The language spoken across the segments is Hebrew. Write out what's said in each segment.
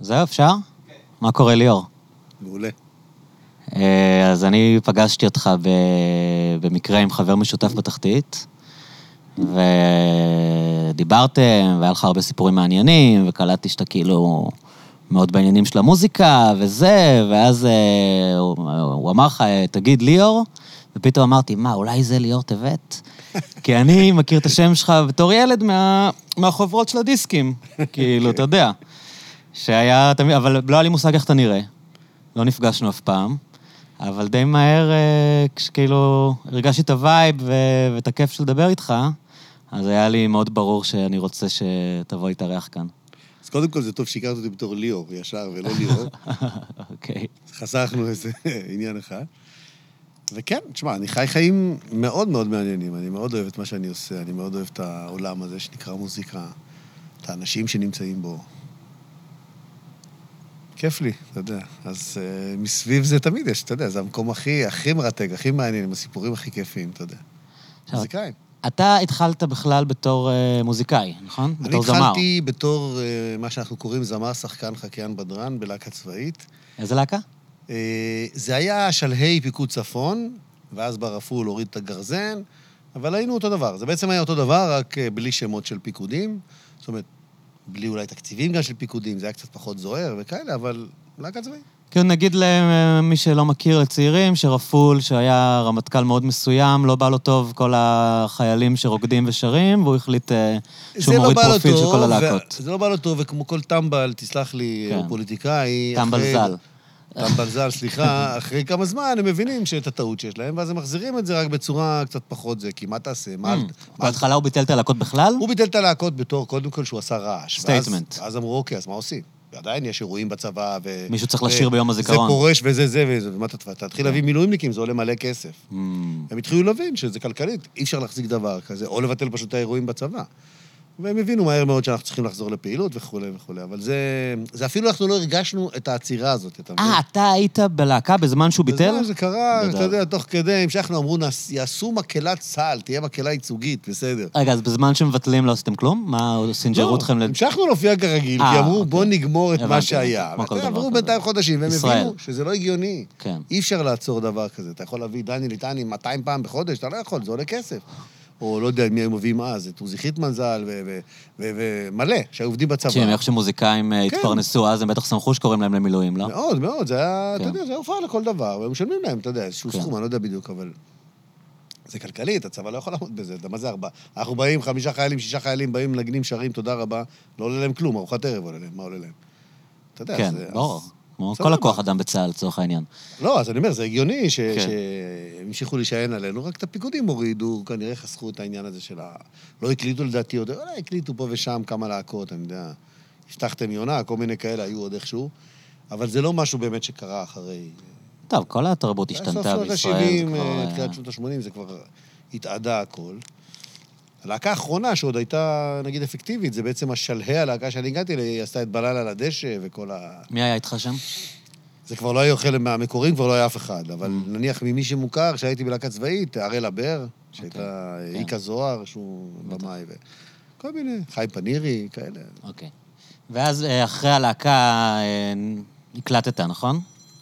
זהו, אפשר? כן. מה קורה, ליאור? מעולה. אז אני פגשתי אותך במקרה עם חבר משותף בתחתית, ודיברתם, והיה לך הרבה סיפורים מעניינים, וקלטתי שאתה כאילו מאוד בעניינים של המוזיקה וזה, ואז הוא אמר לך, תגיד ליאור, ופתאום אמרתי, מה, אולי זה ליאור טבת? כי אני מכיר את השם שלך בתור ילד מהחוברות של הדיסקים, כאילו, אתה יודע. שהיה תמיד, אבל לא היה לי מושג איך אתה נראה. לא נפגשנו אף פעם. אבל די מהר, כשכאילו הרגשתי את הווייב ואת הכיף של לדבר איתך, אז היה לי מאוד ברור שאני רוצה שתבוא להתארח כאן. אז קודם כל זה טוב שהכרת אותי בתור ליאור, ישר ולא ליאור. אוקיי. חסכנו איזה עניין אחד. וכן, תשמע, אני חי חיים מאוד מאוד מעניינים. אני מאוד אוהב את מה שאני עושה, אני מאוד אוהב את העולם הזה שנקרא מוזיקה, את האנשים שנמצאים בו. כיף לי, אתה יודע. אז מסביב זה תמיד יש, אתה יודע, זה המקום הכי מרתק, הכי מעניין, עם הסיפורים הכי כיפים, אתה יודע. מוזיקאים. אתה התחלת בכלל בתור מוזיקאי, נכון? בתור זמר. אני התחלתי בתור מה שאנחנו קוראים זמר, שחקן, חקיין, בדרן, בלהקה צבאית. איזה להקה? זה היה שלהי פיקוד צפון, ואז ברפו להוריד את הגרזן, אבל היינו אותו דבר. זה בעצם היה אותו דבר, רק בלי שמות של פיקודים. זאת אומרת, בלי אולי תקציבים גם של פיקודים, זה היה קצת פחות זוהר וכאלה, אבל להקה צבאית. כאילו נגיד למי שלא מכיר לצעירים, שרפול, שהיה רמטכ"ל מאוד מסוים, לא בא לו טוב כל החיילים שרוקדים ושרים, והוא החליט שהוא מוריד פרופיל של כל הלהקות. זה לא בא לו טוב, וכמו כל טמבל, תסלח לי, פוליטיקאי. טמבל זל. טמבל זל, סליחה, אחרי כמה זמן הם מבינים שאת הטעות שיש להם, ואז הם מחזירים את זה רק בצורה קצת פחות זה, כי מה תעשה? בהתחלה הוא ביטל את הלהקות בכלל? הוא ביטל את הלהקות בתור, קודם כל שהוא עשה רעש. סטייטמנט. אז אמרו, אוקיי, אז מה עושים? ועדיין יש אירועים בצבא, מישהו צריך לשיר ביום הזיכרון. זה פורש וזה, ומה תתחיל להביא מילואימניקים, זה עולה מלא כסף. הם התחילו להבין שזה כלכלית, אי אפשר להחזיק דבר כזה, או לבטל פשוט האירועים בצבא. והם הבינו מהר מאוד שאנחנו צריכים לחזור לפעילות וכו' וכו'. אבל זה אפילו אנחנו לא הרגשנו את העצירה הזאת. אתה היית בלהקה בזמן שהוא ביטל? זה קרה, אתה יודע, תוך כדי, המשכנו, אמרו, יעשו מקהלת צה"ל, תהיה מקהלה ייצוגית, בסדר. רגע, אז בזמן שמבטלים לא עשיתם כלום? מה, סינג'רו אתכם? המשכנו להופיע כרגיל, כי אמרו, בוא נגמור את מה שהיה. עברו בינתיים חודשים, והם הבינו שזה לא הגיוני. אי אפשר לעצור דבר כזה. אתה יכול להביא דני ליטני 200 פעם בחודש, אתה לא יכול, זה עולה כסף. או לא יודע מי הם מביאים אז, את עוזי חיטמן ז"ל, ומלא, שהיו עובדים בצבא. תשמע, איך שמוזיקאים התפרנסו אז, הם בטח שמחו שקוראים להם למילואים, לא? מאוד, מאוד, זה היה, אתה יודע, זה היה הופעה לכל דבר, והם משלמים להם, אתה יודע, איזשהו סכום, אני לא יודע בדיוק, אבל זה כלכלית, הצבא לא יכול לעמוד בזה, מה זה 4? אנחנו באים, 5 חיילים, 6 חיילים, באים, נגנים, שרים, תודה רבה, לא עולה להם כלום, ארוחת ערב עולה להם, מה עולה להם? אתה יודע, כן, ברור. כל הכוח אדם בצה"ל, לצורך העניין. לא, אז אני אומר, זה הגיוני שהם המשיכו להישען עלינו, רק את הפיקודים הורידו, כנראה חסכו את העניין הזה של לא הקליטו לדעתי עוד, אולי הקליטו פה ושם כמה להקות, אני יודע, הבטחתם יונה, כל מיני כאלה היו עוד איכשהו, אבל זה לא משהו באמת שקרה אחרי... טוב, כל התרבות השתנתה בישראל. תחילת שנות ה-80 זה כבר התעדה הכל. הלהקה האחרונה שעוד הייתה, נגיד, אפקטיבית, זה בעצם השלהי הלהקה שאני הגעתי, היא עשתה את בלילה על הדשא וכל מי היה איתך שם? זה כבר לא היה חלק מהמקורים, כבר לא היה אף אחד, אבל נניח ממי שמוכר, שהייתי בלהקה צבאית, הראל הבר, שהייתה איקה זוהר, שהוא במאי, וכל מיני, חיים פנירי, כאלה. אוקיי. ואז אחרי הלהקה הקלטת, נכון?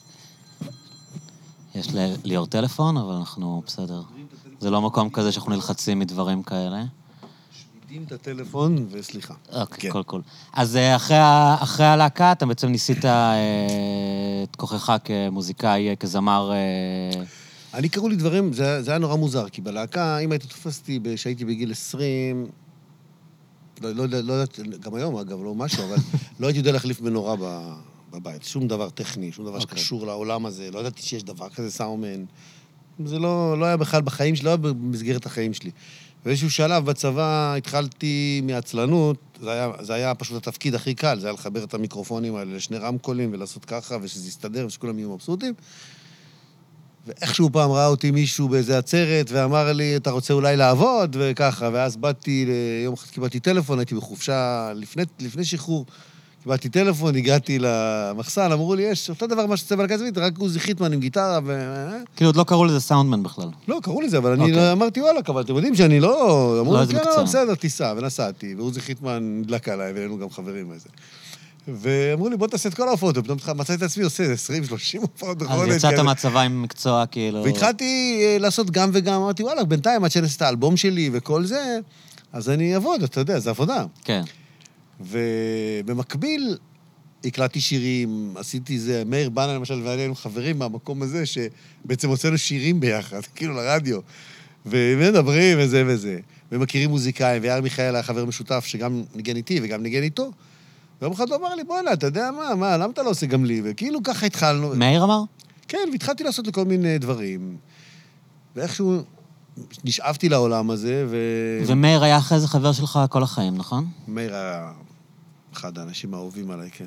יש ליאור טלפון, אבל אנחנו בסדר. זה לא מקום כזה שאנחנו נלחצים מדברים כאלה. שמידים את הטלפון, וסליחה. אוקיי, קול. אז אחרי הלהקה, אתה בעצם ניסית את כוחך כמוזיקאי, כזמר... אני קראו לי דברים, זה היה נורא מוזר, כי בלהקה, אם היית תופסתי שהייתי בגיל 20, לא יודעת, גם היום אגב, לא משהו, אבל לא הייתי יודע להחליף מנורה בבית. שום דבר טכני, שום דבר שקשור לעולם הזה. לא ידעתי שיש דבר כזה סאומן. זה לא היה בכלל בחיים שלי, לא היה במסגרת החיים שלי. באיזשהו שלב בצבא התחלתי מעצלנות, זה היה פשוט התפקיד הכי קל, זה היה לחבר את המיקרופונים האלה לשני רמקולים ולעשות ככה ושזה יסתדר ושכולם יהיו מבסוטים. ואיכשהו פעם ראה אותי מישהו באיזה עצרת ואמר לי, אתה רוצה אולי לעבוד וככה, ואז באתי, יום אחד קיבלתי טלפון, הייתי בחופשה לפני שחרור, קיבלתי טלפון, הגעתי למחסן, אמרו לי, יש אותו דבר מה שצא בלהקה צבאית, רק עוזי חיטמן עם גיטרה כאילו עוד לא קראו לזה סאונדמן בכלל. לא, קראו לזה, אבל אני אמרתי, וואלה, אבל אתם יודעים שאני לא... אמרו, כן, בסדר, טיסה, ונסעתי, ועוזי חיטמן נדלק עליי, והיינו גם חברים בזה. ואמרו לי, בוא תעשה את כל ההופעות, ופתאום מצאתי את עצמי עושה 20-30 הופעות בחודש. אז יצאת מהצבא עם מקצוע, כאילו... והתחלתי לעשות גם וגם, אמרתי, וואלה, בינתיים עד שנעשה את האלבום שלי וכל זה, אז אני אעבוד, אתה יודע, זה עבודה. כן. ובמקביל, הקלטתי שירים, עשיתי זה, מאיר בנה למשל, ואני היינו חברים מהמקום הזה, שבעצם הוצאנו שירים ביחד, כאילו לרדיו, ומדברים וזה וזה, ומכירים מוזיקאים, ויאיר מיכאל היה חבר משותף, שגם ניגן איתי וגם ניגן איתו, ויום אחד הוא אמר לי, בוא'נה, אתה יודע מה, למה אתה לא עושה גם לי? וכאילו ככה התחלנו. מאיר אמר? כן, והתחלתי לעשות לכל מיני דברים, ואיכשהו נשאבתי לעולם הזה, ומאיר היה אחרי זה חבר שלך כל החיים, נכון? מאיר היה אחד האנשים האהובים עליי, כן.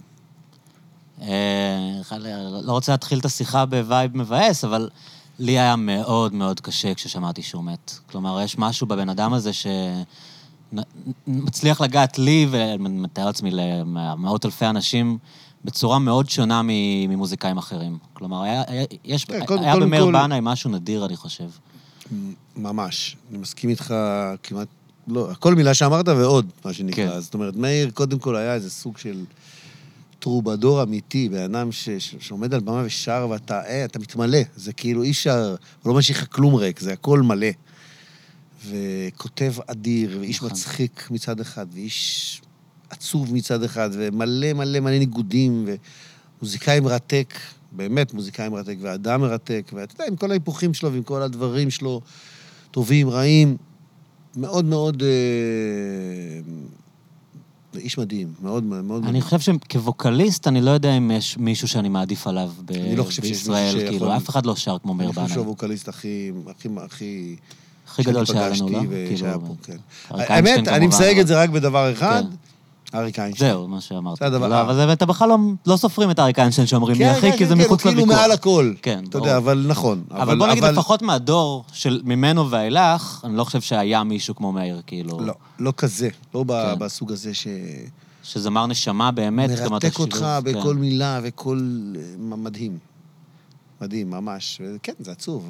לא רוצה להתחיל את השיחה בווייב מבאס, אבל לי היה מאוד מאוד קשה כששמעתי שהוא מת. כלומר, יש משהו בבן אדם הזה שמצליח לגעת לי, ומתאר לעצמי למאות אלפי אנשים, בצורה מאוד שונה ממוזיקאים אחרים. כלומר, היה במאיר בנאי משהו נדיר, אני חושב. ממש. אני מסכים איתך כמעט, לא, כל מילה שאמרת ועוד, מה שנקרא. זאת אומרת, מאיר קודם כל היה איזה סוג של טרובדור אמיתי, באדם שעומד על במה ושר, ואתה מתמלא. זה כאילו אי אפשר, הוא לא משאיר לך כלום ריק, זה הכל מלא. וכותב אדיר, ואיש מצחיק מצד אחד, ואיש עצוב מצד אחד, ומלא מלא מלא ניגודים, ומוזיקאי מרתק, באמת מוזיקאי מרתק, ואדם מרתק, ואתה יודע, עם כל ההיפוכים שלו, ועם כל הדברים שלו, טובים, רעים, מאוד מאוד... זה איש מדהים, מאוד מאוד... אני חושב שכווקליסט, אני לא יודע אם יש מישהו שאני מעדיף עליו בישראל, כאילו, אף אחד לא שר כמו מאיר בנאי. אני חושב שהוא ווקליסט הכי גדול שהיה לנו, לא? שהיה פה, כן. האמת, אני מסייג את זה רק בדבר אחד, אריק איינשטיין. זהו, מה שאמרת. אבל אתה בכלל לא סופרים את אריק איינשטיין שאומרים לי, אחי, כי זה מחוץ לוויכוח. כאילו מעל הכל. כן, אתה יודע, אבל נכון. אבל בוא נגיד, לפחות מהדור של ממנו ואילך, אני לא חושב שהיה מישהו כמו מאיר, כאילו... לא כזה, לא בסוג הזה שזמר נשמה באמת. מרתק אותך בכל מילה וכל... מדהים. מדהים, ממש. כן, זה עצוב.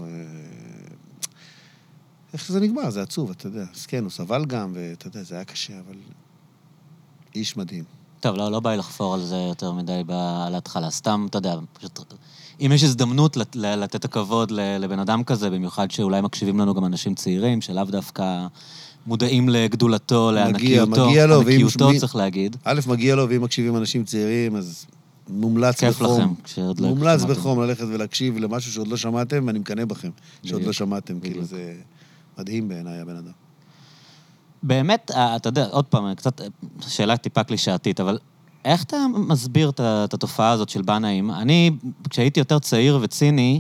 איך שזה נגמר, זה עצוב, אתה יודע. אז כן, הוא סבל גם, ואתה יודע, זה היה קשה, אבל... איש מדהים. טוב, לא בא לי לחפור על זה יותר מדי על ההתחלה. סתם, אתה יודע, פשוט... אם יש הזדמנות לתת הכבוד לבן אדם כזה, במיוחד שאולי מקשיבים לנו גם אנשים צעירים, שלאו דווקא מודעים לגדולתו, לענקיותו. ענקיותו, צריך להגיד. א', מגיע לו, ואם מקשיבים אנשים צעירים, אז מומלץ בחום. כיף לכם, כשעוד לא... מומלץ בחום ללכת ולהקשיב למשהו שעוד לא שמעתם, ואני מקנא בכם, שעוד לא שמעתם, כאילו זה מדהים בעיניי, הבן אדם. באמת, אתה יודע, עוד פעם, קצת שאלה טיפה קלישאתית, אבל איך אתה מסביר את התופעה הזאת של בנאים? אני, כשהייתי יותר צעיר וציני,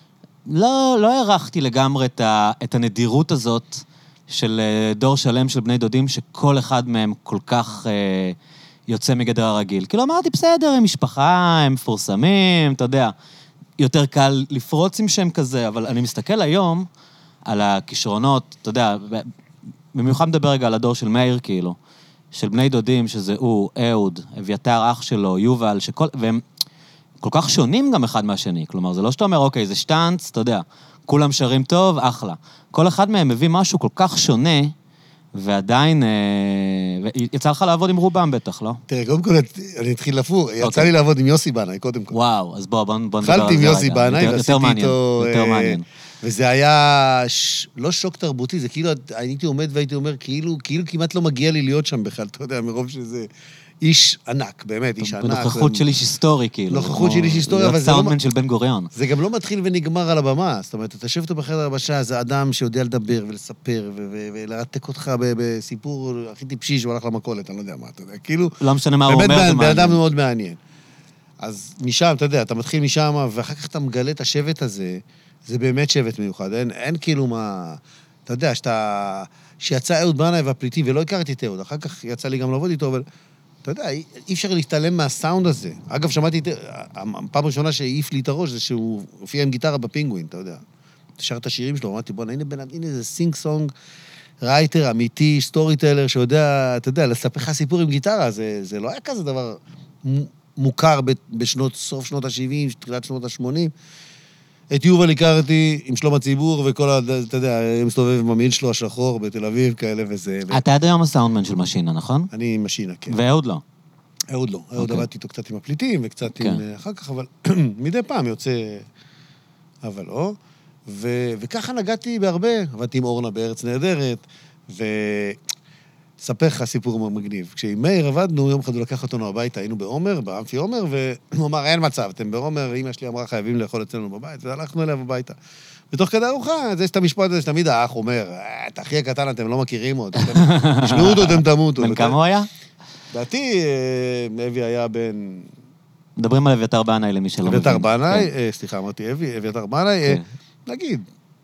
לא הערכתי לגמרי את הנדירות הזאת של דור שלם של בני דודים, שכל אחד מהם כל כך יוצא מגדר הרגיל. כאילו אמרתי, בסדר, הם משפחה, הם מפורסמים, אתה יודע, יותר קל לפרוץ עם שם כזה, אבל אני מסתכל היום על הכישרונות, אתה יודע, במיוחד מדבר רגע על הדור של מאיר, כאילו, של בני דודים, שזה הוא, אהוד, אביתר, אח שלו, יובל, והם כל כך שונים גם אחד מהשני. כלומר, זה לא שאתה אומר, אוקיי, זה שטנץ, אתה יודע, כולם שרים טוב, אחלה. כל אחד מהם מביא משהו כל כך שונה, ועדיין, יצא לך לעבוד עם רובם בטח, לא? תראה, קודם כל, אני אתחיל לפור, יצא לי לעבוד עם יוסי בנאי, קודם כל. וואו, אז בוא נדבר על זה. התחלתי עם יוסי בנאי, ועשיתי איתו... יותר מעניין. וזה היה לא שוק תרבותי, זה כאילו, הייתי עומד והייתי אומר, כאילו כמעט לא מגיע לי להיות שם בכלל, אתה יודע, מרוב שזה איש ענק, באמת, איש ענק. בנוכחות של איש היסטורי, כאילו. נוכחות של איש היסטורי, אבל זה לא... סאונדמן של בן גוריון. זה גם לא מתחיל ונגמר על הבמה, זאת אומרת, אתה יושב אותו בחדר הבשה, זה אדם שיודע לדבר ולספר, ולרתק אותך בסיפור הכי טיפשי שהוא הלך למכולת, אני לא יודע מה, אתה יודע, כאילו... לא משנה מה הוא אומר, באמת, בן אדם מאוד מעניין. אז משם, אתה יודע, אתה מתחיל משם, ואחר כך אתה מגלה את השבט הזה, זה באמת שבט מיוחד, אין כאילו מה... אתה יודע, שיצא אהוד בנאי והפליטים, ולא הכרתי את אהוד, אחר כך יצא לי גם לעבוד איתו, אבל אתה יודע, אי אפשר להתעלם מהסאונד הזה. אגב, שמעתי, הפעם הראשונה שהעיף לי את הראש, זה שהוא הופיע עם גיטרה בפינגווין, אתה יודע. שר את השירים שלו, אמרתי, בוא, הנה זה סינג סונג, רייטר אמיתי, סטורי טיילר, שיודע, אתה יודע, לספר לך סיפור עם גיטרה, זה לא היה כזה דבר מוכר בסוף שנות ה-70, תחילת שנות ה-80. את יובל הכרתי עם שלום הציבור, וכל, אתה יודע, מסתובב עם המיל שלו השחור בתל אביב, כאלה וזה. אתה עד היום הסאונדמן של משינה, נכון? אני משינה, כן. ואהוד לא. אהוד לא. אהוד עבדתי איתו קצת עם הפליטים, וקצת עם אחר כך, אבל מדי פעם יוצא... אבל לא. וככה נגעתי בהרבה. עבדתי עם אורנה בארץ נהדרת, ספר לך סיפור מגניב. כשעם מאיר עבדנו, יום אחד הוא לקח אותנו הביתה, היינו בעומר, באמפי עומר, והוא אמר, אין מצב, אתם בעומר, אמא שלי אמרה, חייבים לאכול אצלנו בבית, והלכנו אליו הביתה. ותוך כדי ארוחה, זה המשפט הזה שתמיד האח אומר, את אחי הקטן, אתם לא מכירים עוד, תשמעו אותו, אתם תמותו. בן כמה הוא היה? דעתי, אבי היה בן... מדברים על אביתר בנאי למי שלא מבין. אביתר בנאי, סליחה, אמרתי אביתר בנאי, נגיד,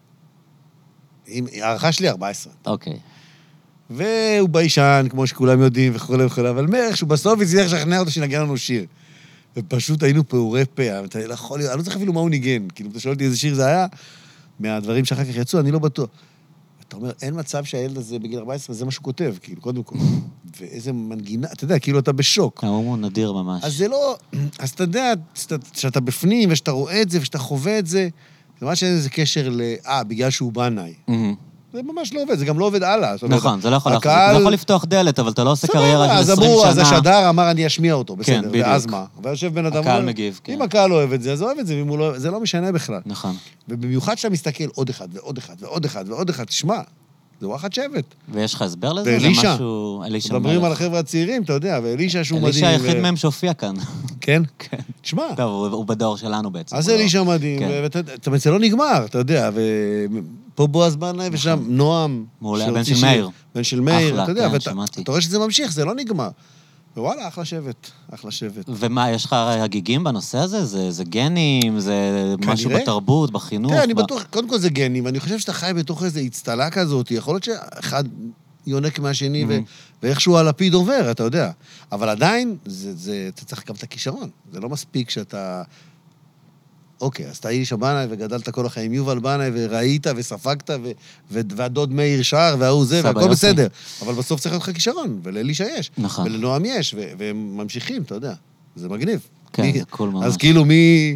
הערכה שלי 14. אוקיי. והוא ביישן, כמו שכולם יודעים, וכו' וכו', אבל מאיך שהוא בסוף הצליח לשכנע אותו שנגן לנו שיר. ופשוט היינו פעורי פה, אני לא צריך אפילו מה הוא ניגן, כאילו, אתה שואל אותי איזה שיר זה היה, מהדברים שאחר כך יצאו, אני לא בטוח. אתה אומר, אין מצב שהילד הזה בגיל 14, זה מה שהוא כותב, כאילו, קודם כל. ואיזה מנגינה, אתה יודע, כאילו אתה בשוק. הוא נדיר ממש. אז זה לא, אז אתה יודע, שאתה בפנים, ושאתה רואה את זה, ושאתה חווה את זה, זה ממש אין איזה קשר בגלל שהוא בנאי. זה ממש לא עובד, זה גם לא עובד הלאה. נכון, זה לא יכול לפתוח דלת, אבל אתה לא עושה קריירה של 20 שנה. אז השדר אמר, אני אשמיע אותו, בסדר, ואז מה? ויושב בן אדם, הקהל מגיב, כן. אם הקהל אוהב את זה, אז אוהב את זה, זה לא משנה בכלל. נכון. ובמיוחד שאתה מסתכל עוד אחד, ועוד אחד, ועוד אחד, ועוד אחד, תשמע, זה וואחד שבט. ויש לך הסבר לזה? ואלישה. אלישה. מדברים על החבר'ה הצעירים, אתה יודע, ואלישה שהוא מדהים. אלישה היחיד מהם שהופיע כאן. כן? כן. תשמע. טוב, הוא בדור שלנו בעצם. אז אלישה מדהים, ואתה זה לא נגמר, אתה יודע, ופה בועז בנאי ושם נועם. מעולה, בן של מאיר. בן של מאיר, אתה יודע, אחלה, ואתה רואה שזה ממשיך, זה לא נגמר. ווואלה, אחלה שבט, אחלה שבט. ומה, יש לך הגיגים בנושא הזה? זה גנים, זה משהו בתרבות, בחינוך? כן, אני בטוח, קודם כל זה גנים, ואני חושב שאתה חי בתוך איזו הצטלה כזאת, יכול להיות שאחד יונק מהשני, ואיכשהו הלפיד עובר, אתה יודע. אבל עדיין, אתה צריך גם את הכישרון. זה לא מספיק שאתה... אוקיי, אז אתה איש הבנאי וגדלת כל החיים יובל בנאי, וראית וספגת, והדוד מאיר שר, והוא זה, והכל בסדר. אבל בסוף צריך להיות לך כישרון, ולאלישה יש. נכון. ולנועם יש, והם ממשיכים, אתה יודע. זה מגניב. כן, זה קול ממש. אז כאילו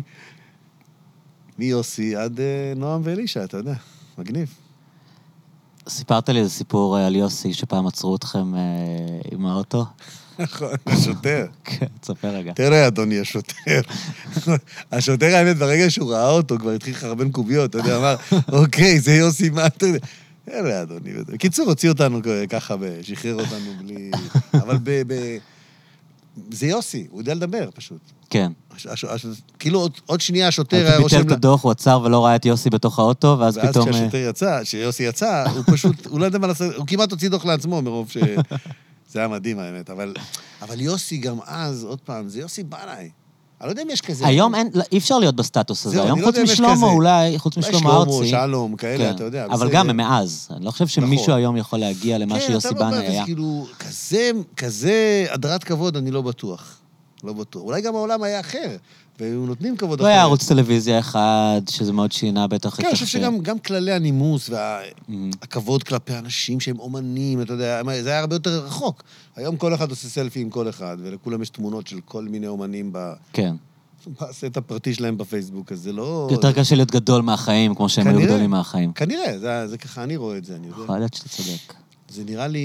מיוסי עד נועם ואלישה, אתה יודע. מגניב. סיפרת לי איזה סיפור על יוסי, שפעם עצרו אתכם עם האוטו. נכון, השוטר. כן, תספר רגע. תראה, אדוני, השוטר. השוטר, האמת, ברגע שהוא ראה אותו, כבר התחיל חרבן קוביות, אתה יודע, אמר, אוקיי, זה יוסי, מה אתה יודע? תראה, אדוני. בקיצור, הוציא אותנו ככה, שחרר אותנו בלי... אבל זה יוסי, הוא יודע לדבר, פשוט. כן. כאילו, עוד שנייה השוטר היה רושם... רושם... ביטל את הדוח, הוא עצר ולא ראה את יוסי בתוך האוטו, ואז פתאום... ואז כשהשוטר יצא, כשיוסי יצא, הוא פשוט, הוא לא יודע מה לעשות, הוא כמעט הוציא דוח לעצמו, מרוב ש... זה היה מדהים, האמת, אבל יוסי גם אז, עוד פעם, זה יוסי בנאי. אני לא יודע אם יש כזה... היום אי אפשר להיות בסטטוס הזה. היום חוץ משלמה, אולי, חוץ משלמה ארצי. שלום, כאלה, אתה יודע. אבל גם מאז. אני לא חושב שמישהו היום יכול להגיע למה שיוסי בנאי היה. כאילו, כזה הדרת כבוד, אני לא בטוח. לא בטוח. אולי גם העולם היה אחר, והיו נותנים כבוד אחר. לא היה ערוץ טלוויזיה אחד, שזה מאוד שינה בטח. כן, אני חושב שגם כללי הנימוס והכבוד כלפי אנשים שהם אומנים, אתה יודע, זה היה הרבה יותר רחוק. היום כל אחד עושה סלפי עם כל אחד, ולכולם יש תמונות של כל מיני אומנים כן. בסט הפרטי שלהם בפייסבוק, אז זה לא... יותר קשה להיות גדול מהחיים, כמו שהם היו גדולים מהחיים. כנראה, זה ככה, אני רואה את זה, אני יודע. יכול להיות שאתה צודק. זה נראה לי...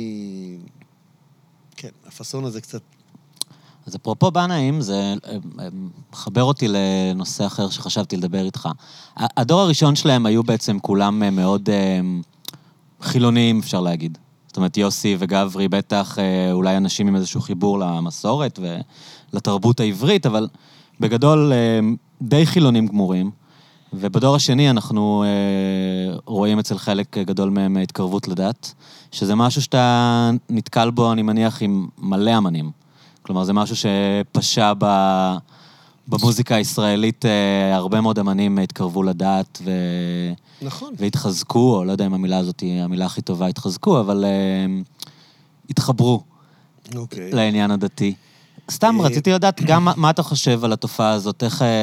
כן, הפסון הזה קצת... אז אפרופו בנאים, זה מחבר אותי לנושא אחר שחשבתי לדבר איתך. הדור הראשון שלהם היו בעצם כולם מאוד חילוניים, אפשר להגיד. זאת אומרת, יוסי וגברי בטח אולי אנשים עם איזשהו חיבור למסורת ולתרבות העברית, אבל בגדול די חילונים גמורים. ובדור השני אנחנו רואים אצל חלק גדול מהם התקרבות לדת, שזה משהו שאתה נתקל בו, אני מניח, עם מלא אמנים. כלומר, זה משהו שפשע במוזיקה הישראלית, הרבה מאוד אמנים התקרבו לדת נכון. והתחזקו, או לא יודע אם המילה הזאת היא המילה הכי טובה, התחזקו, אבל התחברו לעניין הדתי. סתם רציתי לדעת גם מה אתה חושב על התופעה הזאת,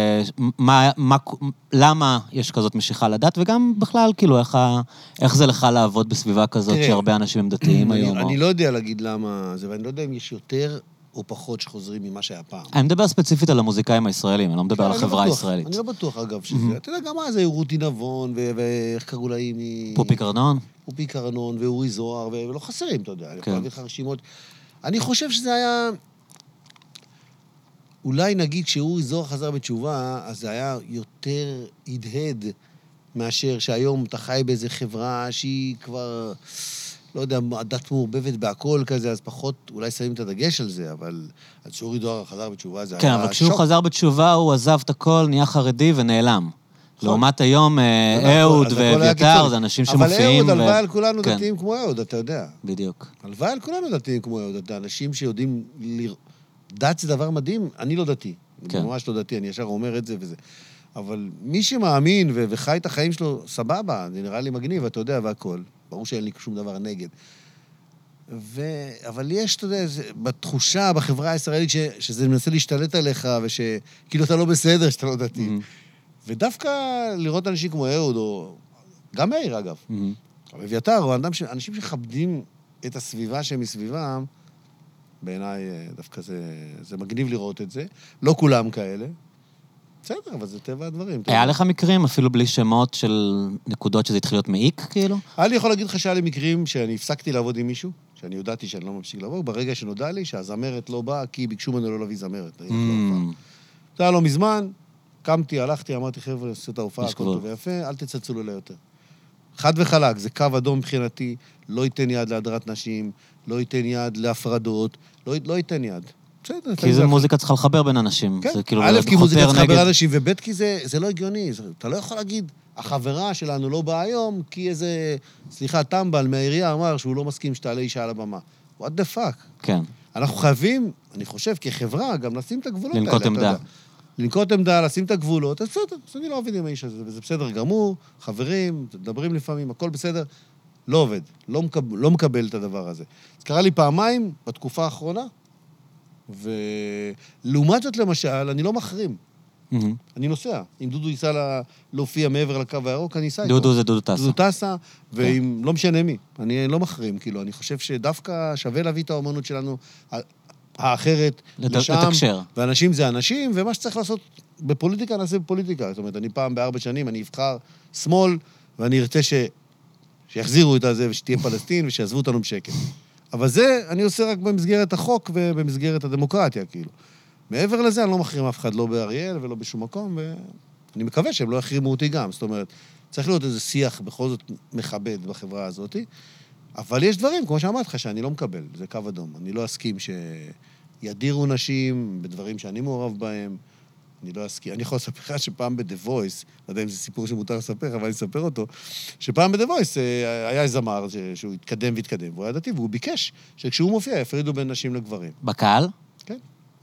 למה יש כזאת משיכה לדת, וגם בכלל, כאילו, איך זה לך לעבוד בסביבה כזאת שהרבה אנשים הם דתיים היום? אני לא יודע להגיד למה זה, ואני לא יודע אם יש יותר או פחות שחוזרים ממה שהיה פעם. אני מדבר ספציפית על המוזיקאים הישראלים, אני לא מדבר על החברה הישראלית. אני לא בטוח, אגב, שזה... אתה יודע, גם אז היו רותי נבון, ואיך קראו להם? פופי קרנון? פופי קרנון, ואורי זוהר, ולא חסרים, אתה יודע. אני יכול להגיד לך רשימות. אני חושב שזה היה... אולי נגיד שהוא זוהר חזר בתשובה, אז זה היה יותר הדהד מאשר שהיום אתה חי באיזה חברה שהיא כבר, לא יודע, דת מעורבבת בהכל כזה, אז פחות אולי שמים את הדגש על זה, אבל אז שאורי זוהר חזר בתשובה, זה כן, היה שוק. אבל כשהוא חזר בתשובה, הוא עזב את הכל, נהיה חרדי ונעלם. לעומת היום, אהוד ואביתר, זה אנשים שמופיעים. אבל אהוד, הלוואי על כולנו דתיים כמו אהוד, אתה יודע. בדיוק. הלוואי על כולנו דתיים כמו אהוד, אתה אנשים שיודעים, דת זה דבר מדהים, אני לא דתי. אני ממש לא דתי, אני ישר אומר את זה וזה. אבל מי שמאמין וחי את החיים שלו, סבבה, זה נראה לי מגניב, אתה יודע, והכל. ברור שאין לי שום דבר נגד. אבל יש, אתה יודע, בתחושה, בחברה הישראלית, שזה מנסה להשתלט עליך, ושכאילו אתה לא בסדר, שאתה לא דתי. ודווקא לראות אנשים כמו אהוד, או גם מאיר, אגב, אביתר, או אנשים שכבדים את הסביבה שהם מסביבם, בעיניי דווקא זה מגניב לראות את זה. לא כולם כאלה. בסדר, אבל זה טבע הדברים. היה לך מקרים, אפילו בלי שמות של נקודות שזה התחיל להיות מעיק, כאילו? אני יכול להגיד לך שהיה לי מקרים שאני הפסקתי לעבוד עם מישהו, שאני יודעתי שאני לא ממשיך לעבוד, ברגע שנודע לי שהזמרת לא באה, כי ביקשו ממנו לא להביא זמרת. זה היה לא מזמן, קמתי, הלכתי, אמרתי, חבר'ה, עשו את ההופעה, הכל טוב ויפה, אל תצלצלו אליה יותר. חד וחלק, זה קו אדום מבחינתי, לא ייתן יד להדרת נשים, לא ייתן יד להפרדות, לא ייתן יד. כי זה מוזיקה צריכה לחבר בין אנשים. כן, א', כי מוזיקה צריכה לחבר בין אנשים, וב', כי זה לא הגיוני. אתה לא יכול להגיד, החברה שלנו לא באה היום, כי איזה, סליחה, טמבל מהעירייה אמר שהוא לא מסכים שתעלה אישה על הבמה. What the fuck? כן. אנחנו חייבים, אני חושב, כחברה, גם לשים את הגבולות האלה. לנקוט עמדה. לנקוט עמדה, לשים את הגבולות, אז בסדר, אז אני לא עובד עם האיש הזה, וזה בסדר גמור, חברים, מדברים לפעמים, הכל בסדר, לא עובד, לא מקבל את הדבר הזה. אז קרה לי פעמיים בתקופה האחרונה, ולעומת זאת למשל, אני לא מחרים. אני נוסע. אם דודו ייסע להופיע מעבר לקו הירוק, אני אסע איתו. דודו זה דודו טסה. דודו טסה, ואם לא משנה מי. אני לא מחרים, כאילו, אני חושב שדווקא שווה להביא את האמנות שלנו האחרת לשם. לתקשר. ואנשים זה אנשים, ומה שצריך לעשות בפוליטיקה, נעשה בפוליטיקה. זאת אומרת, אני פעם ב4 שנים, אני אבחר שמאל, ואני ארצה שיחזירו את זה, ושתהיה פלסטין, ושיעזבו אותנו בשקט. אבל זה אני עושה רק במסגרת החוק ובמסגרת הדמוקרטיה, כאילו. מעבר לזה, אני לא מחרים אף אחד, לא באריאל ולא בשום מקום, ואני מקווה שהם לא יחרימו אותי גם. זאת אומרת, צריך להיות איזה שיח בכל זאת מכבד בחברה הזאת, אבל יש דברים, כמו שאמרתי לך, שאני לא מקבל, זה קו אדום. אני לא אסכים שידירו נשים בדברים שאני מעורב בהם, אני לא אסכים. אני יכול לספר לך שפעם ב-The Voice, לא יודע אם זה סיפור שמותר לספר, אבל אני אספר אותו, שפעם ב-The Voice היה זמר שהוא התקדם והתקדם, והוא היה דתי, והוא ביקש שכשהוא מופיע יפרידו בין נשים לגברים. בקהל? כן.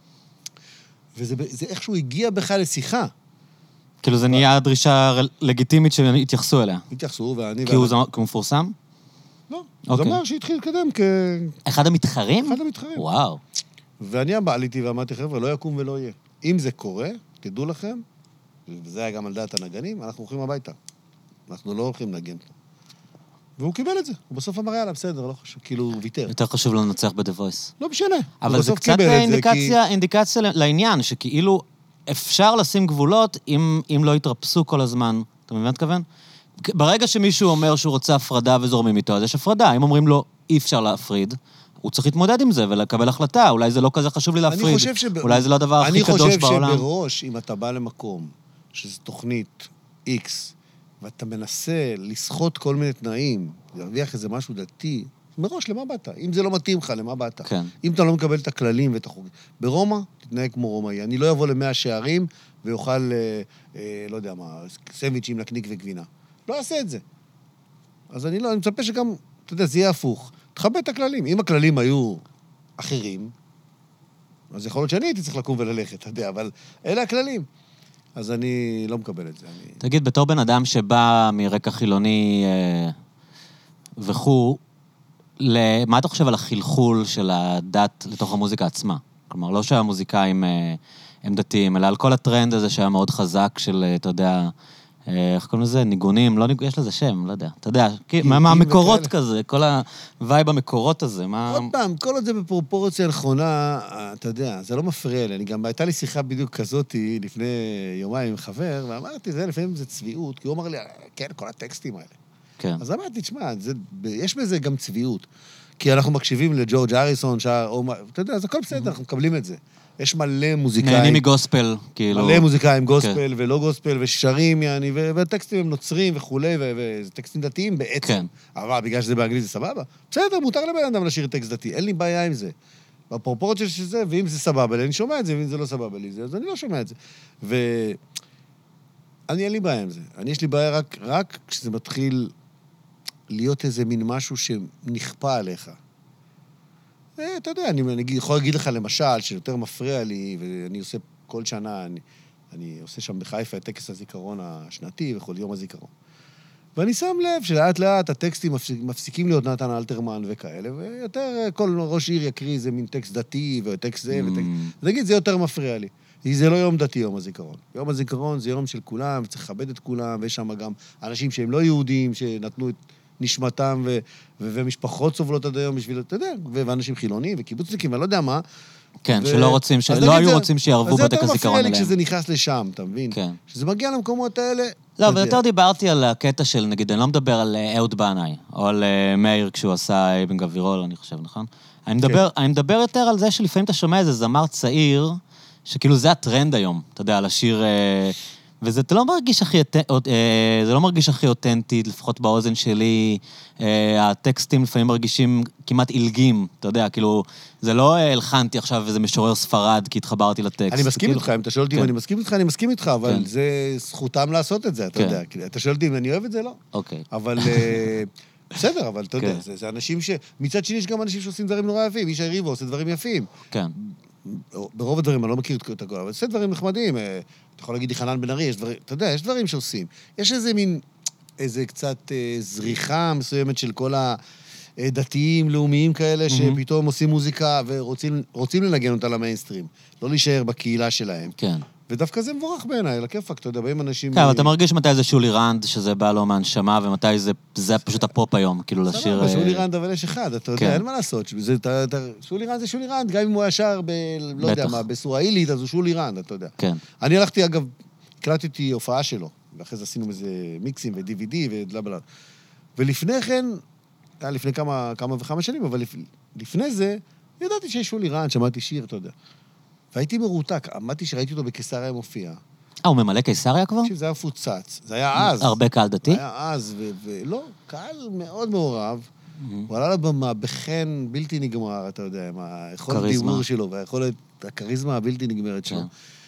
וזה איכשהו הגיע בכלל לשיחה. כאילו זה נהיה דרישה לגיטימית שהם התייחסו אליה. התייחסו, ואני... כי הוא מפורסם? לא, זמר שהתחיל להתקדם אחד המתחרים? אחד המתחרים. וואו. ואני עליתי ואמרתי, חבר'ה, לא יקום ולא יהיה. אם זה קורה, תדעו לכם, וזה היה גם על דעת הנגנים, אנחנו הולכים הביתה. אנחנו לא הולכים לנגן פה. והוא קיבל את זה. הוא בסוף אמר, יאללה, בסדר, לא חשוב, כאילו, הוא ויתר. יותר חשוב לנצח ב-The Voice. לא משנה. אבל זה קצת אינדיקציה לעניין, שכאילו אפשר לשים גבולות אם לא יתרפסו כל הזמן. אתה מבין מה תכוון? ברגע שמישהו אומר שהוא רוצה הפרדה וזורמים איתו, אז יש הפרדה. אם אומרים לו, אי אפשר להפריד, הוא צריך להתמודד עם זה ולקבל החלטה. אולי זה לא כזה חשוב לי להפריד. אולי זה לא הדבר הכי קדוש בעולם. אני חושב שבראש, אם אתה בא למקום, שזו תוכנית X, ואתה מנסה לסחוט כל מיני תנאים, להרוויח איזה משהו דתי, מראש, למה באת? אם זה לא מתאים לך, למה באת? כן. אם אתה לא מקבל את הכללים ואת החוקים. ברומא, תתנהג כמו רומאי. אני לא אבוא ל100 שערים ויוכל, לא יודע מה, סנדוויצ'ים, נקניק וגבינה. לא אעשה את זה. אז אני מצפה שגם, אתה יודע, זה יהיה הפוך. תכבד את הכללים. אם הכללים היו אחרים, אז יכול להיות שאני הייתי צריך לקום וללכת, אתה יודע, אבל אלה הכללים. אז אני לא מקבל את זה. תגיד, בתור בן אדם שבא מרקע חילוני וכו', מה אתה חושב על החלחול של הדת לתוך המוזיקה עצמה? כלומר, לא שהמוזיקאים הם דתיים, אלא על כל הטרנד הזה שהיה מאוד חזק של, אתה יודע, איך קוראים לזה? ניגונים, יש לזה שם, לא יודע. אתה יודע, מה המקורות כזה, כל הווייב המקורות הזה, מה... עוד פעם, כל עוד זה בפרופורציה נכונה, אתה יודע, זה לא מפריע לי. גם הייתה לי שיחה בדיוק כזאת לפני יומיים עם חבר, ואמרתי, זה לפעמים זה צביעות, כי הוא אמר לי, כן, כל הטקסטים האלה. כן. אז אמרתי, תשמע, יש בזה גם צביעות. כי אנחנו מקשיבים לג'ורג' אריסון, אתה יודע, אז הכל בסדר, אנחנו מקבלים את זה. יש מלא מוזיקאים. נהנים מגוספל, כאילו. מלא מוזיקאים, גוספל ולא גוספל, ושרים, והטקסטים הם נוצרים וכולי, וטקסטים דתיים בעצם. כן. אבל בגלל שזה באנגלית זה סבבה. בסדר, מותר לבן אדם לשיר טקסט דתי, אין לי בעיה עם זה. בפרופורציה של זה, ואם זה סבבה לי, אני שומע את זה, ואם זה לא סבבה לי, אז אני לא שומע את זה. אין לי בעיה עם זה. יש לי בעיה רק כשזה מתחיל להיות איזה מין משהו שנכפה עליך. אתה יודע, אני יכול להגיד לך למשל, שיותר מפריע לי, ואני עושה כל שנה, אני עושה שם בחיפה את טקס הזיכרון השנתי, וכל יום הזיכרון. ואני שם לב שלאט לאט הטקסטים מפסיקים להיות נתן אלתרמן וכאלה, ויותר כל ראש עיר יקריא איזה מין טקסט דתי, וטקסט זה, ונגיד, זה יותר מפריע לי. זה לא יום דתי, יום הזיכרון. יום הזיכרון זה יום של כולם, וצריך לכבד את כולם, ויש שם גם אנשים שהם לא יהודים, שנתנו את נשמתם, ומשפחות סובלות עד היום בשביל, אתה יודע, ואנשים חילונים וקיבוצניקים, אני לא יודע מה. כן, שלא היו רוצים שיערבו בטקס הזיכרון אליהם. אז זה יותר מפריע לי אליהם. כשזה נכנס לשם, אתה מבין? כן. כשזה מגיע למקומות האלה... לא, אבל יותר דיברתי על הקטע של, נגיד, אני לא מדבר על אהוד בנאי, או על מאיר כשהוא עשה אבן גבירול, אני חושב, נכון? אני מדבר יותר על זה שלפעמים אתה שומע איזה זמר צעיר, שכאילו זה הטרנד היום, אתה יודע, לשיר... וזה לא מרגיש הכי אותנטי, לפחות באוזן שלי, הטקסטים לפעמים מרגישים כמעט אילגים, אתה יודע, כאילו, זה לא הלחנתי עכשיו איזה משורר ספרד, כי התחברתי לטקסט. אני מסכים איתך, אם אתה שואל אותי אם אני מסכים איתך, אני מסכים איתך, אבל זה זכותם לעשות את זה, אתה יודע. אתה שואל אותי אם אני אוהב את זה, לא. אוקיי. אבל... בסדר, אבל אתה יודע, זה אנשים מצד שני יש גם אנשים שעושים דברים נורא יפים, איש היריבו עושה דברים יפים. כן. ברוב הדברים, אני לא מכיר את הכל, אבל עושה דברים נחמדים. אתה יכול להגיד לי חנן בן ארי, יש דברים, אתה יודע, יש דברים שעושים. יש איזה מין, איזה קצת זריחה מסוימת של כל הדתיים, לאומיים כאלה, שפתאום עושים מוזיקה ורוצים לנגן אותה למיינסטרים. לא להישאר בקהילה שלהם. כן. ודווקא זה מבורך בעיניי, לכיפק, אתה יודע, באים אנשים... כן, אבל אתה מרגיש מתי זה שולי רנד, שזה בא לו מהנשמה, ומתי זה פשוט הפופ היום, כאילו לשיר... שולי רנד, אבל יש אחד, אתה יודע, אין מה לעשות. שולי רנד זה שולי רנד, גם אם הוא היה שר לא יודע מה, בסוראילית, אז הוא שולי רנד, אתה יודע. כן. אני הלכתי, אגב, הקלטתי הופעה שלו, ואחרי זה עשינו איזה מיקסים ו-DVD ובלה. ולפני כן, היה לפני כמה וכמה שנים, אבל לפני זה, ידעתי שיש שולי רנד, שמעתי שיר, אתה יודע. והייתי מרותק, עמדתי שראיתי אותו בקיסריה מופיע. הוא ממלא קיסריה כבר? זה היה מפוצץ, זה היה אז. הרבה קהל דתי? היה אז, ולא, קהל מאוד מעורב. הוא עלה לבמה בחן בלתי נגמר, אתה יודע, עם היכולת דיבור שלו, והיכולת, הכריזמה הבלתי נגמרת שלו.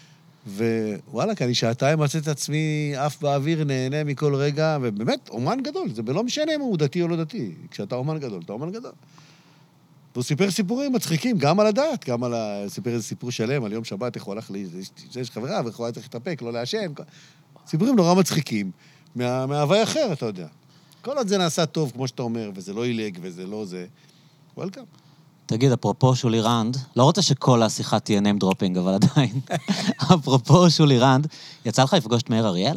ווואלה, כי אני שעתיים מצאת את עצמי אף באוויר, נהנה מכל רגע, ובאמת, אומן גדול, זה לא משנה אם הוא דתי או לא דתי. כשאתה אומן גדול, אתה אומן גדול. והוא סיפר סיפורים מצחיקים, גם על הדת, גם על סיפר איזה סיפור שלם, על יום שבת, איך הוא הלך יש חברה, ואיך הוא היה צריך להתאפק, לא לעשן. סיפורים נורא מצחיקים, מההווי אחר, אתה יודע. כל עוד זה נעשה טוב, כמו שאתה אומר, וזה לא ילג, וזה לא זה. וולקאם. תגיד, אפרופו שולי רנד, לא רוצה שכל השיחה תהיה name dropping, אבל עדיין. אפרופו שולי רנד, יצא לך לפגוש את מאיר אריאל?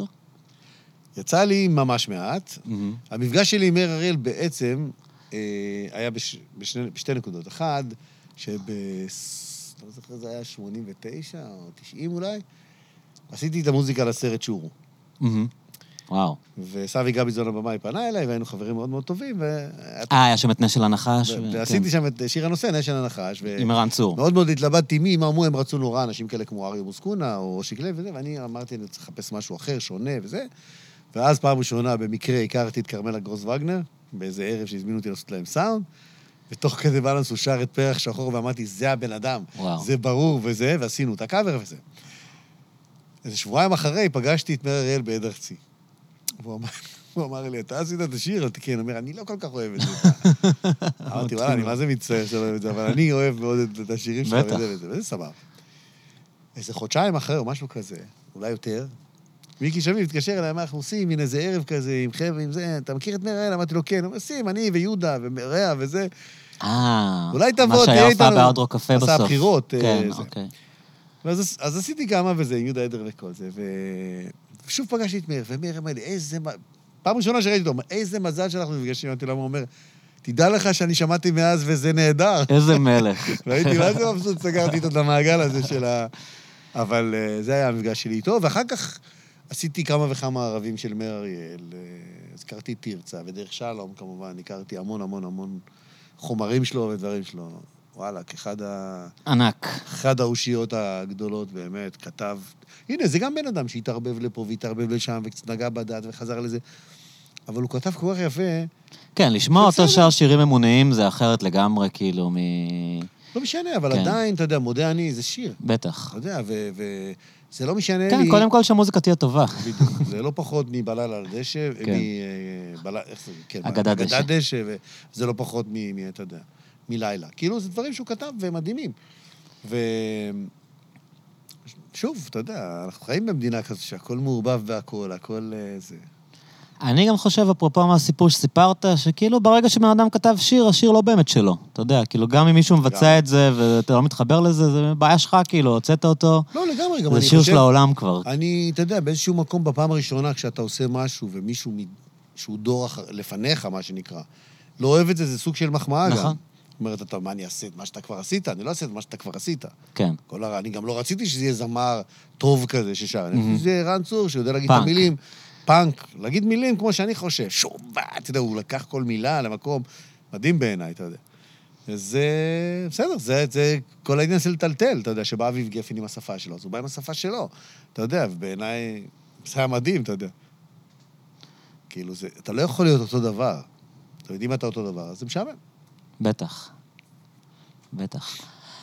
יצא לי ממש מעט. המפגש שלי עם מאיר אריאל בעצם... היה בשתי נקודות. אחד, לא זוכר, זה היה 89 או 90 אולי, עשיתי את המוזיקה לסרט שורו. וואו. וסבי גביזון הבמאי פנה אליי, והיינו חברים מאוד מאוד טובים. היה שם את נשל הנחש. ועשיתי שם את שיר הנושא, נשל הנחש. עם ערן צור. מאוד מאוד התלבטתי מי, מה אמרו, הם רצו נורא, אנשים כאלה כמו אריו מוסקונה או שיקלב וזה, ואני אמרתי, אני צריך לחפש משהו אחר, שונה וזה. ואז פעם ראשונה, במקרה, הכרתי את קרמלה גרוס וגנר, באיזה ערב שהזמינו אותי לעשות להם סאונד, ותוך כדי בלנס הוא שר את פרח שחור, ואמרתי, זה הבן אדם, זה ברור וזה, ועשינו את הקאבר וזה. איזה שבועיים אחרי, פגשתי את מאיר אריאל בעד ארצי. הוא אמר לי, אתה עשית את השיר? כן, הוא אומר, אני לא כל כך אוהב את זה. אמרתי, וואלה, אני מה זה מצטער שלא אוהב את זה, אבל אני אוהב מאוד את השירים שלו וזה סבב. איזה חודשיים אחרי, או משהו כזה, אולי יותר, מיקי שביב התקשר אליי, מה אנחנו עושים, הנה איזה ערב כזה, עם חבר'ה, עם זה, אתה מכיר את מאיר אריאל? אמרתי לו, כן, עושים, אני ויהודה ומרע וזה. אולי תבוא, מה שהיה הופעה באודרו קפה בסוף. עשה הבחירות. כן, אוקיי. אז עשיתי כמה וזה, עם יהודה עדר וכל זה, ושוב פגשתי את מאיר, ומאיר אמר לי, פעם ראשונה שראיתי אותו, איזה מזל שאנחנו נפגשים, אמרתי לו, הוא אומר, תדע לך שאני שמעתי מאז וזה נהדר. איזה מלך. והייתי, מה זה מבסוט, סגרתי את המעגל הזה של ה... אבל זה היה המפגש שלי איתו, ואחר כך עשיתי כמה וכמה ערבים של מאיר אריאל, הזכרתי את תרצה, ודרך שלום כמובן, הכרתי המון המון המון חומרים שלו ודברים שלו. וואלה, ענק. אחד האושיות הגדולות באמת, כתב... הנה, זה גם בן אדם שהתערבב לפה והתערבב לשם, וקצת נגע בדת וחזר לזה. אבל הוא כתב כל כך יפה. כן, לשמוע אותו שר שירים אמוניים זה אחרת לגמרי, כאילו, לא משנה, אבל עדיין, אתה יודע, מודה אני, זה שיר. בטח. אתה יודע, וזה לא משנה לי... כן, קודם כל שהמוזיקה תהיה טובה. בדיוק. זה לא פחות מבלל על דשא, אגדת דשא, וזה לא פחות אתה יודע, מלילה. כאילו, זה דברים שהוא כתב והם מדהימים. ושוב, אתה יודע, אנחנו חיים במדינה כזו שהכל מעורבב והכל, הכל זה... אני גם חושב, אפרופו מהסיפור שסיפרת, שכאילו ברגע שבן אדם כתב שיר, השיר לא באמת שלו. אתה יודע, כאילו גם אם מישהו מבצע את זה ואתה לא מתחבר לזה, זה בעיה שלך, כאילו, הוצאת אותו. לא, לגמרי, גם אני חושב... זה שיר של העולם כבר. אתה יודע, באיזשהו מקום בפעם הראשונה, כשאתה עושה משהו ומישהו שהוא דור לפניך, מה שנקרא, לא אוהב את זה, זה סוג של מחמאה גם. נכון. זאת אומרת, אתה, מה אני אעשה את מה שאתה כבר עשית? אני לא אעשה את מה שאתה כבר עשית. כן. אני גם לא רציתי שזה יהיה זמר טוב כזה ששר. זה רן צור שיודע להגיד את המילים. פאנק, להגיד מילים כמו שאני חושב. שובה, אתה יודע, הוא לקח כל מילה למקום. מדהים בעיניי, אתה יודע. וזה, בסדר, זה כל העניין של לטלטל, אתה יודע, שבא אביב גפן עם השפה שלו, אז הוא בא עם השפה שלו. אתה יודע, ובעיניי, זה היה מדהים, אתה יודע. כאילו, אתה לא יכול להיות אותו דבר. אתה יודעים מה אתה אותו דבר, אז זה משעמם. בטח. בטח.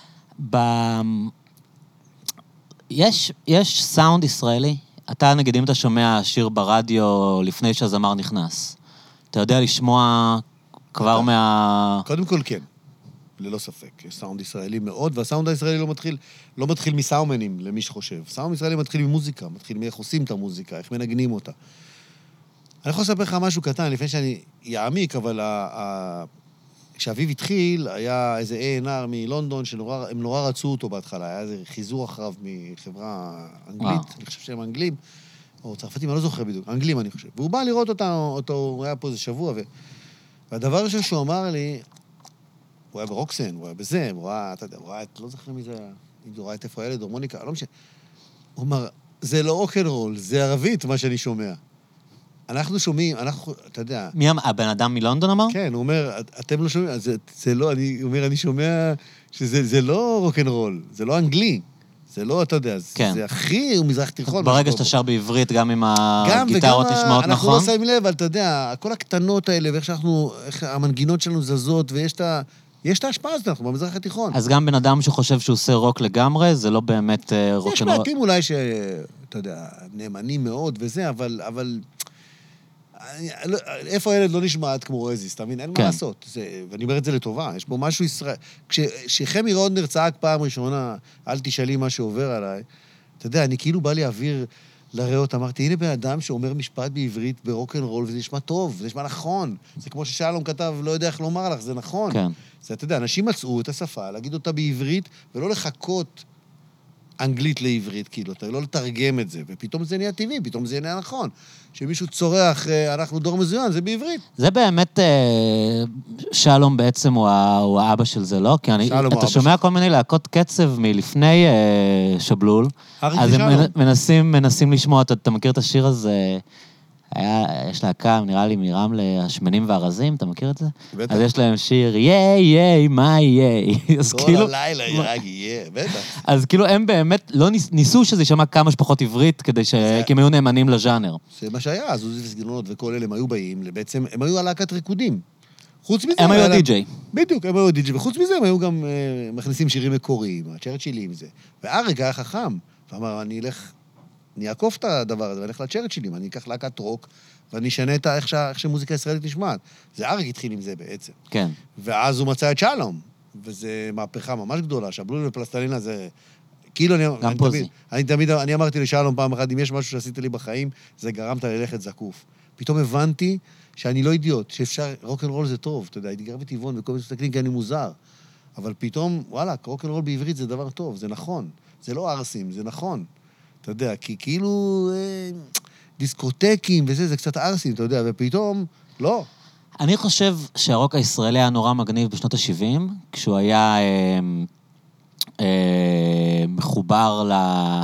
יש סאונד ישראלי? אתה, נגיד, אם אתה שומע שיר ברדיו לפני שהזמר נכנס, אתה יודע לשמוע כבר קודם כל כן, ללא ספק. יש סאונד ישראלי מאוד, והסאונד הישראלי לא מתחיל מסאומנים, למי שחושב. סאונד ישראלי מתחיל ממוזיקה, מתחיל מאיך עושים את המוזיקה, איך מנגנים אותה. אני יכול לספר לך משהו קטן, לפני שאני אעמיק, אבל כשאביב התחיל, היה איזה A&R מלונדון, שהם נורא רצו אותו בהתחלה, היה איזה חיזור אחריו מחברה אנגלית, אני חושב שהם אנגלים, או צרפתים, אני לא זוכר בדיוק, אנגלים אני חושב. והוא בא לראות אותו, הוא היה פה איזה שבוע, והדבר הראשון שהוא אמר לי, הוא היה ברוקסן, הוא היה בזה, הוא ראה, אתה יודע, הוא ראה, לא זוכר מי זה, אם הוא ראה את איפה הילד, הרמוניקה, לא משנה. הוא אמר, זה לא רוק'נ'רול, זה ערבית, מה שאני שומע. אנחנו שומעים, אתה יודע... מי הבן אדם מלונדון אמר? כן, הוא אומר, אתם לא שומעים, זה לא, אני שומע שזה לא רוק'נ'רול, זה לא אנגלי, זה לא, אתה יודע, זה הכי מזרח תיכון. ברגע שאתה שר בעברית, גם אם הגיטרות נשמעות נכון. אנחנו לא שמים לב, אבל אתה יודע, כל הקטנות האלה, איך המנגינות שלנו זזות, ויש את ההשפעה הזאת, אנחנו במזרח התיכון. אז גם בן אדם שחושב שהוא עושה רוק לגמרי, זה לא באמת רוק'נ'רול. יש מעטים אולי שאתה יודע, נאמנים מאוד וזה, אבל איפה הילד לא נשמעת כמו רזיס, אתה מבין? אין מה לעשות. ואני אומר את זה לטובה, יש פה משהו ישראל. כשחמי רודנר צעק פעם ראשונה, אל תשאלי מה שעובר עליי, אתה יודע, אני כאילו בא לי אוויר לריאות, אמרתי, הנה בן אדם שאומר משפט בעברית ברוק'נ'רול, וזה נשמע טוב, זה נשמע נכון. זה כמו ששלום כתב, לא יודע איך לומר לך, זה נכון. כן. זה, אתה יודע, אנשים מצאו את השפה, להגיד אותה בעברית, ולא לחכות אנגלית לעברית, כאילו, אתה לא לתרגם את זה, ופתאום זה נהיה טבעי, פתאום זה נהיה נכון. שמישהו צורח, אנחנו דור מזוין, זה בעברית. זה באמת, שלום בעצם הוא האבא של זה, לא? כי אתה שומע כל מיני להקות קצב מלפני שבלול, אז הם מנסים לשמוע, אתה מכיר את השיר הזה, יש להקה, נראה לי מרמלה, השמנים והרזים, אתה מכיר את זה? בטח. אז יש להם שיר, ייי, מה ייי? כל הלילה ירג, יהיה, בטח. אז כאילו הם באמת לא ניסו שזה יישמע כמה שפחות עברית, כי הם היו נאמנים לז'אנר. זה מה שהיה, אז עוזי וסגנונות וכל אלה הם היו באים, בעצם הם היו הלהקת ריקודים. חוץ מזה... הם היו די-ג'יי. בדיוק, הם היו די-ג'יי, וחוץ מזה הם היו גם מכניסים שירים מקוריים, הצ'רצ'ילים זה. ואריק היה חכם, ואמר, אני אעקוף את הדבר הזה, ואני אלך לצ'רצ'ילים, אני אקח להקת רוק, ואני אשנה את איך שמוזיקה ישראלית נשמעת. זה אריק התחיל עם זה בעצם. כן. ואז הוא מצא את שלום, וזה מהפכה ממש גדולה, שבלול ופלסטלינה זה... כאילו אני אמרתי לשלום פעם אחת, אם יש משהו שעשית לי בחיים, זה גרמת ללכת זקוף. פתאום הבנתי שאני לא אידיוט, שאפשר, רוק'נ'רול זה טוב, אתה יודע, הייתי גר בטבעון, וכל מיני סתקלים, כי אני מוזר. אבל פתאום, וואלה, רוק'נ'רול בעברית זה דבר טוב, זה נכון. זה לא ארסים, זה נכון. אתה יודע, כי כאילו דיסקוטקים וזה, זה קצת ארסים, אתה יודע, ופתאום, לא. אני חושב שהרוק הישראלי היה נורא מגניב בשנות ה-70, כשהוא היה מחובר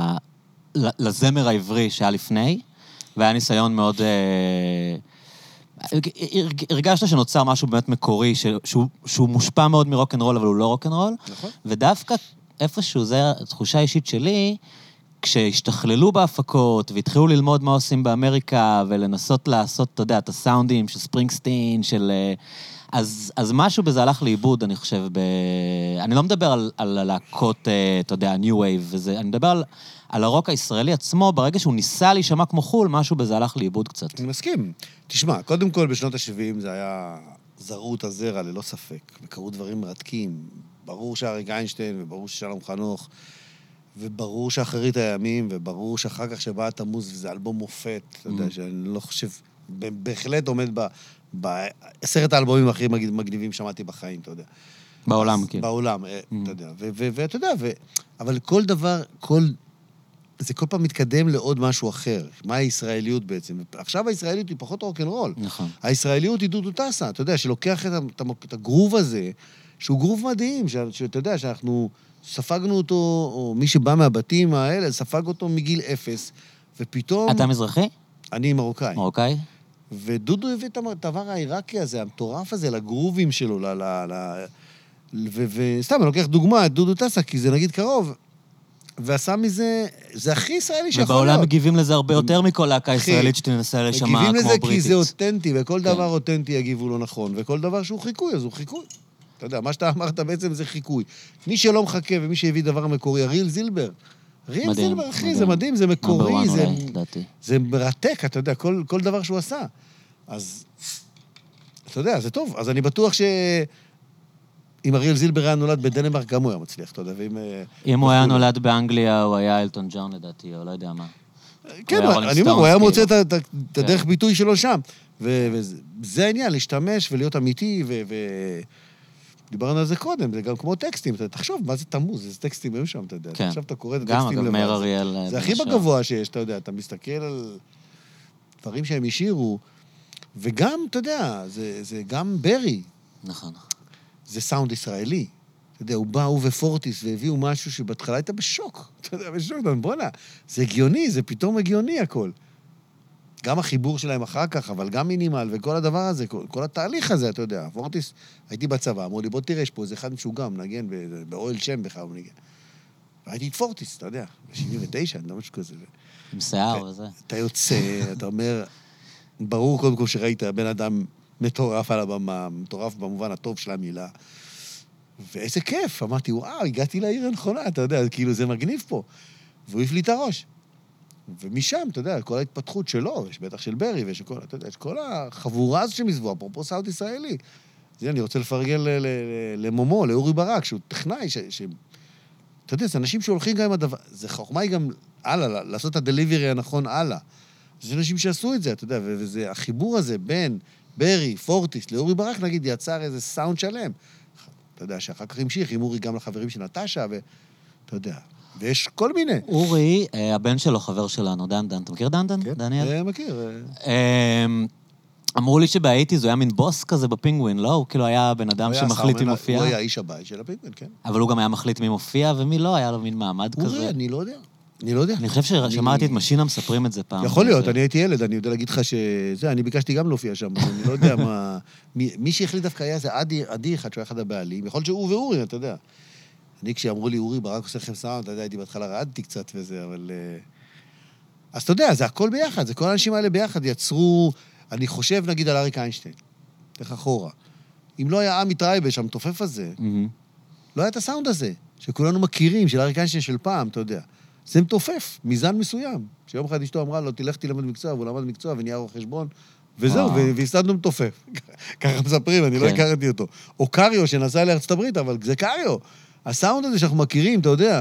לזמר העברי שהיה לפני, והיה ניסיון מאוד הרגשת שנוצר משהו באמת מקורי, שהוא מושפע מאוד מרוק'נ'רול, אבל הוא לא רוק'נ'רול. נכון. ודווקא איפשהו, זו התחושה האישית שלי, כשהשתכללו בהפקות, והתחילו ללמוד מה עושים באמריקה, ולנסות לעשות, אתה יודע, את הסאונדים של ספרינגסטין, של... אז משהו בזה הלך לאיבוד, אני חושב, אני לא מדבר על הלהקות, אתה יודע, New Wave וזה, אני מדבר על הרוק הישראלי עצמו, ברגע שהוא ניסה להישמע כמו חול, משהו בזה הלך לאיבוד קצת. אני מסכים. תשמע, קודם כל, בשנות ה-70 זה היה זרעו את הזרע ללא ספק, וקרו דברים מרתקים. ברור שאריק איינשטיין, וברור ששלום חנוך, וברור שאחרית הימים, וברור שאחר כך שבא התמוז, וזה אלבום מופת, אתה יודע, שאני לא חושב, בהחלט עומד בעשרת האלבומים הכי מגניבים שמעתי בחיים, אתה יודע. בעולם, כן. בעולם, אתה יודע. ואתה יודע, אבל כל דבר, זה כל פעם מתקדם לעוד משהו אחר. מה הישראליות בעצם? עכשיו הישראליות היא פחות רוק'נ'רול. נכון. הישראליות היא דודו טסה, אתה יודע, שלוקח את הגרוב הזה, שהוא גרוב מדהים, שאתה יודע, שאנחנו ספגנו אותו, או מי שבא מהבתים האלה, ספג אותו מגיל 0, ופתאום... אתה מזרחי? אני מרוקאי. מרוקאי? ודודו הביא את הדבר העיראקי הזה, המטורף הזה, לגרובים שלו, וסתם, אני לוקח דוגמה, את דודו טסה, כי זה נגיד קרוב, ועשה מזה, זה הכי ישראלי שיכול להיות. ובעולם מגיבים לזה הרבה יותר מכל להקה ישראלית שתנסה לשמע כמו בריטית. מגיבים לזה כי זה אותנטי, וכל דבר אותנטי יגיבו לא נכון, וכל דבר שהוא חיקוי, אז הוא חיקוי. אתה יודע, מה שאתה אמרת בעצם זה חיקוי. מי שלא מחכה ומי שהביא דבר מקורי, אריאל זילבר. אריאל זילבר, אחי, זה מדהים, זה מקורי, זה מרתק, אתה יודע, כל דבר שהוא עשה. אז, אתה יודע, זה טוב. אז אני בטוח אם אריאל זילבר היה נולד בדנמרק, גם הוא היה מצליח, אתה יודע, אם הוא היה נולד באנגליה, הוא היה אלטון ג'ון, לדעתי, או לא יודע מה. כן, אני אומר, הוא היה מוצא את הדרך ביטוי שלו שם. וזה העניין, להשתמש ולהיות אמיתי, דיברנו על זה קודם, זה גם כמו טקסטים, תחשוב, מה זה תמוז, זה טקסטים היו שם, אתה יודע. עכשיו אתה קורא את הטקסטים לבד. גם, מאיר אריאל. זה הכי בגבוה שיש, אתה יודע, אתה מסתכל על דברים שהם השאירו, וגם, אתה יודע, זה גם ברי. נכון. זה סאונד ישראלי. אתה יודע, הוא בא, הוא ופורטיס, והביאו משהו שבהתחלה הייתה בשוק. אתה יודע, בשוק, בוא'נה, זה הגיוני, זה פתאום הגיוני הכל. גם החיבור שלהם אחר כך, אבל גם מינימל, וכל הדבר הזה, כל התהליך הזה, אתה יודע, פורטיס, הייתי בצבא, אמרו לי, בוא תראה, יש פה איזה אחד משוגע, מנגן באוהל שם בכלל, הוא מנגן. והייתי את פורטיס, אתה יודע, ב-79, אני לא משהו כזה. עם שיער וזה. אתה יוצא, אתה אומר, ברור קודם כל שראית בן אדם מטורף על הבמה, מטורף במובן הטוב של המילה, ואיזה כיף, אמרתי, וואו, הגעתי לעיר הנכונה, אתה יודע, כאילו זה מגניב פה. והוא הפליט את הראש. ומשם, אתה יודע, כל ההתפתחות שלו, יש בטח של ברי, ויש כל, אתה יודע, יש כל החבורה הזו שמסבוע, אפרופו סאונד ישראלי. אז אני רוצה לפרגן למומו, לאורי ברק, שהוא טכנאי, אתה יודע, זה אנשים שהולכים גם עם הדבר, זה חוכמה היא גם הלאה, לעשות את הדליברי הנכון הלאה. זה אנשים שעשו את זה, אתה יודע, וזה החיבור הזה בין ברי, פורטיס, לאורי ברק, נגיד, יצר איזה סאונד שלם. אתה יודע, שאחר כך המשיך עם אורי גם לחברים של נטשה, ואתה יודע, ויש כל מיני. אורי, הבן שלו, חבר שלנו, דן, אתה מכיר דן? כן, דניאל? מכיר. אמרו לי שבהייתי, זה היה מין בוס כזה בפינגווין, לא? הוא כאילו היה בן אדם שמחליט מי מופיע. הוא היה איש הבית של הפינגווין, כן. אבל הוא גם היה מחליט מי מופיע ומי לא, היה לו מין מעמד כזה. אורי, אני לא יודע. אני חושב ששמעתי את משינה מספרים את זה פעם. יכול להיות, אני הייתי ילד, אני יודע להגיד לך שזה, אני ביקשתי גם להופיע שם, אני לא יודע מה... מי שהחליט דווקא היה זה עדי אחד, שהוא היה אחד הבעלים, יכול להיות שהוא ואורי, אתה יודע. אני, כשאמרו לי, אורי, ברק עושה לכם סאונד, אתה יודע, הייתי בהתחלה רעדתי קצת וזה, אבל... אז אתה יודע, זה הכל ביחד, זה כל האנשים האלה ביחד יצרו, אני חושב, נגיד, על אריק איינשטיין, איך אחורה. אם לא היה עמית רייבש, המתופף הזה, לא היה את הסאונד הזה, שכולנו מכירים, של אריק איינשטיין של פעם, אתה יודע. זה מתופף, מזן מסוים. שיום אחד אשתו אמרה לו, תלך תלמד מקצוע, והוא למד מקצוע ונהיה רואי חשבון, וזהו, והסתדנו מתופף. ככה מספרים, אני לא הכרתי אותו. או קריו, שנסע לארצות הברית, אבל זה קריו. הסאונד הזה שאנחנו מכירים, אתה יודע,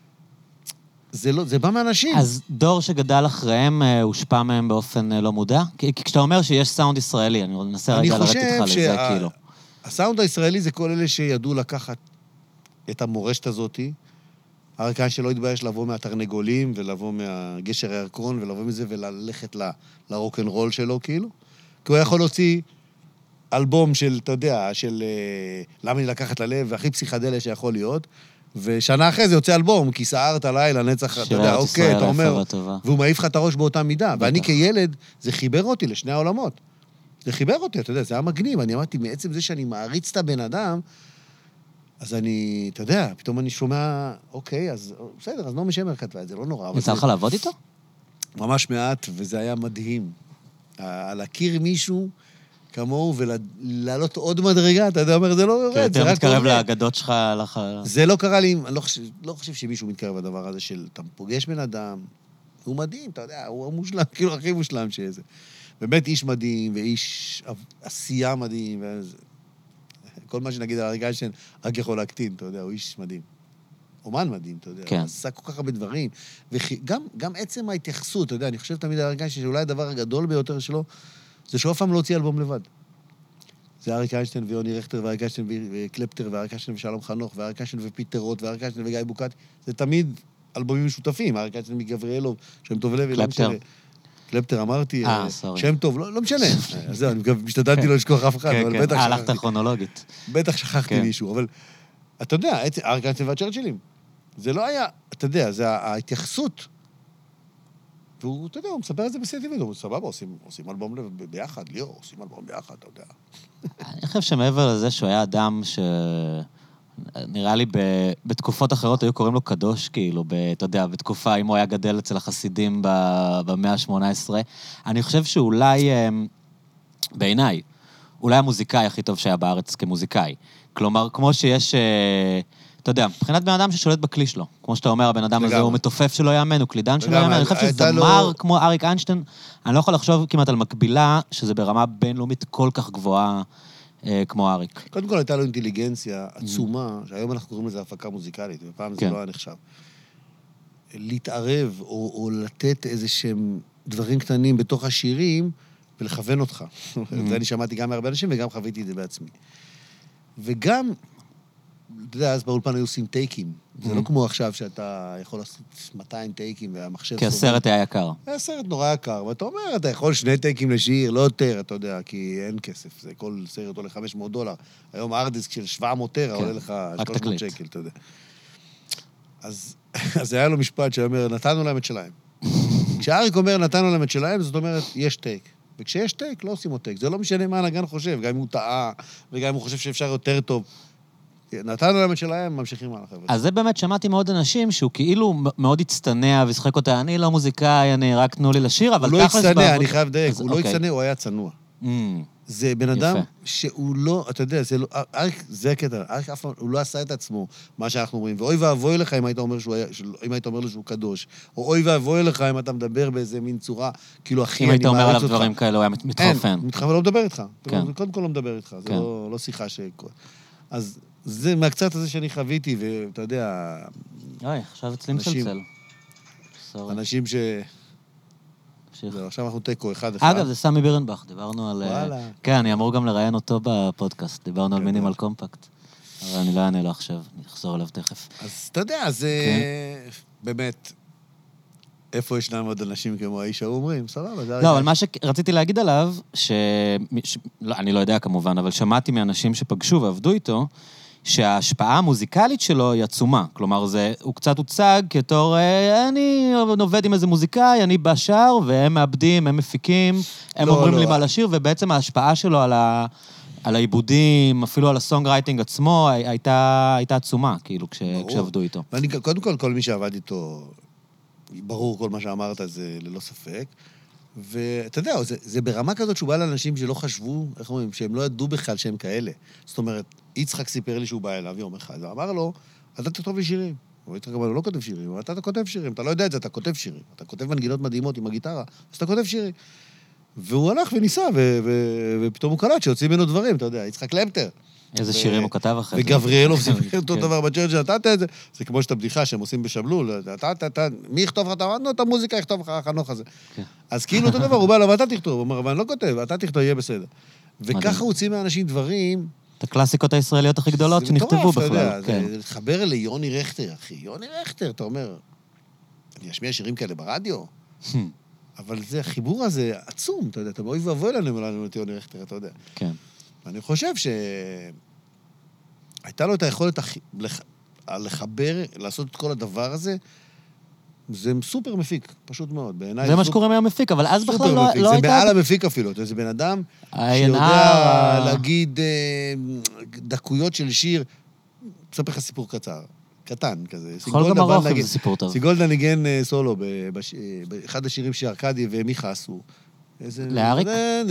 זה בא מאנשים. אז דור שגדל אחריהם, הושפע מהם באופן לא מודע? כי כשאתה אומר שיש סאונד ישראלי, אני מנסה רגע לרדת איתך לזה, כאילו. הסאונד הישראלי זה כל אלה שידעו לקחת את המורשת הזאת, אריק איינשטיין לא התבייש לבוא מהתרנגולים, ולבוא מהגשר הירקון, ולבוא מזה, וללכת לרוק'נ'רול שלו, כאילו. כי הוא יכול להוציא אלבום של, אתה יודע, של למה לי לקחת ללב, והכי פסיכדליה שיכול להיות, ושנה אחרי זה יוצא אלבום, כי סערת הלילה, נצח, אתה יודע, אוקיי, אתה אומר, והוא מעיף לך את הראש באותה מידה. ואני כילד, זה חיבר אותי לשני העולמות. זה חיבר אותי, אתה יודע, זה היה מגניב. אני אמרתי, מעצם זה שאני מעריץ את הבן אדם, אז אני, אתה יודע, פתאום אני שומע, אוקיי, אז בסדר, אז נעמי שמר כתבה את זה, לא נורא. יצא לך לעבוד איתו? ממש מעט, וזה היה מדהים. להכיר מישהו כמוהו ולעלות עוד מדרגה, אתה יודע, אומר, זה לא יורד, זה רק מתקרב לאגדות שלך. זה לא קרה לי, אני לא חושב שמישהו מתקרב לדבר הזה של, אתה פוגש בן אדם, הוא מדהים, אתה יודע, הוא המושלם, כאילו הכי מושלם שזה. באמת איש מדהים, ואיש עשייה מדהים, כל מה שנגיד על אריק איינשטיין, רק יכול להקטין, אתה יודע, הוא איש מדהים. אומן מדהים, אתה יודע, הוא עשה כל כך הרבה דברים, וגם עצם ההתייחסות, אתה יודע, אני חושב תמיד על אריק איינשטיין, שאולי הדבר הגדול ביותר שלו, זה שהוא אף פעם לא הוציא אלבום לבד. זה אריק איינשטיין ויוני רכטר, ואריק איינשטיין וקלפטר, ואריק איינשטיין ושלום חנוך, ואריק איינשטיין ופיטר רוט, ואריק איינשטיין וגיא בוקאטי, זה תמיד אלבומים משותפים, אריק איינשטיין מגבריאלוב, שם טוב לוי, קלפטר. קלפטר, אמרתי, שם טוב, לא משנה. אז זהו, אני משתדלתי לא לשכוח אף אחד, אבל בטח הלכת כרונולוגית. בטח שכחתי מישהו, אבל אתה יודע, אריק איינשטיין והצ'רצ'ילים, זה לא היה, אתה יודע, זה ההתייחסות, והוא, אתה יודע, הוא מספר את זה בסרט טבעי, הוא סבבה, עושים אלבום ביחד, ליאור, עושים אלבום ביחד, אתה יודע. אני חושב שמעבר לזה שהוא היה אדם נראה לי בתקופות אחרות היו קוראים לו קדוש, כאילו, אתה יודע, בתקופה, אם הוא היה גדל אצל החסידים במאה ה-18, אני חושב שאולי, בעיניי, אולי המוזיקאי הכי טוב שהיה בארץ כמוזיקאי. כלומר, כמו שיש, אתה יודע, מבחינת בן אדם ששולט בכלי שלו, כמו שאתה אומר, הבן אדם הזה הוא מתופף שלא יאמן, הוא קלידן שלא יאמן, אני חושב שזמר כמו אריק איינשטיין, אני לא יכול לחשוב כמעט על מקבילה, שזה ברמה בינלאומית כל כך גבוהה, כמו אריק. קודם כל הייתה לו אינטליגנציה עצומה, שהיום אנחנו קוראים לזה הפקה מוזיקלית, ופעם זה לא היה נחשב. להתערב או לתת איזה שהם דברים קטנים בתוך השירים, ולכוון אותך. זה אני שמעתי גם מהרבה אנשים, וגם חוויתי את זה בעצמי. וגם, אתה יודע, אז באולפן היו עושים טייקים. זה לא כמו עכשיו שאתה יכול לעשות 200 טייקים, והמחשב... כי הסרט היה יקר. היה סרט נורא יקר, ואתה אומר, אתה יכול 2 טייקים לשיר, לא יותר, אתה יודע, כי אין כסף. זה כל סרט עולה $500. היום ארדיסק של 700 טרה עולה לך 300 שקל, אתה יודע. אז היה לו משפט שאומר, נתנו להם את שלהם. כשאריק אומר, נתנו להם את שלהם, זאת אומרת, יש טייק. וכשיש טייק, לא עושים עוד טייק. זה לא משנה מה הנגן חושב, גם אם הוא טעה, וגם אם הוא חושב שאפשר יותר טוב. נתנו להם את שלהם, ממשיכים על החבר'ה. אז זה באמת שמעתי מאוד אנשים שהוא כאילו מאוד הצטנע ושחק אותה, אני לא מוזיקאי, אני רק תנו לי לשיר, אבל הוא לא הצטנע, אני חייב דייק, הוא לא הצטנע, הוא היה צנוע. זה בן אדם שהוא לא, אתה יודע, זה הקטע, אריק אף פעם, הוא לא עשה את עצמו, מה שאנחנו אומרים, ואוי ואבוי לך אם היית אומר לו שהוא קדוש, או אוי ואבוי לך אם אתה מדבר באיזה מין צורה, כאילו אחי, אם היית אומר עליו דברים כאלה, הוא היה מתחרפן. אין, מתחרפן, לא מדבר איתך. קודם כל לא מדבר איתך, זה לא שיחה אז זה מהקצת הזה שאני חוויתי, ואתה יודע... אוי, עכשיו אצלי מצלצל. אנשים ש... עכשיו אנחנו טקו אחד. אגב, זה סמי בירנבך, דיברנו על... כן, אני אמור גם לראיין אותו בפודקאסט, דיברנו על מינימל קומפקט, אבל אני לא אענה לו עכשיו, אני אחזור אליו תכף. אז אתה יודע, זה באמת, איפה ישנם עוד אנשים כמו האיש ההוא אומרים, סבבה. לא, אבל מה שרציתי להגיד עליו, אני לא יודע כמובן, אבל שמעתי מאנשים שפגשו ועבדו איתו, שההשפעה המוזיקלית שלו היא עצומה. כלומר, הוא קצת הוצג כתור, אני עובד עם איזה מוזיקאי, אני בשר, והם מאבדים, הם מפיקים, הם אומרים לי מה לשיר, ובעצם ההשפעה שלו על העיבודים, אפילו על הסונג רייטינג עצמו, הייתה עצומה, כאילו, כשעבדו איתו. קודם כל מי שעבד איתו, ברור כל מה שאמרת, זה ללא ספק. ואתה יודע, זה ברמה כזאת שהוא בא לאנשים שלא חשבו, איך אומרים, שהם לא ידעו בכלל שהם כאלה. זאת אומרת, יצחק סיפר לי שהוא בא אליו יום אחד, ואמר לו, אתה תכתוב לי שירים. הוא יצחק אמר לו, לא כותב שירים, אבל אתה כותב שירים, אתה לא יודע את זה, אתה כותב שירים. אתה כותב מנגינות מדהימות עם הגיטרה, אז אתה כותב שירים. והוא הלך וניסה, ופתאום הוא קלט שיוצאים ממנו דברים, אתה יודע, יצחק קלפטר. איזה שירים הוא כתב אחרי זה. וגבריאלוב סיפר אותו דבר בצ'רץ' שנתת את זה, זה כמו שאת הבדיחה שהם עושים בשבלול, מי יכתוב לך את המוזיקה, יכתוב לך החנוך הזה. אז כאילו אותו דבר, הוא בא לו, ואתה תכתוב, הוא אומר, אבל אני לא כותב, אתה תכתוב, יהיה בסדר. וככה הוצאים מהאנשים דברים... את הקלאסיקות הישראליות הכי גדולות שנכתבו בכלל. זה לחבר ליוני רכטר, אחי. יוני רכטר, אתה אומר, אני אשמיע שירים כאלה ברדיו, אבל זה, החיבור הזה עצום, אתה יודע, אתה אוי ואבוי לנו את יוני רכטר, אתה יודע. כן. ואני חושב שהייתה לו את היכולת לחבר, לעשות את כל הדבר הזה, זה סופר מפיק, פשוט מאוד. בעיניי זה מה שקוראים היום מפיק, אבל אז בכלל לא הייתה... זה מעל המפיק אפילו, זה בן אדם שיודע להגיד דקויות של שיר, אספר לך סיפור קטן כזה. יכול גם ארוך אם זה סיפור טוב. סיגולדה ניגן סולו באחד השירים שארקדי ומיכה עשו. לאריק?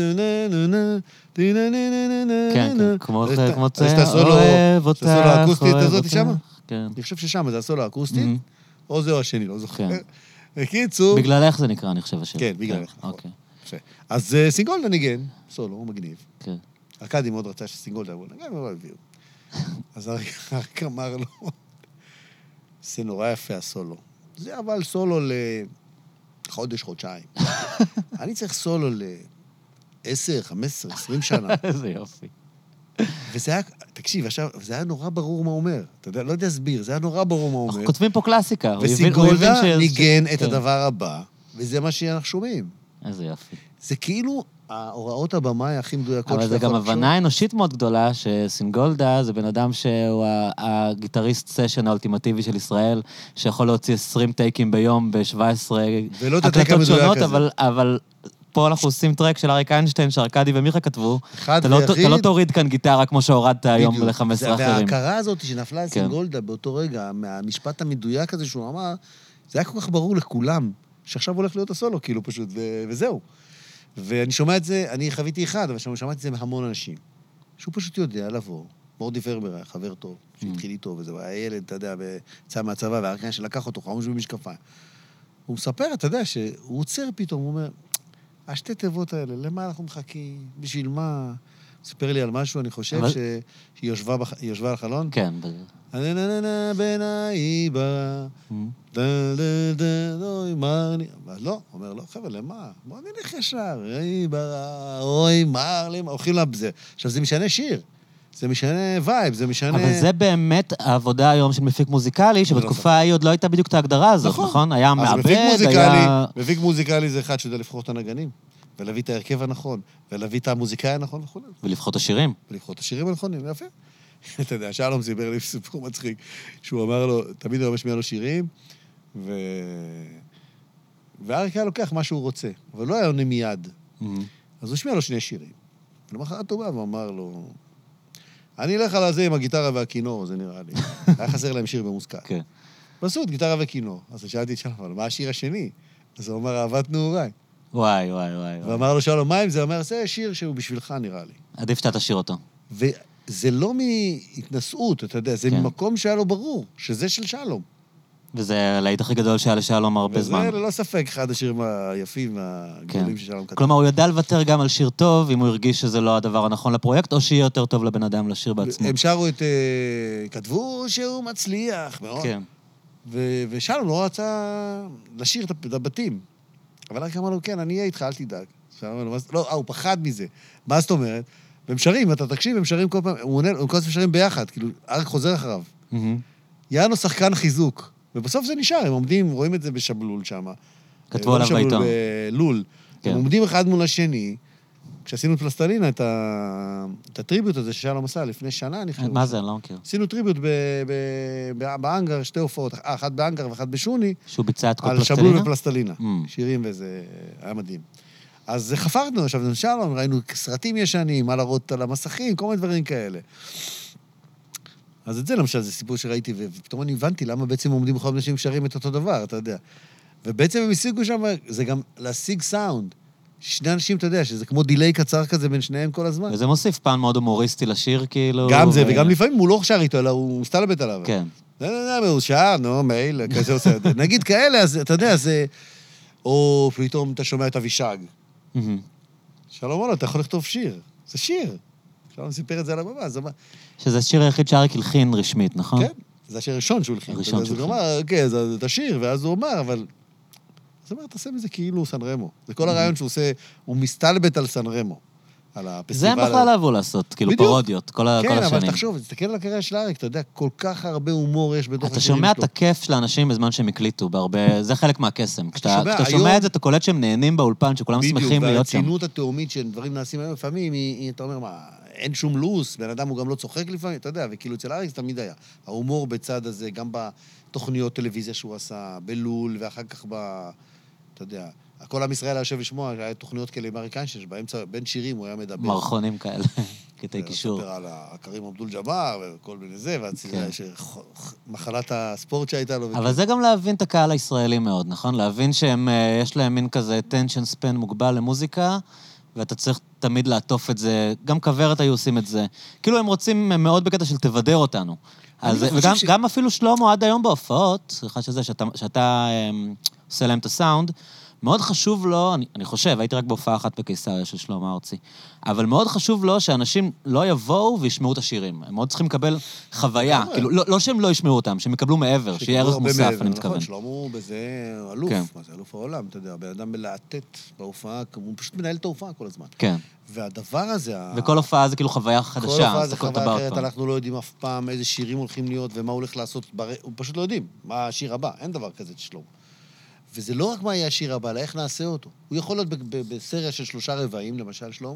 כן, כמו זה. יש את הסולו האקוסטית הזאת שמה? כן. אני חושב ששם זה הסולו האקוסטית, או זה או השני, לא זוכר. בקיצור... בגלל איך זה נקרא, אני חושב השם. כן, בגלל איך. אוקיי. אז סינגולדה ניגן, סולו, הוא מגניב. כן. ארקדי מאוד רצה שסינגולדה יבוא, גם לא הביאו. אז אריק אמר לו, זה נורא יפה הסולו. זה אבל סולו לחודש, חודשיים. אני צריך סולו ל-10, 15, 20 שנה. איזה יופי. וזה היה, תקשיב, עכשיו, זה היה נורא ברור מה אומר. אתה יודע, לא יודע להסביר, זה היה נורא ברור מה אומר. אנחנו כותבים פה קלאסיקה. וסינגולדה ניגן את הדבר הבא, וזה מה שאנחנו שומעים. איזה יופי. זה כאילו ההוראות הבמה הכי מדויקות. אבל זה גם הבנה אנושית מאוד גדולה, שסינגולדה זה בן אדם שהוא הגיטריסט סשן האולטימטיבי של ישראל, שיכול להוציא 20 טייקים ביום ב-17 הקלטות שונות, אבל פה אנחנו עושים טרק של אריק איינשטיין, שארקדי ומיכה כתבו. אתה לא תוריד כאן גיטרה כמו שהורדת היום ל-15 אחרים. וההכרה הזאת שנפלה על סינגולדה באותו רגע, מהמשפט המדויק הזה שהוא אמר, זה היה כל כך ברור לכולם, שעכשיו הולך להיות הסולו, כאילו פשוט, וזהו. ואני שומע את זה, אני חוויתי אחד, אבל שמעתי את זה מהמון אנשים, שהוא פשוט יודע לבוא. מורדי פרבר היה חבר טוב, שהתחיל איתו, וזה היה ילד, אתה יודע, יצא מהצבא, והארקן שלקח אותו, חמוש במשקפיים. הוא מספר, אתה יודע, שהוא עוצר פתאום, הוא אומר, השתי תיבות האלה, למה אנחנו מחכים? בשביל מה? ספר לי על משהו, אני חושב שהיא יושבה על החלון. כן. נננננה בנאי בה, אוי מר לי, אבל לא, אומר לו, חבר'ה, למה? בוא נלך ישר, אוי מר לי, הולכים לבזה. עכשיו, זה משנה שיר, זה משנה וייב, זה משנה... אבל זה באמת העבודה היום של מפיק מוזיקלי, שבתקופה ההיא עוד לא הייתה בדיוק את ההגדרה הזאת, נכון? היה מעבד, היה... מפיק מוזיקלי זה אחד שיודע לבחור את הנגנים, ולהביא את ההרכב הנכון, ולהביא את המוזיקאי הנכון וכו'. ולבחור את השירים. ולבחור את השירים הנכונים, יפה. אתה יודע, שלום סיפר לי סיפור מצחיק, שהוא אמר לו, תמיד הוא משמיע לו שירים, ואריק היה לוקח מה שהוא רוצה, אבל לא היה עונה מיד. אז הוא השמיע לו 2 שירים. ולמחרת הוא בא ואמר לו, אני אלך על זה עם הגיטרה והכינור, זה נראה לי. היה חסר להם שיר במוזיקה. כן. פשוט, גיטרה וכינור. אז שאלתי את שלום, אבל מה השיר השני? אז הוא אמר, אהבת נעוריי. וואי. ואמר לו שלום, מה אם זה? אומר, זה שיר שהוא בשבילך, נראה לי. עדיף שאתה תשאיר אותו. זה לא מהתנסות, אתה יודע, זה ממקום שהיה לו ברור, שזה של שלום. וזה להיט הכי גדול שהיה לשלום הרבה זמן. וזה ללא ספק אחד השירים היפים והגדולים ששלום כתב. כלומר, הוא ידע לוותר גם על שיר טוב, אם הוא הרגיש שזה לא הדבר הנכון לפרויקט, או שיהיה יותר טוב לבן אדם לשיר בעצמו. הם שרו כתבו שהוא מצליח מאוד. כן. ושלום לא רצה לשיר את הבתים. אבל רק אמר לו, כן, אני אהיה איתך, אל תדאג. לא, הוא פחד מזה. מה זאת אומרת? והם שרים, אתה תקשיב, הם שרים כל פעם, הם כל הזמן שרים ביחד, כאילו, אריק חוזר אחריו. יענו שחקן חיזוק, ובסוף זה נשאר, הם עומדים, רואים את זה בשבלול שם. כתבו עליו בעיתון. בלול. הם עומדים אחד מול השני, כשעשינו את פלסטלינה, את הטריביוט הזה ששלום עשה לפני שנה, אני חושב. מה זה? אני לא מכיר. עשינו טריביוט באנגר, 2 הופעות, אחת באנגר ואחת בשוני. שהוא ביצע את כל פלסטלינה? על שבלול ופלסטלינה. שירים וזה היה מדהים. אז חפרנו, עכשיו שלום, ראינו סרטים ישנים, מה להראות על המסכים, כל מיני דברים כאלה. אז את זה למשל, זה סיפור שראיתי, ופתאום אני הבנתי למה בעצם עומדים בכל אנשים שרים את אותו דבר, אתה יודע. ובעצם הם השיגו שם, זה גם להשיג סאונד. 2 אנשים, אתה יודע, שזה כמו דיליי קצר כזה בין שניהם כל הזמן. וזה מוסיף פן מאוד הומוריסטי לשיר, כאילו... גם זה, וגם לפעמים הוא לא שר איתו, אלא הוא מסתלבט עליו. כן. הוא שר, נו, מייל, כזה עושה. נגיד כאלה, אז אתה יודע, זה... או פתאום אתה שומע את אבישג. שלום עולה, אתה יכול לכתוב שיר. זה שיר. שלום סיפר את זה על הבמה, אז אמר... שזה השיר היחיד שאריק הלחין רשמית, נכון? כן, זה השיר הראשון שהוא הלחין. הראשון שהוא הלחין. אז הוא אמר, כן, זה את השיר, ואז הוא אומר, אבל... אז הוא אומר, תעשה מזה כאילו סן רמו. זה כל הרעיון שהוא עושה, הוא מסתלבט על סן רמו. על הפסטיבל. זה בכלל אהבו לעשות, כאילו פרודיות, כל השנים. כן, אבל תחשוב, תסתכל על הקריירה של אריק, אתה יודע, כל כך הרבה הומור יש בתוך אתה שומע את הכיף של האנשים בזמן שהם הקליטו, בהרבה, זה חלק מהקסם. כשאתה שומע את זה, אתה קולט שהם נהנים באולפן, שכולם שמחים להיות שם. והרצינות התאומית שדברים נעשים היום, לפעמים, אתה אומר, מה, אין שום לוס, בן אדם הוא גם לא צוחק לפעמים, אתה יודע, וכאילו אצל אריק זה תמיד היה. ההומור בצד הזה, גם תוכניות טלוויזיה שהוא עשה, בלול, ואחר כך אתה יודע, כל עם ישראל היה יושב לשמוע, היה תוכניות כאלה אמריקאים, שבאמצע, בין שירים הוא היה מדבר. מערכונים כאלה, קטעי קישור. מדבר על קרים אבדול ג'אבר, וכל מיני זה, מחלת הספורט שהייתה לו. אבל זה גם להבין את הקהל הישראלי מאוד, נכון? להבין שיש להם מין כזה attention span מוגבל למוזיקה, ואתה צריך תמיד לעטוף את זה, גם כברת היו עושים את זה. כאילו הם רוצים מאוד בקטע של תבדר אותנו. וגם אפילו שלמה עד היום בהופעות, סליחה שזה, שאתה עושה להם את הסאונד, מאוד חשוב לו, אני חושב, הייתי רק בהופעה אחת בקיסריה של שלמה ארצי, אבל מאוד חשוב לו שאנשים לא יבואו וישמעו את השירים. הם מאוד צריכים לקבל חוויה, כאילו, לא שהם לא ישמעו אותם, שהם יקבלו מעבר, שיהיה ערך מוסף, אני מתכוון. נכון, שלמה הוא בזה אלוף, מה זה אלוף העולם, אתה יודע, בן אדם מלהטט בהופעה, הוא פשוט מנהל את ההופעה כל הזמן. כן. והדבר הזה... וכל הופעה זה כאילו חוויה חדשה. כל הופעה זה חוויה אחרת, אנחנו לא יודעים אף פעם איזה שירים הולכים להיות ומה הולך לעשות, הוא פשוט לא יודעים מה השיר הבא, אין דבר כזה שלמה. וזה לא רק מה יהיה השיר הבא, אלא איך נעשה אותו. הוא יכול להיות בסריה של 3 רבעים, למשל שלמה,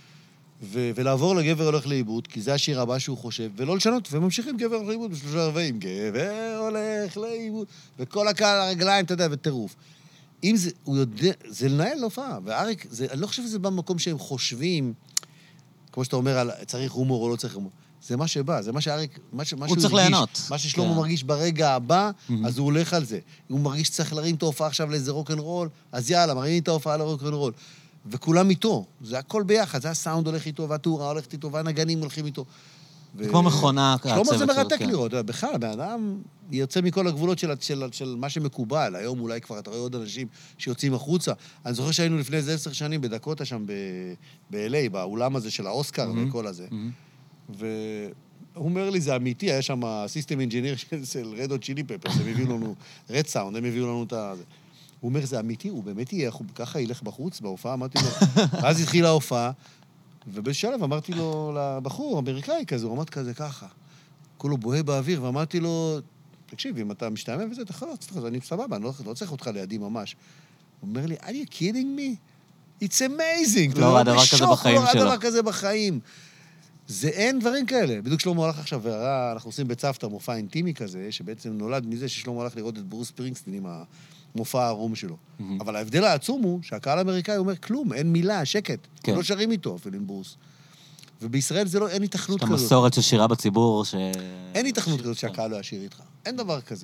ולעבור לגבר הולך לאיבוד, כי זה השיר הבא שהוא חושב, ולא לשנות, וממשיכים גבר הולך לאיבוד ב3 רבעים, גבר הולך לאיבוד, וכל הקהל הרגליים, אתה יודע, וטירוף. אם זה, הוא יודע, זה לנהל הופעה, ואריק, אני לא חושב שזה במקום שהם חושבים, כמו שאתה אומר, צריך הומור או לא צריך הומור. זה מה שבא, זה מה שאריק, הוא צריך ליהנות. מה ששלמה מרגיש ברגע הבא, אז הוא הולך על זה. הוא מרגיש שצריך להרים את ההופעה עכשיו לאיזה רוק'נ'רול, אז יאללה, מרימים את ההופעה לרוק'נ'רול. וכולם איתו, זה הכל ביחד, זה הסאונד הולך איתו, והתאורה הולכת איתו, והנגנים הולכים איתו. כמו מכונה, שלמה זה מרתק לראות, בכלל, האדם יוצא מכל הגבולות של מה שמקובל. היום אולי כבר אתה רואה עוד אנשים שיוצאים החוצה. אני זוכר שהיינו לפני איזה 10 שנים בדקוטה שם ב-LA, באולם הזה של האוסקר וכל הזה. והוא אומר לי, זה אמיתי, היה שם סיסטם אינג'יניר של רד הוט צ'ילי פפרס, הם הביאו לנו, רד סאונד, הם הביאו לנו את זה. הוא אומר, זה אמיתי, הוא באמת יהיה, ככה ילך בחוץ, בהופעה, אמרתי לו, ואז התחילה ההופעה, ובשלב אמרתי לו, לבחור, אמריקאי כזה, הוא עמד כזה ככה, כולו בוהה באוויר, ואמרתי לו, תקשיב, אם אתה משתעמם וזה, אתה יכול לעשות, אני סבבה, אני לא צריך אותך לידי ממש. הוא אומר לי, are you kidding me? It's amazing. לא ראה דבר כזה בחיים שלו. לא ראה דבר כזה בחיים. זה אין דברים כאלה. בדיוק שלמה הלך עכשיו, אנחנו עושים בצוותא מופע אינטימי כזה, שבעצם נולד מזה ששלמה הלך לראות את ברוס ספרינגסטין עם המופע הערום שלו. אבל ההבדל העצום הוא שהקהל האמריקאי אומר כלום, אין מילה, שקט. לא שרים איתו אפילו עם ברוס. ובישראל זה לא, אין התכנות כזאת. המסורת של שירה בציבור אין התכנות כזאת שהקהל לא ישיר איתך. אין דבר כזה.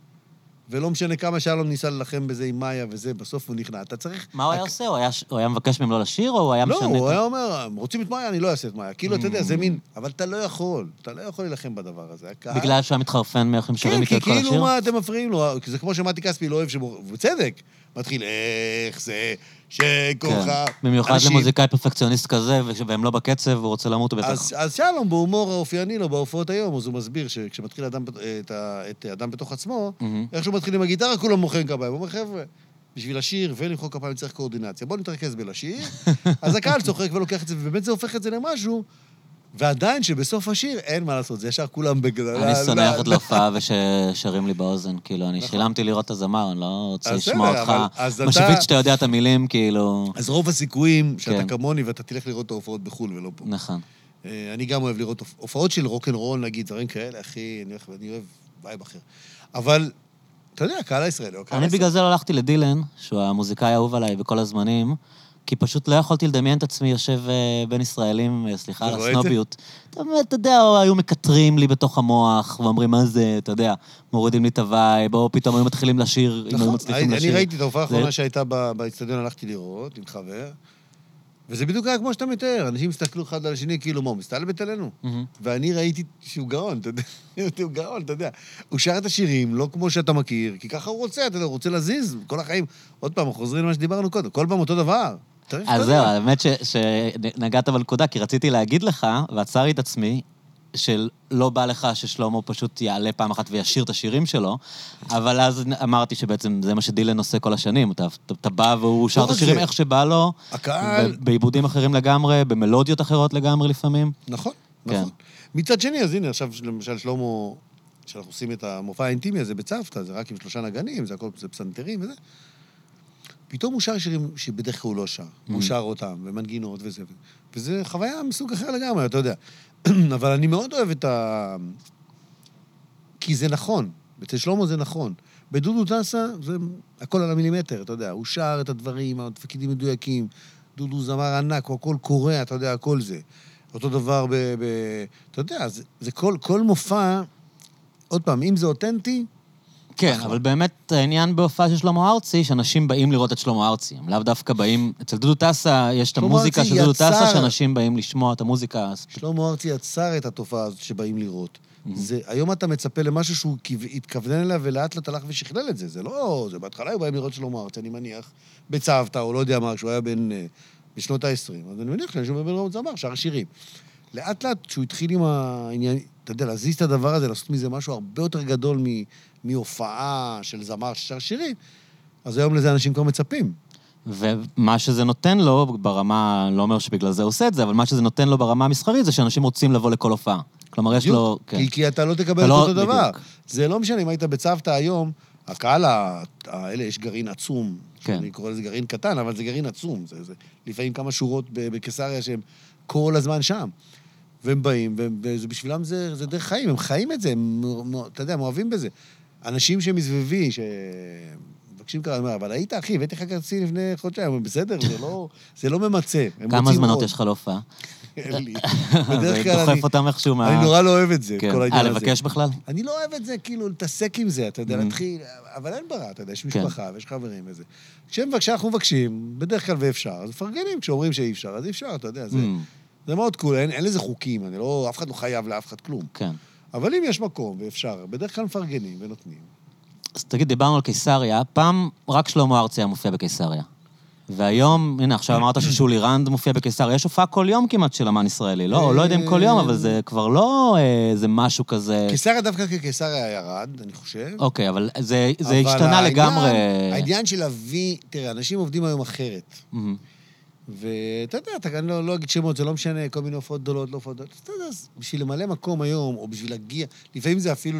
ולא משנה כמה שלום ניסה ללחם בזה עם מאיה וזה, בסוף הוא נכנע. אתה צריך... מה הוא היה עושה? הוא היה מבקש מהם לא לשיר, או הוא היה משנה? לא, הוא היה אומר, רוצים את מאיה, אני לא אעשה את מאיה. כאילו, אתה יודע, זה מין... אבל אתה לא יכול. אתה לא יכול להילחם בדבר הזה. בגלל שהוא היה מתחרפן מאיך הם שרים איתו את כל השיר? כן, כי כאילו מה אתם מפריעים לו? כי זה כמו שמתי כספי לא אוהב ובצדק. מתחיל, איך זה שכוחה... במיוחד למוזיקאי פרפקציוניסט כזה, והם לא בקצב, והוא רוצה למות בטח. אז שלום, בהומור האופייני לו, בהופעות היום, אז הוא מסביר שכשמתחיל את האדם בתוך עצמו, איך שהוא מתחיל עם הגיטרה, כולם מוחאים כפיים. הוא אומר, חבר'ה, בשביל השיר ולמחוא כפיים צריך קואורדינציה. בואו נתרכז בלשיר, אז הקהל צוחק ולוקח את זה, ובאמת זה הופך את זה למשהו, ועדיין שבסוף השיר אין מה לעשות, זה ישר כולם בגדלה. אני שונא ללכת להופעה וששרים לי באוזן, כאילו, אני שילמתי לראות את הזמר, אני לא רוצה לשמוע אותך משוויץ שאתה יודע את המילים, כאילו... אז רוב הסיכויים שאתה כמוני ואתה תלך לראות את ההופעות בחול ולא פה. נכון. אני גם אוהב לראות הופעות של רוק'נ'רול, נגיד, דברים כאלה, אחי, אני אוהב וייב אחר. אבל, אתה יודע, הקהל הישראלי, אני בגלל זה לא הלכתי לדילן, שהוא המוזיקאי האהוב עליי בכל הזמנים, כי פשוט לא יכולתי לדמיין את עצמי יושב בין ישראלים, סליחה על הסנוביות. אתה יודע, היו מקטרים לי בתוך המוח, ואומרים מה זה, אתה יודע, מורידים לי את הווייב, או פתאום היו מתחילים לשיר, אם היו מצליחים לשיר. אני ראיתי את ההופעה האחרונה שהייתה באצטדיון, הלכתי לראות עם חבר, וזה בדיוק היה כמו שאתה מתאר, אנשים הסתכלו אחד על השני, כאילו, מה, הוא מסתלבט עלינו? ואני ראיתי שהוא גאון, אתה יודע, הוא גאון, אתה יודע. הוא שר את השירים, לא כמו שאתה מכיר, כי ככה הוא רוצה, אתה יודע, הוא רוצה להזיז, כל החיים. עוד פעם, אנחנו חוזרים למה שדיברנו קודם, כל פעם אותו דבר. אז זהו, האמת שנגעת בנקודה, כי רציתי להגיד לך, ועצרתי את עצמי, שלא בא לך ששלמה פשוט יעלה פעם אחת וישיר את השירים שלו, אבל אז אמרתי שבעצם זה מה שדילן עושה כל השנים, אתה בא והוא שר את השירים איך שבא לו, בעיבודים אחרים לגמרי, במלודיות אחרות לגמרי לפעמים. נכון, נכון. מצד שני, אז הנה, עכשיו למשל שלמה, שאנחנו עושים את המופע האינטימי הזה בצוותא, זה רק עם 3 נגנים, זה הכל פסנתרים וזה. פתאום הוא שר שירים שבדרך כלל הוא לא שר. הוא שר אותם, ומנגינות וזה. וזה חוויה מסוג אחר לגמרי, אתה יודע. אבל אני מאוד אוהב את כי זה נכון. אצל שלמה זה נכון. בדודו טסה, זה הכל על המילימטר, אתה יודע, הוא שר את הדברים, התפקידים מדויקים, דודו זמר ענק, הוא הכל קורא, אתה יודע, הכל זה. אותו דבר אתה יודע, זה כל מופע, עוד פעם, אם זה אותנטי, כן, אבל באמת העניין בהופעה של שלמה ארצי, שאנשים באים לראות את שלמה ארצי. הם לאו דווקא באים, אצל דודו טסה יש את המוזיקה של דודו טסה, שאנשים באים לשמוע את המוזיקה. שלמה ארצי יצר את התופעה הזאת שבאים לראות. היום אתה מצפה למשהו שהוא התכוונן אליו, ולאט לאט הלך ושכלל את זה. זה לא, זה בהתחלה היו באים לראות שלמה ארצי, אני מניח, בצוותא, או לא יודע מה, כשהוא היה בשנות ה-20. אז אני מניח שאנשים באים לראות זמר, שר שירים. לאט לאט, כשהוא התחיל עם העניין, אתה יודע, להזיז את הדבר הזה, לעשות מזה משהו הרבה יותר גדול מהופעה של זמר ששר שירים, אז היום לזה אנשים כבר מצפים. ומה שזה נותן לו ברמה, לא אומר שבגלל זה עושה את זה, אבל מה שזה נותן לו ברמה המסחרית, זה שאנשים רוצים לבוא לכל הופעה. כלומר, יש לו... כי אתה לא תקבל את אותו דבר. זה לא משנה, אם היית בצוותא היום, הקהל האלה, יש גרעין עצום, אני קורא לזה גרעין קטן, אבל זה גרעין עצום. זה לפעמים כמה שורות בקיסריה שהם כל הזמן שם. והם באים, ובשבילם זה דרך חיים, הם חיים את זה, אתה יודע, הם אוהבים בזה. אנשים שמסביבי, מבקשים ככה, אבל היית, אחי, הבאתי לך כרטיסים לפני חודשיים, בסדר, זה לא ממצה. כמה זמנות יש לך להופעה? אין לי. בדרך כלל דוחף אותם איכשהו מה... אני נורא לא אוהב את זה, כל העניין הזה. לבקש בכלל? אני לא אוהב את זה, כאילו, להתעסק עם זה, אתה יודע, להתחיל, אבל אין ברע, אתה יודע, יש משפחה ויש חברים וזה. כשאנחנו מבקשים, בדרך כלל ואפשר, אז מפרגנים, כשאומרים שאי אפשר, אז אי אפשר, אתה יודע, זה מאוד קול, אין לזה חוקים, אף אחד לא חייב לאף אחד כלום. כן. אבל אם יש מקום ואפשר, בדרך כלל מפרגנים ונותנים. אז תגיד, דיברנו על קיסריה, פעם רק שלמה ארצי היה מופיע בקיסריה. והיום, הנה, עכשיו אמרת ששולי רנד מופיע בקיסריה, יש הופעה כל יום כמעט של אמן ישראלי, לא יודע אם כל יום, אבל זה כבר לא איזה משהו כזה... קיסריה דווקא כקיסריה ירד, אני חושב. אוקיי, אבל זה השתנה לגמרי. העניין של להביא, תראה, אנשים עובדים היום אחרת. ואתה יודע, אתה כאן לא אגיד שמות, זה לא משנה, כל מיני הופעות גדולות, לא הופעות גדולות. אתה יודע, בשביל למלא מקום היום, או בשביל להגיע, לפעמים זה אפילו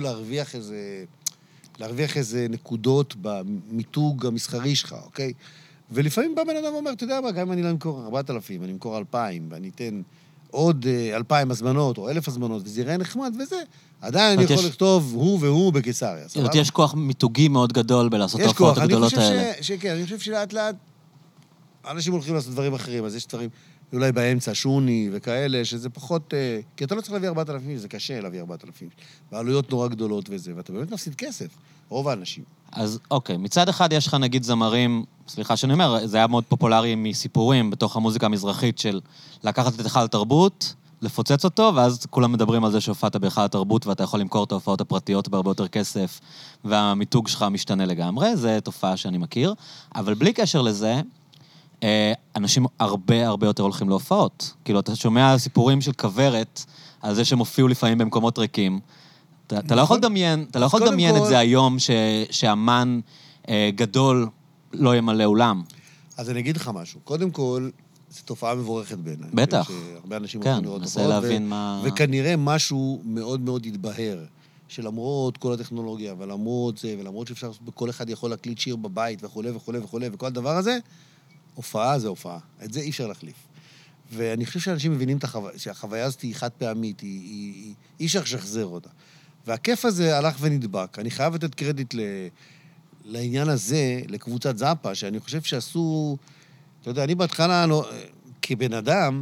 להרוויח איזה נקודות במיתוג המסחרי שלך, אוקיי? ולפעמים בא בן אדם ואומר, אתה יודע מה, גם אם אני לא אמכור 4,000, אני אמכור 2,000, ואני אתן עוד 2,000 הזמנות, או 1,000 הזמנות, וזה יראה נחמד וזה, עדיין אני יכול לכתוב הוא והוא בקיסריה. זאת אומרת, יש כוח מיתוגי מאוד גדול בלעשות ההופעות הגדולות האלה. כן, אני חושב שלאט לאט אנשים הולכים לעשות דברים אחרים, אז יש דברים אולי באמצע, שוני וכאלה, שזה פחות... כי אתה לא צריך להביא 4,000, זה קשה להביא 4,000. בעלויות נורא גדולות וזה, ואתה באמת מפסיד כסף, רוב האנשים. אז אוקיי, מצד אחד יש לך נגיד זמרים, סליחה שאני אומר, זה היה מאוד פופולרי מסיפורים בתוך המוזיקה המזרחית של לקחת את היכל התרבות, לפוצץ אותו, ואז כולם מדברים על זה שהופעת בהיכל התרבות, ואתה יכול למכור את ההופעות הפרטיות בהרבה יותר כסף, והמיתוג שלך משתנה לגמרי, זה תופעה שאני מכיר, אבל בלי קשר לזה, אנשים הרבה יותר הולכים להופעות. כאילו, אתה שומע סיפורים של כברת, על זה שהם הופיעו לפעמים במקומות ריקים. אתה לא יכול לדמיין את זה היום, שאמן גדול לא ימלא אולם. אז אני אגיד לך משהו. קודם כל, זו תופעה מבורכת בעיניי. בטח. שהרבה אנשים הולכים לראות הופעות. כן, ננסה להבין מה... וכנראה משהו מאוד מאוד יתבהר. שלמרות כל הטכנולוגיה, ולמרות זה, ולמרות שאפשר, כל אחד יכול להקליט שיר בבית, וכו', וכל הדבר הזה, הופעה זה הופעה. את זה אי אפשר להחליף. ואני חושב שאנשים מבינים שהחוויה הזאת היא חד פעמית, אי אפשר לשחזר אותה. והכיף הזה הלך ונדבק. אני חייב לתת קרדיט לעניין הזה, לקבוצת זאפה, שאני חושב שעשו, אתה יודע, אני בהתחלה, כבן אדם,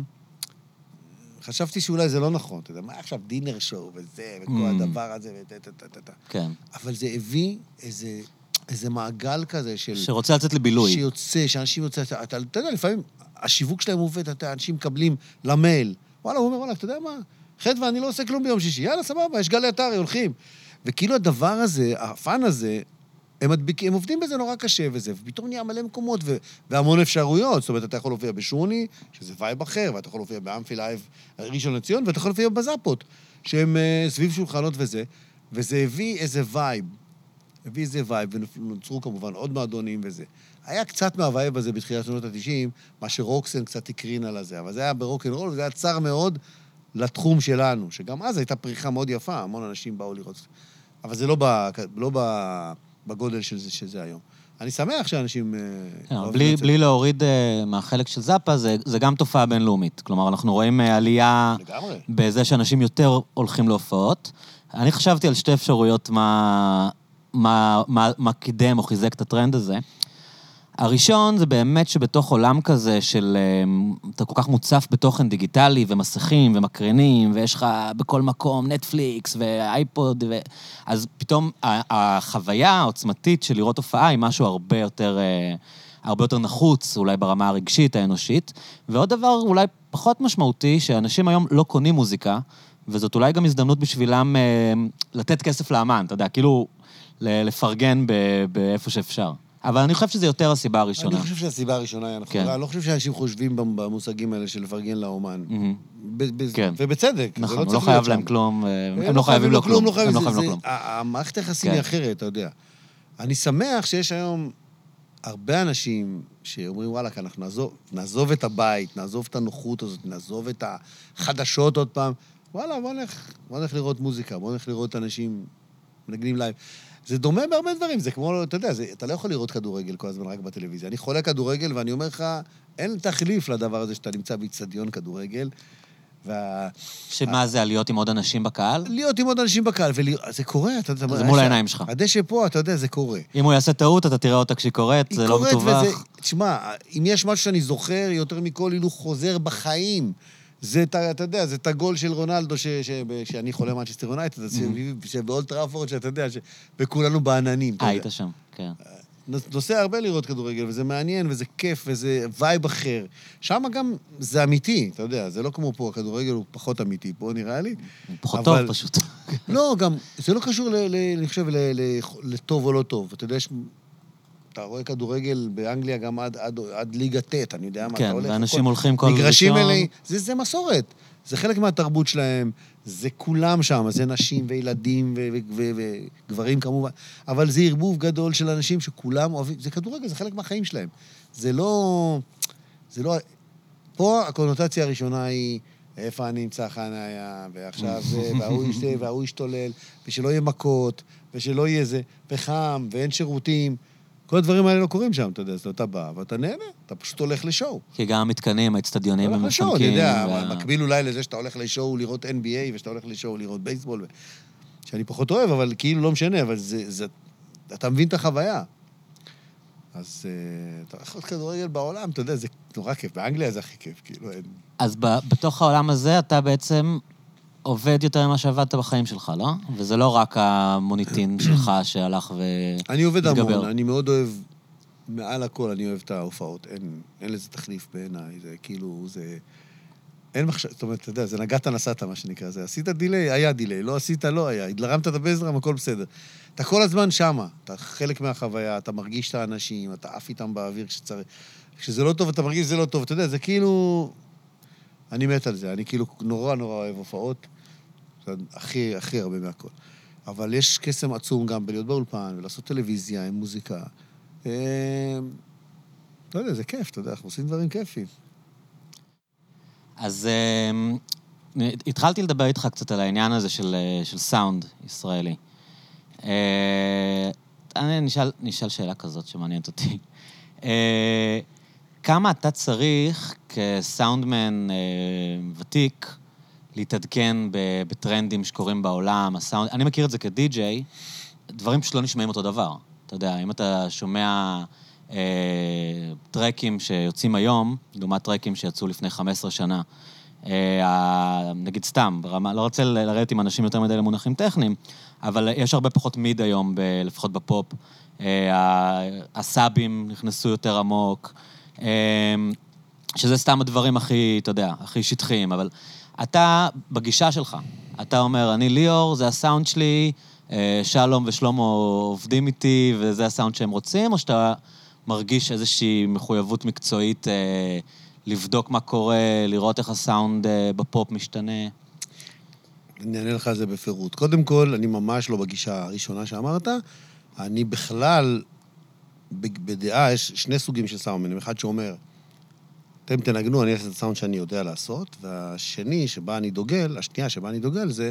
חשבתי שאולי זה לא נכון. אתה יודע, מה עכשיו דינר שואו וזה, וכל הדבר הזה, כן. אבל זה הביא איזה מעגל כזה של... שרוצה לצאת לבילוי. שיוצא, שאנשים יוצא... אתה יודע, לפעמים השיווק שלהם עובד, אנשים מקבלים למייל. וואלה, הוא אומר, וואלה, אתה יודע מה? חדווה, אני לא עושה כלום ביום שישי. יאללה, סבבה, יש גלי אתרי, הולכים. וכאילו הדבר הזה, הפן הזה, הם עובדים בזה נורא קשה וזה, ופתאום נהיה מלא מקומות והמון אפשרויות. זאת אומרת, אתה יכול להופיע בשוני, שזה וייב אחר, ואתה יכול להופיע באמפי לייב ראשון לציון, ואתה יכול להופיע בזאפות, שהם סביב שולחנות וזה הביא איזה וייב, ונוצרו כמובן עוד מועדונים וזה. היה קצת מהווייב הזה בתחילת שנות ה-90, מה שרוקסן קצת הקרין על הזה, אבל זה היה ברוק'נ'רול, וזה היה צר מאוד לתחום שלנו, שגם אז הייתה פריחה מאוד יפה, המון אנשים באו לראות. אבל זה לא בגודל של זה היום. אני שמח שאנשים... בלי להוריד מהחלק של זאפה, זה גם תופעה בינלאומית. כלומר, אנחנו רואים עלייה בזה שאנשים יותר הולכים להופעות. אני חשבתי על שתי אפשרויות מה קידם או חיזק את הטרנד הזה. הראשון זה באמת שבתוך עולם כזה של, אתה כל כך מוצף בתוכן דיגיטלי ומסכים ומקרנים, ויש לך בכל מקום נטפליקס ואייפוד, אז פתאום החוויה העוצמתית של לראות הופעה היא משהו הרבה יותר נחוץ, אולי ברמה הרגשית, האנושית. ועוד דבר אולי פחות משמעותי, שאנשים היום לא קונים מוזיקה, וזאת אולי גם הזדמנות בשבילם לתת כסף לאמן, אתה יודע, כאילו לפרגן באיפה שאפשר. אבל אני חושב שזה יותר הסיבה הראשונה. אני חושב שהסיבה הראשונה היא הנכונה. אני לא חושב שאנשים חושבים במושגים האלה של לפרגן לאומן. ובצדק. נכון, הוא לא חייב להם כלום, הם לא חייבים לו כלום. המערכת היחסים היא אחרת, אתה יודע. אני שמח שיש היום הרבה אנשים שאומרים, וואלה, אנחנו נעזוב את הבית, נעזוב את הנוחות הזאת, נעזוב את החדשות עוד פעם. וואלה, בוא נלך לראות מוזיקה, בוא נלך לראות אנשים מנגנים לייב. זה דומה בהרבה דברים, זה כמו, אתה יודע, אתה לא יכול לראות כדורגל כל הזמן רק בטלוויזיה. אני חולה כדורגל ואני אומר לך, אין תחליף לדבר הזה שאתה נמצא באצטדיון כדורגל. שמה זה, להיות עם עוד אנשים בקהל? להיות עם עוד אנשים בקהל, זה קורה, אתה יודע. זה מול העיניים שלך. הדשא פה, אתה יודע, זה קורה. אם הוא יעשה טעות, אתה תראה אותה כשהיא קורית, זה לא מטווח. תשמע, אם יש משהו שאני זוכר יותר מכל הילוך חוזר בחיים, זה, אתה יודע, זה את הגול של רונלדו, שאני חולה מנצ'סטר יונייטד, שבאולד טראפורד, שאתה יודע, וכולנו בעננים. היית שם, כן. נוסע הרבה לראות כדורגל, וזה מעניין, וזה כיף, וזה וייב אחר. שם גם זה אמיתי, אתה יודע, זה לא כמו פה, הכדורגל הוא פחות אמיתי, פה נראה לי. הוא פחות טוב פשוט. לא, גם, זה לא קשור, אני חושב, לטוב או לא טוב. אתה יודע, אתה רואה כדורגל באנגליה גם עד ליגה ט', אני יודע מה, כן, ואנשים הולכים כל מגרשים אלה, זה מסורת. זה חלק מהתרבות שלהם, זה כולם שם, זה נשים וילדים וגברים כמובן, אבל זה ערבוב גדול של אנשים שכולם אוהבים, זה כדורגל, זה חלק מהחיים שלהם. זה לא... פה הקונוטציה הראשונה היא, איפה אני אמצא חניה, ועכשיו זה, והוא ישתולל, ושלא יהיה מכות, ושלא יהיה זה, וחם, ואין שירותים. כל הדברים האלה לא קורים שם, אתה יודע, אז אתה בא, ואתה נהנה, אתה פשוט הולך לשואו. כי גם המתקנים, האצטדיונים הם משמקים. אני יודע, מקביל אולי לזה שאתה הולך לשואו לראות NBA, ושאתה הולך לשואו לראות בייסבול, שאני פחות אוהב, אבל כאילו לא משנה, אבל אתה מבין את החוויה. אז אתה הולך לראות כדורגל בעולם, אתה יודע, זה נורא כיף, באנגליה זה הכי כיף, כאילו אין... אז בתוך העולם הזה אתה בעצם עובד יותר ממה שעבדת בחיים שלך, לא? וזה לא רק המוניטין שלך שהלך והתגבר. אני עובד המון, אני מאוד אוהב, מעל הכל אני אוהב את ההופעות, אין לזה תחליף בעיניי, זה כאילו, זה... אין מחשב, זאת אומרת, אתה יודע, זה נגעת נסעת, מה שנקרא, זה עשית דילי, היה דילי, לא עשית, לא היה, הדלרמת את הבזרם, הכל בסדר. אתה כל הזמן שמה, אתה חלק מהחוויה, אתה מרגיש את האנשים, אתה עף איתם באוויר כשצריך. כשזה לא טוב, אתה מרגיש שזה לא טוב, אתה יודע, זה כאילו... אני מת על זה, אני כאילו נורא אוהב הופעות, הכי הרבה מהכל. אבל יש קסם עצום גם בלהיות באולפן, ולעשות טלוויזיה עם מוזיקה. לא יודע, זה כיף, אתה יודע, אנחנו עושים דברים כיפים. אז התחלתי לדבר איתך קצת על העניין הזה של סאונד ישראלי. אני נשאל שאלה כזאת שמעניינת אותי. כמה אתה צריך כסאונדמן ותיק להתעדכן בטרנדים שקורים בעולם, הסאונד, אני מכיר את זה כדי-ג'יי, דברים שלא נשמעים אותו דבר. אתה יודע, אם אתה שומע טרקים שיוצאים היום, לעומת טרקים שיצאו לפני 15 שנה, נגיד סתם, לא רוצה לרדת עם אנשים יותר מדי למונחים טכניים, אבל יש הרבה פחות מיד היום, לפחות בפופ, הסאבים נכנסו יותר עמוק, שזה סתם הדברים הכי, אתה יודע, הכי שטחיים, אבל אתה, בגישה שלך, אתה אומר, אני ליאור, זה הסאונד שלי, שלום ושלמה עובדים איתי, וזה הסאונד שהם רוצים, או שאתה מרגיש איזושהי מחויבות מקצועית לבדוק מה קורה, לראות איך הסאונד בפופ משתנה? אני אענה לך על זה בפירוט. קודם כל, אני ממש לא בגישה הראשונה שאמרת, אני בכלל, בדעה, יש שני סוגים של סאונדמנים, אחד שאומר, אתם תנגנו, אני אעשה את הסאונד שאני יודע לעשות, והשנייה שבה אני דוגל זה,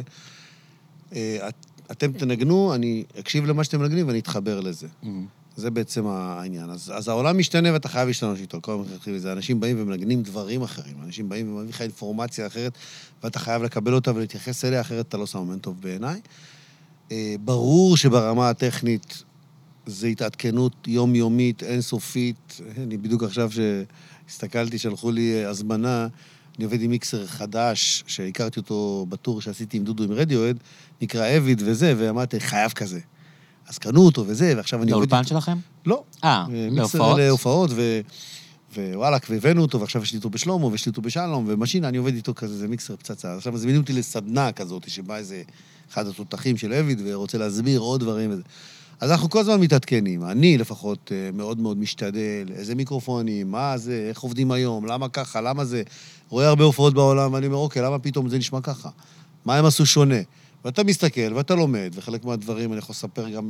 אתם תנגנו, אני אקשיב למה שאתם מנגנים ואני אתחבר לזה. זה בעצם העניין. אז העולם משתנה ואתה חייב להשתנות איתו. זה אנשים באים ומנגנים דברים אחרים. אנשים באים ומביאים לך אינפורמציה אחרת, ואתה חייב לקבל אותה ולהתייחס אליה, אחרת אתה לא סאונדמן טוב בעיניי. ברור שברמה הטכנית זה התעדכנות יומיומית, אינסופית. אני בדיוק עכשיו שהסתכלתי, שלחו לי הזמנה, אני עובד עם מיקסר חדש, שהכרתי אותו בטור שעשיתי עם דודו עם רדיואד, נקרא אביד וזה, ואמרתי, חייב כזה. אז קנו אותו וזה, ועכשיו אני עובד... לאולפן שלכם? לא. להופעות? להופעות, ווואלק, והבאנו אותו, ועכשיו יש לי אותו בשלומו, ויש לי אותו בשלום, ומשינה, אני עובד איתו כזה, זה מיקסר פצצה. עכשיו מזמינים אותי לסדנה כזאת, שבא איזה אחד התותחים של אביד, ורוצה להסביר עוד דברים וזה. אז אנחנו כל הזמן מתעדכנים. אני לפחות מאוד מאוד משתדל, איזה מיקרופונים, מה זה, איך עובדים היום, למה ככה, למה זה. רואה הרבה הופעות בעולם, ואני אומר, אוקיי, למה פתאום זה נשמע ככה? מה הם עשו שונה? ואתה מסתכל, ואתה לומד, וחלק מהדברים אני יכול לספר גם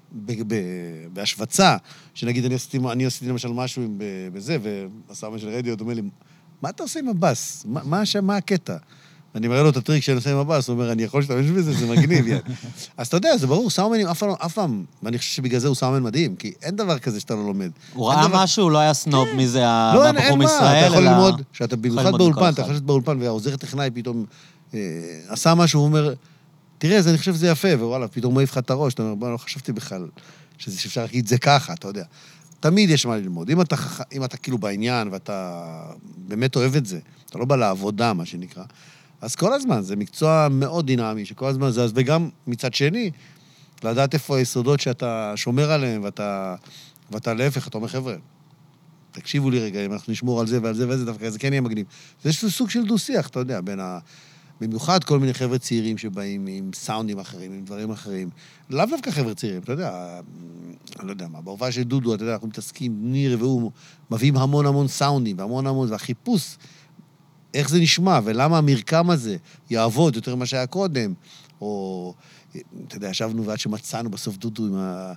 בהשווצה, שנגיד אני עשיתי למשל משהו בזה, והסאמן של רדיו אומר לי, מה אתה עושה עם הבאס? מה הקטע? אני מראה לו את הטריק שאני עושה עם הבאס, הוא אומר, אני יכול להשתמש בזה, זה מגניב. אז אתה יודע, זה ברור, סאומנים אף פעם, ואני חושב שבגלל זה הוא סאומן מדהים, כי אין דבר כזה שאתה לא לומד. הוא ראה משהו, הוא לא היה סנוב מזה, לא, מהבחור מישראל, אתה יכול ללמוד, שאתה במיוחד באולפן, אתה יכול לשבת באולפן, והעוזר טכנאי פתאום עשה משהו, הוא אומר, תראה, אני חושב שזה יפה, ווואלה, פתאום מעיף לך את הראש, אתה אומר, בוא, לא חשבתי בכלל שאפשר להגיד זה ככה, אתה יודע. תמיד יש מה ללמוד. אם אתה כאילו בעניין, ואתה באמת אוהב את זה, אתה לא בא לעבודה, מה שנקרא, אז כל הזמן, זה מקצוע מאוד דינמי, שכל הזמן זה, וגם מצד שני, לדעת איפה היסודות שאתה שומר עליהם, ואתה להפך, אתה אומר, חבר'ה, תקשיבו לי רגע, אם אנחנו נשמור על זה ועל זה וזה, דווקא זה כן יהיה מגניב. זה סוג של דו-שיח, אתה יודע, במיוחד כל מיני חבר'ה צעירים שבאים עם סאונדים אחרים, עם דברים אחרים. לאו דווקא חבר'ה צעירים, אתה יודע, אני לא יודע מה, בהופעה של דודו, אתה יודע, אנחנו מתעסקים, ניר והוא, מביאים המון סאונדים, והחיפוש, איך זה נשמע, ולמה המרקם הזה יעבוד יותר ממה שהיה קודם, או, אתה יודע, ישבנו ועד שמצאנו בסוף דודו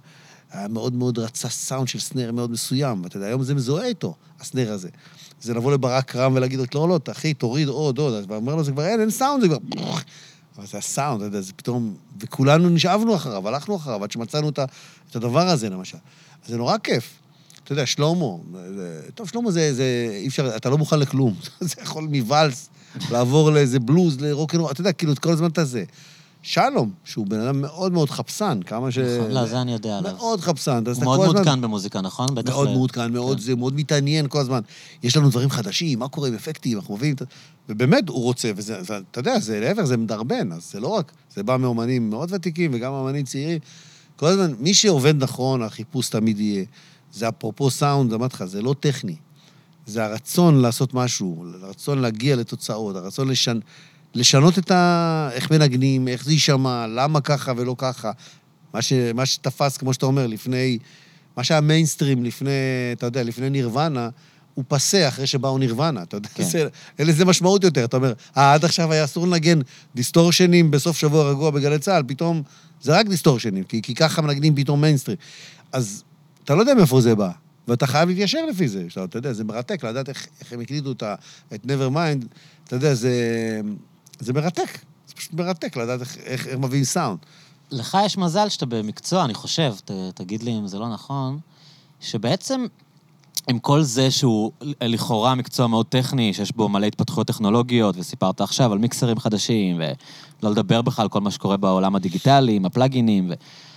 היה מאוד מאוד רצה סאונד של סנר מאוד מסוים, ואתה יודע, היום זה מזוהה איתו, הסנר הזה. זה לבוא לברק רם ולהגיד, לא, אחי, תוריד עוד, ואומר לו, זה כבר אין סאונד, זה כבר... אבל זה הסאונד, אתה יודע, זה פתאום... וכולנו נשאבנו אחריו, הלכנו אחריו, עד שמצאנו את הדבר הזה, למשל. אז זה נורא כיף. אתה יודע, שלמה, טוב, שלמה זה אי אפשר, אתה לא מוכן לכלום. זה יכול מוואלס, לעבור לאיזה בלוז, לרוקנרול, אתה יודע, כאילו, את כל הזמן אתה זה. שלום, שהוא בן אדם מאוד מאוד חפשן, כמה ש... נכון, לא, זה אני יודע עליו. מאוד חפשן. הוא מאוד מעודכן במוזיקה, נכון? מאוד מעודכן, מאוד מתעניין כל הזמן. יש לנו דברים חדשים, מה קורה עם אפקטים, אנחנו מביאים... ובאמת הוא רוצה, ואתה יודע, זה לעבר, זה מדרבן, אז זה לא רק, זה בא מאומנים מאוד ותיקים וגם מאומנים צעירים. כל הזמן, מי שעובד נכון, החיפוש תמיד יהיה. זה אפרופו סאונד, אמרתי לך, זה לא טכני. זה הרצון לעשות משהו, הרצון להגיע לתוצאות, הרצון לשנות איך מנגנים, איך זה יישמע, למה ככה ולא ככה. מה שתפס, כמו שאתה אומר, לפני, מה שהיה מיינסטרים לפני, אתה יודע, לפני נירוונה, הוא פסה אחרי שבאו נירוונה, אתה יודע, אין לזה משמעות יותר, אתה אומר, עד עכשיו היה אסור לנגן דיסטורשנים בסוף שבוע רגוע בגלי צהל, פתאום זה רק דיסטורשנים, כי ככה מנגנים פתאום מיינסטרים. אז אתה לא יודע מאיפה זה בא, ואתה חייב להתיישר לפי זה, אתה יודע, זה מרתק, לדעת איך הם הקליטו את Nevermind, אתה יודע, זה מרתק, זה פשוט מרתק, לדעת איך מביאים סאונד. לך יש מזל שאתה במקצוע, אני חושב, תגיד לי אם זה לא נכון, שבעצם עם כל זה שהוא לכאורה מקצוע מאוד טכני, שיש בו מלא התפתחויות טכנולוגיות, וסיפרת עכשיו על מיקסרים חדשים, ולא לדבר בכלל על כל מה שקורה בעולם הדיגיטלי, עם הפלאגינים,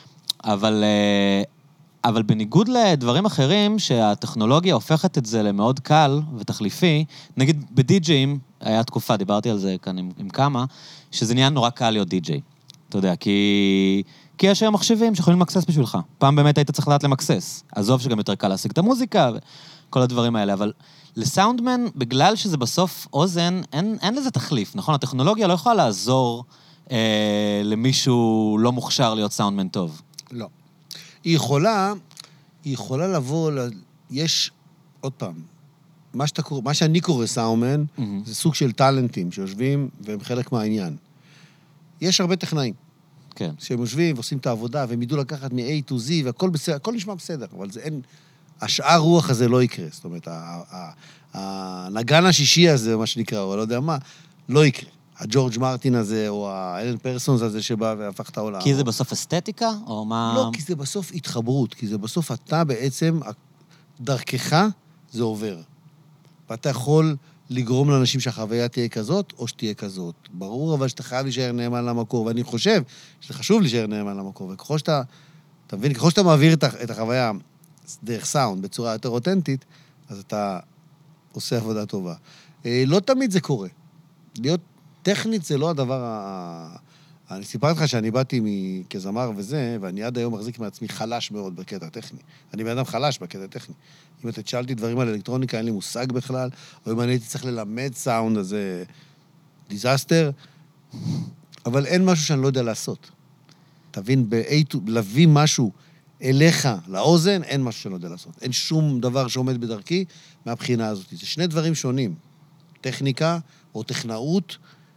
אבל בניגוד לדברים אחרים, שהטכנולוגיה הופכת את זה למאוד קל ותחליפי, נגיד בדי-ג'אים, היה תקופה, דיברתי על זה כאן עם כמה, שזה נהיה נורא קל להיות די-ג'יי. אתה יודע, כי יש היום מחשבים שיכולים למקסס בשבילך. פעם באמת היית צריך לדעת למקסס. עזוב שגם יותר קל להשיג את המוזיקה וכל הדברים האלה, אבל לסאונדמן, בגלל שזה בסוף אוזן, אין לזה תחליף, נכון? הטכנולוגיה לא יכולה לעזור למישהו לא מוכשר להיות סאונדמן טוב. לא. היא יכולה לבוא, יש, עוד פעם, מה שאני קורא סאונדמן, זה סוג של טלנטים שיושבים והם חלק מהעניין. יש הרבה טכנאים. כן. שהם יושבים ועושים את העבודה, והם ידעו לקחת מ-A to Z, והכל בסדר, הכל נשמע בסדר, אבל זה אין, השאר רוח הזה לא יקרה. זאת אומרת, הנגן השישי הזה, מה שנקרא, או לא יודע מה, לא יקרה. הג'ורג' מרטין הזה, או האלן פרסונס הזה שבא והפך את העולם. כי זה בסוף אסתטיקה, או מה... לא, כי זה בסוף התחברות, כי זה בסוף אתה בעצם, דרכך זה עובר. ואתה יכול לגרום לאנשים שהחוויה תהיה כזאת, או שתהיה כזאת. ברור, אבל שאתה חייב להישאר נאמן למקור, ואני חושב שזה חשוב להישאר נאמן למקור, וככל שאתה, אתה מבין, ככל שאתה מעביר את החוויה דרך סאונד בצורה יותר אותנטית, אז אתה עושה עבודה טובה. לא תמיד זה קורה. להיות טכנית זה לא הדבר אני סיפרתי לך שאני באתי כזמר וזה, ואני עד היום מחזיק מעצמי חלש מאוד בקטע הטכני. אני בן אדם חלש בקטע הטכני. אם אתה תשאלתי דברים על אלקטרוניקה, אין לי מושג בכלל, או אם אני הייתי צריך ללמד סאונד, אז זה דיזסטר, אבל אין משהו שאני לא יודע לעשות. תבין, להביא משהו אליך, לאוזן, אין משהו שאני לא יודע לעשות. אין שום דבר שעומד בדרכי מהבחינה הזאת. זה שני דברים שונים. טכניקה או טכנאות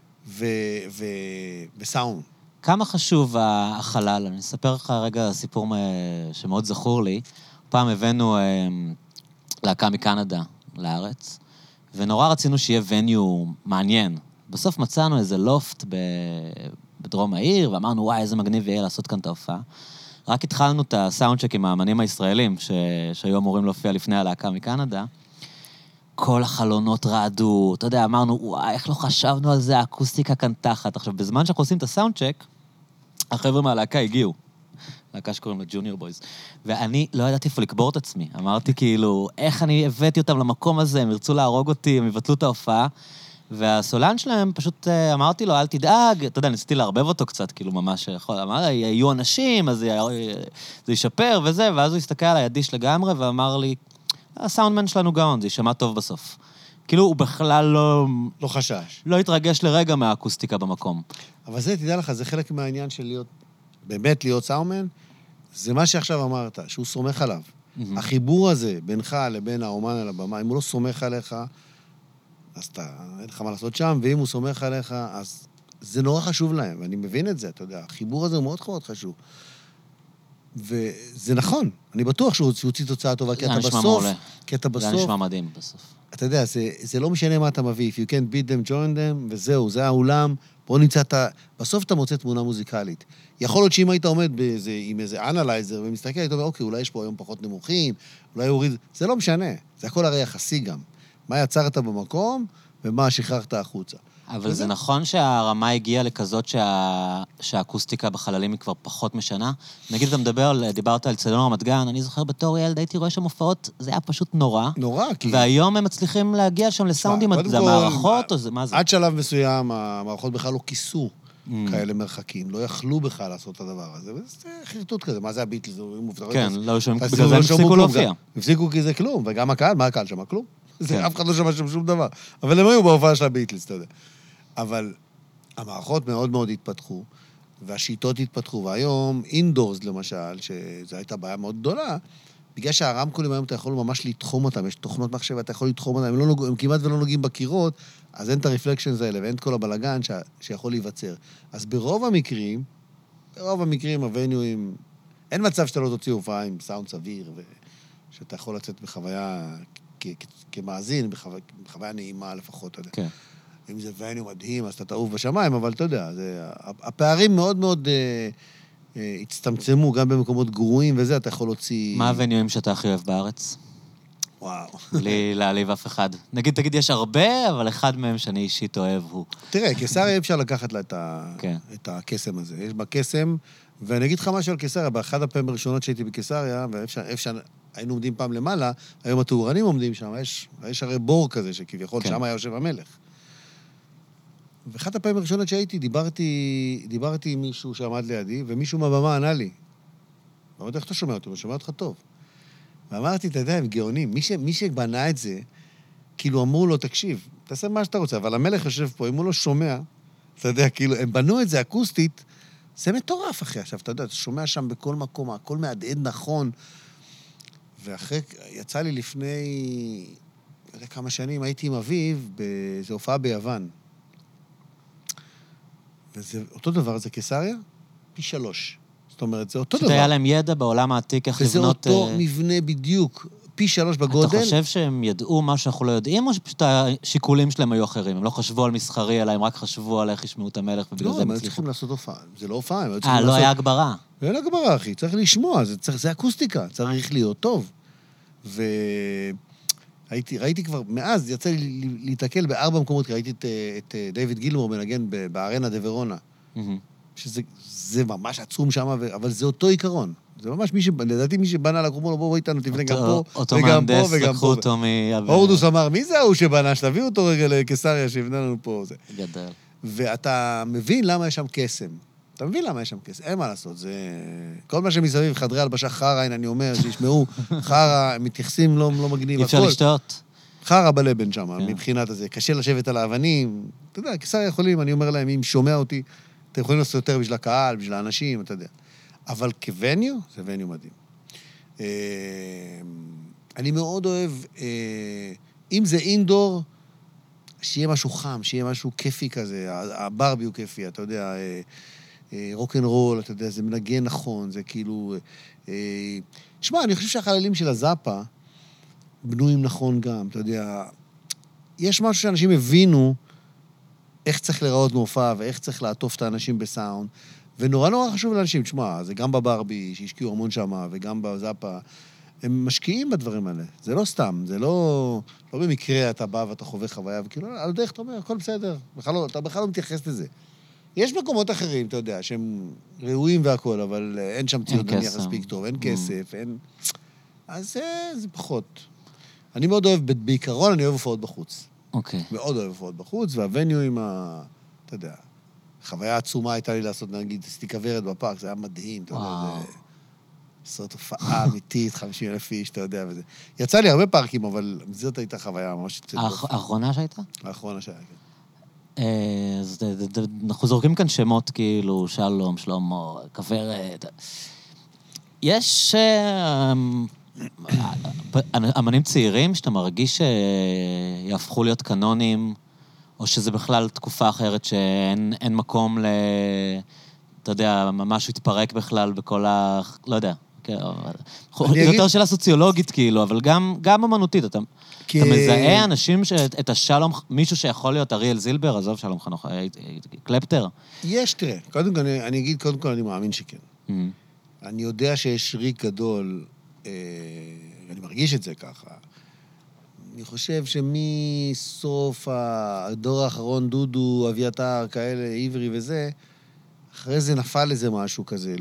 וסאונד. כמה חשוב החלל? אני אספר לך רגע סיפור שמאוד זכור לי. פעם הבאנו להקה מקנדה לארץ, ונורא רצינו שיהיה וניו מעניין. בסוף מצאנו איזה לופט בדרום העיר, ואמרנו, וואי, איזה מגניב יהיה לעשות כאן את ההופעה. רק התחלנו את הסאונדשק עם האמנים הישראלים, שהיו אמורים להופיע לפני הלהקה מקנדה. כל החלונות רעדו, אתה יודע, אמרנו, וואי, איך לא חשבנו על זה, האקוסטיקה כאן תחת. עכשיו, בזמן שאנחנו עושים את הסאונדשק, החבר'ה מהלהקה הגיעו. להקה שקוראים לה ג'וניור בויז. ואני לא ידעתי איפה לקבור את עצמי. אמרתי כאילו, איך אני הבאתי אותם למקום הזה, הם ירצו להרוג אותי, הם יבטלו את ההופעה. והסולן שלהם פשוט אמרתי לו, אל תדאג, אתה יודע, ניסיתי להרבב אותו קצת, כאילו ממש יכול. אמר, יהיו אנשים, אז זה יישפר וזה, ואז הוא הסתכל על הידיש לגמרי, ואמר לי, הסאונדמן שלנו גאון, זה יישמע טוב בסוף. כאילו, הוא בכלל לא חשש. לא התרגש לרגע מהאקוסטיקה במקום. אבל זה, תדע לך, זה חלק מהעניין של להיות, באמת להיות סאונדמן, זה מה שעכשיו אמרת, שהוא סומך עליו. החיבור הזה בינך לבין האומן על הבמה, אם הוא לא סומך עליך, אז אין לך מה לעשות שם, ואם הוא סומך עליך, אז זה נורא חשוב להם, ואני מבין את זה, אתה יודע, החיבור הזה הוא מאוד מאוד חשוב. וזה נכון, אני בטוח שהוא הוציא תוצאה טובה, כי אתה בסוף... זה נשמע מדהים בסוף. אתה יודע, זה לא משנה מה אתה מביא, if you can't beat them, join them, וזהו, זה האולם, בוא נמצא בסוף אתה מוצא תמונה מוזיקלית. יכול להיות שאם היית עומד עם איזה אנלייזר ומסתכל, היית אומר, אוקיי, אולי יש פה היום פחות נמוכים, אולי יוריד... זה לא משנה, זה הכל הרי יחסי גם. מה יצרת במקום ומה שחררת החוצה. אבל זה נכון שהרמה הגיעה לכזאת שהאקוסטיקה בחללים היא כבר פחות משנה? נגיד, אתה דיברת על צלון רמת גן, אני זוכר בתור ילד, הייתי רואה שם הופעות, זה היה פשוט נורא. נורא, כי... והיום הם מצליחים להגיע שם לסאונדים, זה המערכות או זה, מה זה? עד שלב מסוים, המערכות בכלל לא כיסו כאלה מרחקים, לא יכלו בכלל לעשות את הדבר הזה, וזה חרטוט כזה, מה זה הביטלס? כן, לא שומעים, בגלל זה הם הפסיקו להופיע. הפסיקו כי זה כלום, וגם הקהל, מה הקהל שם? כלום. אף אחד לא שמע שם שום דבר. אבל הם היו בהופעה של הביטלס, אתה יודע. אבל המערכות מאוד מאוד התפתחו, והשיטות התפתחו, והיום, אינדורס למשל, שזו הייתה בעיה מאוד גדולה, בגלל שהרמקולים היום אתה יכול ממש לתחום אותם, יש תוכנות מחשב, אתה יכול לתחום אותם, הם כמעט ולא נוגעים בקירות, אז אין את הרפלקשנס האלה, ואין את כל הבלגן שיכול להיווצר. אז ברוב המקרים הווניואים, אין מצב שאתה לא תוציא הופעה עם סאונד סביר, ושאתה יכול לצאת בחוויה כמאזין, בחוויה נעימה לפחות, אתה יודע. כן. אם זה וניו מדהים, אז אתה תעוף בשמיים, אבל אתה יודע, הפערים מאוד מאוד הצטמצמו, גם במקומות גרועים וזה, אתה יכול להוציא... מה הווניואים שאתה הכי אוהב בארץ? וואו. בלי להעליב אף אחד. תגיד, יש הרבה, אבל אחד מהם שאני אישית אוהב הוא. תראה, קיסריה אפשר לקחת לה את הקסם הזה. יש בה קסם, ואני אגיד לך משהו על קיסריה, באחד הפעמים הראשונות שהייתי בקיסריה, ואיפה שהיינו עומדים פעם למעלה, היום התאורנים עומדים שם, יש הרי בור כזה, שכביכול שם היה יושב המלך. ואחת הפעמים הראשונות שהייתי, דיברתי עם מישהו שעמד לידי, ומישהו מהבמה ענה לי. ואמרתי, איך אתה שומע אותו? הוא שומע אותך טוב. ואמרתי, אתה יודע, הם גאונים. מי שבנה את זה, כאילו אמרו לו, תקשיב, תעשה מה שאתה רוצה, אבל המלך יושב פה, אם הוא לא שומע, אתה יודע, כאילו, הם בנו את זה אקוסטית, זה מטורף, אחי. עכשיו, אתה יודע, אתה שומע שם בכל מקום, הכל מהדהד נכון. ואחרי, יצא לי לפני, לא יודע כמה שנים, הייתי עם אביב, באיזו הופעה ביוון. וזה אותו דבר, זה קיסריה, פי 3. זאת אומרת, זה אותו דבר. שהיה להם ידע בעולם העתיק, איך לבנות... וזה אותו מבנה בדיוק, פי 3 בגודל. אתה חושב שהם ידעו מה שאנחנו לא יודעים, או שפשוט השיקולים שלהם היו אחרים? הם לא חשבו על מסחרי, אלא הם רק חשבו על איך ישמעו את המלך, ובגלל זה הם לא, הם צריכים לעשות הופעה. זה לא הופעה, הם צריכים לעשות... לא היה הגברה. אין הגברה, אחי, צריך לשמוע, זה אקוסטיקה, צריך להיות טוב. ראיתי כבר, מאז יצא לי להתקל בארבע מקומות, כי ראיתי את דיוויד גילמור מנגן בארנה דה ורונה. שזה ממש עצום שם, אבל זה אותו עיקרון. זה ממש לדעתי מי שבנה לקרום לו, בוא איתנו, תבנה גם פה, אותו וגם פה, מהנדס, וגם לקחו פה. אותו הורדוס אמר, מי זה ההוא שבנה? שתביאו אותו רגע לקיסריה, שיבנה לנו פה. גדל. ואתה מבין למה יש שם קסם. אתה מבין למה יש שם קסם. אין מה לעשות, זה... כל מה שמסביב, חדרי הלבשה חרא, הנה אני אומר, שישמעו, חרא, מתייחסים לא מגניב, אי אפשר לשתות. חרא בלבן שם, מבחינת הזה. קשה לשבת על האבנים. אתה יודע, קיסריה יכולים, אני אומר להם, אם שומע אותי, אתם יכולים לעשות יותר בשביל הקהל, בשביל האנשים, אתה יודע. אבל כווניו, זה וניו מדהים. אני מאוד אוהב, אם זה אינדור, שיהיה משהו חם, שיהיה משהו כיפי כזה, הברבי הוא כיפי, אתה יודע, רוק'נ'רול, אתה יודע, זה מנגן נכון, זה כאילו... תשמע, אני חושב שהחללים של הזאפה בנויים נכון גם, אתה יודע, יש משהו שאנשים הבינו איך צריך לראות מהופעה, ואיך צריך לעטוף את האנשים בסאונד, ונורא נורא חשוב לאנשים, תשמע, זה גם בברבי, שהשקיעו המון שמה, וגם בזאפה, הם משקיעים בדברים האלה. זה לא סתם, זה לא במקרה אתה בא ואתה חווה חוויה, וכאילו, על דרך אתה אומר, הכל בסדר, אתה בכלל לא מתייחס לזה. יש מקומות אחרים, אתה יודע, שהם ראויים והכל, אבל אין שם ציוד נניח מספיק טוב, אין כסף, אין... אז זה פחות. אני מאוד אוהב, בעיקרון אני אוהב הופעות בחוץ. אוקיי. מאוד אוהב הופעות בחוץ, והווניו עם אתה יודע, חוויה עצומה הייתה לי לעשות, נגיד, סטיקה ורד בפארק, זה היה מדהים, אתה יודע, זה... לעשות הופעה אמיתית, 50,000 איש, אתה יודע, וזה. יצא לי הרבה פארקים, אבל זאת הייתה חוויה ממש... האחרונה שהייתה? האחרונה שהייתה, כן. אז אנחנו זורקים כאן שמות כאילו, שלום, שלמה, כוורת. יש אמנים צעירים שאתה מרגיש שיהפכו להיות קנונים, או שזה בכלל תקופה אחרת שאין מקום אתה יודע, ממש התפרק בכלל בכל לא יודע. יותר שאלה סוציולוגית כאילו, אבל גם אמנותית. אתה מזהה אנשים את השלום, מישהו שיכול להיות אריאל זילבר, עזוב שלום חנוך, קלפטר. יש, תראה, קודם כל, אני אגיד, קודם כל, אני מאמין שכן. אני יודע שיש ריק גדול, אני מרגיש את זה ככה. אני חושב שמסוף הדור האחרון, דודו, אביתר, כאלה, עברי וזה, אחרי זה נפל איזה משהו כזה,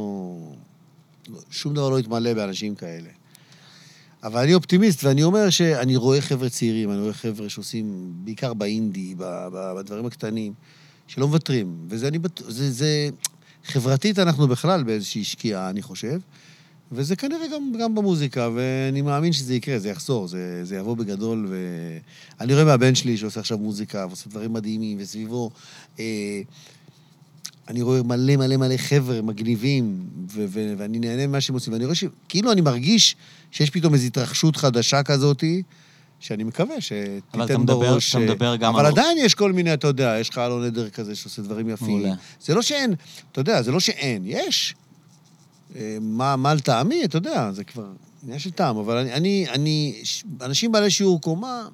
שום דבר לא התמלא באנשים כאלה. אבל אני אופטימיסט, ואני אומר שאני רואה חבר'ה צעירים, אני רואה חבר'ה שעושים, בעיקר באינדי, בדברים הקטנים, שלא מוותרים. וזה, זה חברתית אנחנו בכלל באיזושהי שקיעה, אני חושב, וזה כנראה גם במוזיקה, ואני מאמין שזה יקרה, זה יחזור, זה יבוא בגדול, ואני רואה מהבן שלי שעושה עכשיו מוזיקה, ועושה דברים מדהימים, וסביבו, אני רואה מלא חבר'ה מגניבים, ואני נהנה ממה שהם עושים, ואני רואה כאילו אני מרגיש שיש פתאום איזו התרחשות חדשה כזאת, שאני מקווה שתיתן בראש. אתה מדבר גם אבל עדיין יש כל מיני, אתה יודע, יש לך אלון עדר כזה שעושה דברים יפים. זה לא שאין, אתה יודע, זה לא שאין, יש. מה לטעמי, אתה יודע, זה כבר עניין של טעם, אבל אנשים בעלי שיעור קומה,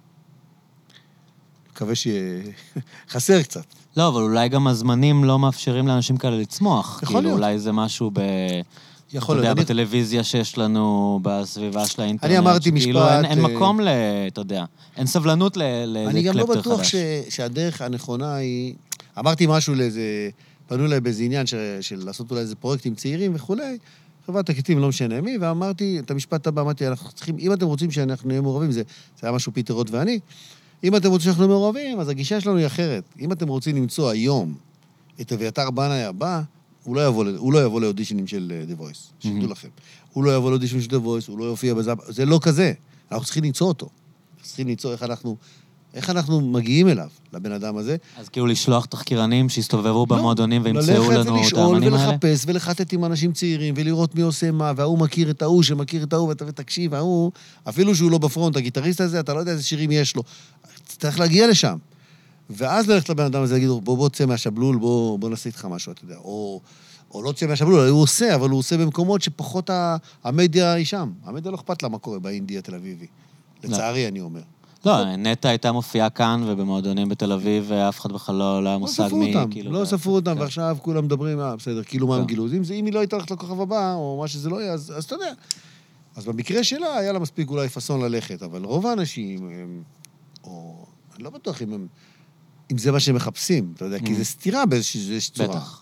מקווה שחסר קצת. לא, אבל אולי גם הזמנים לא מאפשרים לאנשים כאלה לצמוח. יכול להיות. אולי זה משהו אתה יודע, בטלוויזיה שיש לנו, בסביבה של האינטרנט. אני אמרתי משפט... כאילו אין מקום אתה יודע, אין סבלנות לאיזה קלפטר חדש. אני גם לא בטוח שהדרך הנכונה היא... אמרתי משהו לאיזה... פנו אליי באיזה עניין של לעשות אולי איזה פרויקטים צעירים וכולי, חברת תקליטים, לא משנה מי, ואמרתי, את המשפט הבא, אמרתי, אנחנו צריכים, אם אתם רוצים שאנחנו נהיה מעורבים, זה היה משהו פיטר רוט ואני, אם אתם רוצים שאנחנו נהיה מעורבים, אז הגישה שלנו היא אחרת. אם אתם רוצים למצוא היום את אביתר בנאי הבא, הוא לא יבוא לאודישנים של The Voice, שתדעו לכם. הוא לא יבוא לאודישנים של The Voice, הוא לא יופיע בזה, זה לא כזה. אנחנו צריכים למצוא אותו. צריכים למצוא איך אנחנו מגיעים אליו, לבן אדם הזה. אז כאילו לשלוח תחקירנים שיסתובבו במועדונים וימצאו לנו את האמנים האלה? ללכת ולשאול ולחפש ולחטט עם אנשים צעירים ולראות מי עושה מה, והוא מכיר את ההוא שמכיר את ההוא, ותקשיב, ההוא, אפילו שהוא לא בפרונט, הגיטריסט הזה, אתה לא יודע איזה שירים יש לו. צריך להגיע לשם. ואז ללכת לבן אדם הזה להגיד, בוא תצא מהשבלול, בוא נעשה איתך משהו, אתה יודע. או לא תצא מהשבלול, הוא עושה, אבל הוא עושה במקומות שפחות המדיה היא שם. המדיה לא אכפת לה מה קורה באינדי התל אביבי. לצערי, אני אומר. לא, נטע הייתה מופיעה כאן ובמועדונים בתל אביב, ואף אחד בכלל לא היה מושג מי, כאילו... לא ספרו אותם, ועכשיו כולם מדברים, בסדר, כאילו מה הם גילו. אם היא לא הייתה הולכת לכוכב הבא, או מה שזה לא יהיה, אז אתה יודע, אז במקרה שלה היה לה מספיק אולי פסון ללכת, אבל רוב האנשים, או אני לא בטוח אם זה מה שהם מחפשים, אתה יודע, כי זה סתירה באיזושהי צורה. בטח.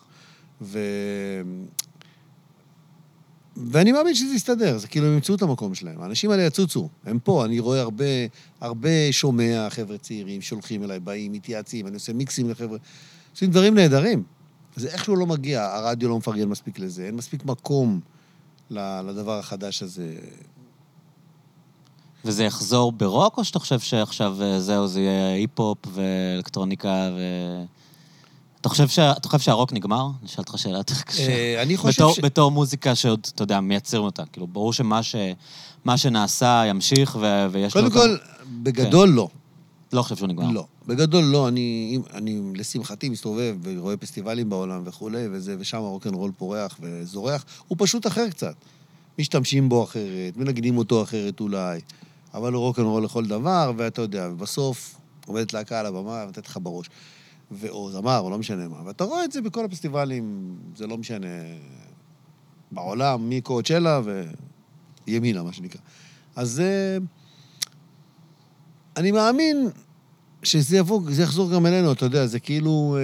ואני מאמין שזה יסתדר, זה כאילו הם ימצאו את המקום שלהם. האנשים האלה יצוצו, הם פה, אני רואה הרבה שומע חבר'ה צעירים, שולחים אליי, באים, מתייעצים, אני עושה מיקסים לחבר'ה, עושים דברים נהדרים. זה איכשהו לא מגיע, הרדיו לא מפרגן מספיק לזה, אין מספיק מקום לדבר החדש הזה. וזה יחזור ברוק, או שאתה חושב שעכשיו זהו, זה יהיה היפ-הופ ואלקטרוניקה אתה חושב שהרוק נגמר? אני שאלת לך שאלה יותר קשה. אני חושב בתור מוזיקה שעוד, אתה יודע, מייצרים אותה. כאילו, ברור שמה שנעשה ימשיך ויש לו... קודם כל, בגדול לא. לא חושב שהוא נגמר. לא. בגדול לא. אני לשמחתי מסתובב ורואה פסטיבלים בעולם וכו' ושם הרוק'נ'רול פורח וזורח. הוא פשוט אחר קצת. משתמשים בו אחרת, מנגנים אותו אחרת אולי, אבל הוא רוק'נ'רול לכל דבר, ואתה יודע, ובסוף עומדת להקה על הבמה ונתת לך בראש. או זמר, או לא משנה מה. ואתה רואה את זה בכל הפסטיבלים, זה לא משנה, בעולם, מקואצ'לה וימינה, מה שנקרא. אז אני מאמין שזה יחזור גם אלינו, אתה יודע, זה כאילו,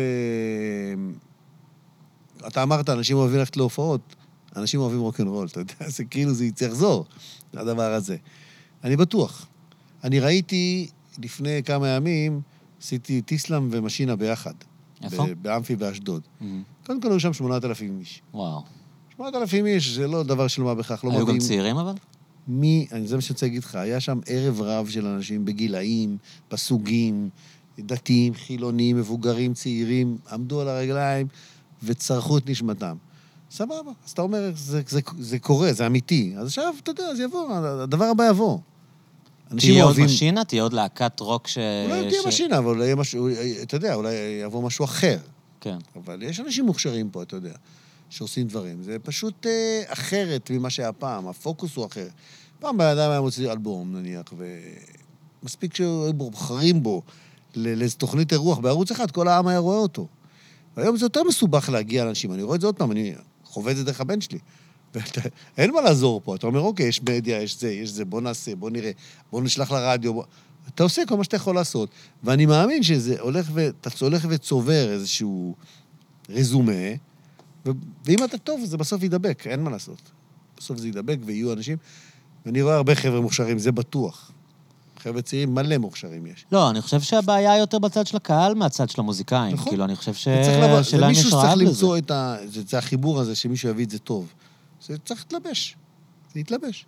אתה אמרת, אנשים אוהבים ללכת להופעות, אנשים אוהבים רוק'נ'רול, אתה יודע, זה כאילו, זה יחזור, הדבר הזה. אני בטוח. אני ראיתי לפני כמה ימים, עשיתי טיסלאם ומשינה ביחד. איפה? באמפי באשדוד. קודם כל היו שם 8,000 איש. וואו. 8,000 איש, זה לא דבר של מה בכך, לא היו מביאים. גם צעירים אבל? זה מה שאני רוצה להגיד לך, היה שם ערב רב של אנשים בגילאים, בסוגים, דתיים, חילונים, מבוגרים, צעירים, עמדו על הרגליים וצרכו את נשמתם. סבבה. אז אתה אומר, זה קורה, זה אמיתי. אז עכשיו, אתה יודע, זה יבוא, הדבר הבא יבוא. תהיה עוד משינה? תהיה עוד להקת רוק אולי תהיה משינה, אבל אולי יהיה משהו, אתה יודע, אולי יבוא משהו אחר. כן. אבל יש אנשים מוכשרים פה, אתה יודע, שעושים דברים. זה פשוט אחרת ממה שהיה פעם, הפוקוס הוא אחר. פעם בידיים היה מוציא אלבום, נניח, ומספיק שהיו בוחרים בו לאיזו תוכנית אירוח בערוץ אחד, כל העם היה רואה אותו. והיום זה יותר מסובך להגיע לאנשים. אני רואה את זה עוד פעם, אני חווה את זה דרך הבן שלי. אין מה לעזור פה. אתה אומר, אוקיי, יש מדיה, יש זה, בוא נעשה, בוא נראה, בוא נשלח לרדיו. אתה עושה כל מה שאתה יכול לעשות. ואני מאמין שזה אתה הולך וצובר איזשהו רזומה, ואם אתה טוב, זה בסוף ידבק, אין מה לעשות. בסוף זה ידבק ויהיו אנשים, ואני רואה הרבה חבר'ה מוכשרים, זה בטוח. חבר'ה צעירים, מלא מוכשרים יש. לא, אני חושב שהבעיה יותר בצד של הקהל מהצד של המוזיקאים. נכון. כאילו, אני חושב שלהם יש רעב לזה. למצוא זה החיבור הזה, שמישהו יביא את זה טוב. זה צריך להתלבש. זה יתלבש.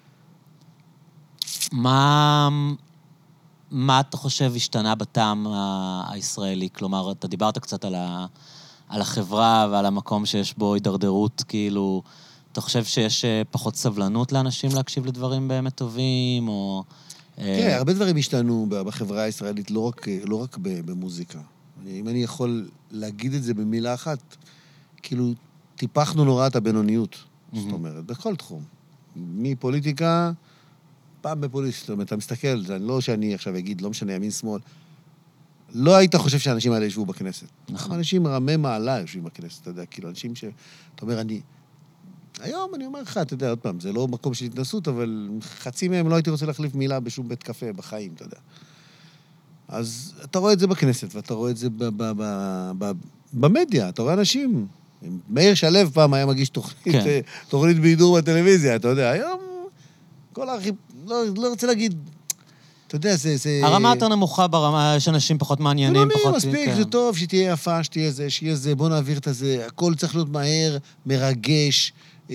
מה אתה חושב השתנה בטעם הישראלי? כלומר, אתה דיברת קצת על החברה ועל המקום שיש בו הידרדרות, כאילו, אתה חושב שיש פחות סבלנות לאנשים להקשיב לדברים באמת טובים, או... תראה, הרבה דברים השתנו בחברה הישראלית, לא רק במוזיקה. אם אני יכול להגיד את זה במילה אחת, כאילו, טיפחנו נורא את הבינוניות, זאת אומרת, בכל תחום. מפוליטיקה, פעם בפוליטיקה, זאת אומרת, אתה מסתכל, זה לא שאני עכשיו אגיד, לא משנה, ימין, שמאל, לא היית חושב שהאנשים האלה ישבו בכנסת. נכון. אנשים רמי מעלה יושבים בכנסת, אתה יודע, כאילו, אנשים אתה אומר, היום אני אומר לך, אתה יודע, עוד פעם, זה לא מקום של התנסות, אבל חצי מהם לא הייתי רוצה להחליף מילה בשום בית קפה בחיים, אתה יודע. אז אתה רואה את זה בכנסת, ואתה רואה את זה במדיה, אתה רואה אנשים. מאיר שלו פעם היה מגיש תוכנית בידור בטלוויזיה, אתה יודע, היום כל האחים, לא רוצה להגיד, אתה יודע, זה... הרמה יותר נמוכה ברמה, יש אנשים פחות מעניינים, פחות... מספיק, זה טוב, שתהיה יפה, שתהיה זה, בוא נעביר את זה, הכל צריך להיות מהר, מרגש,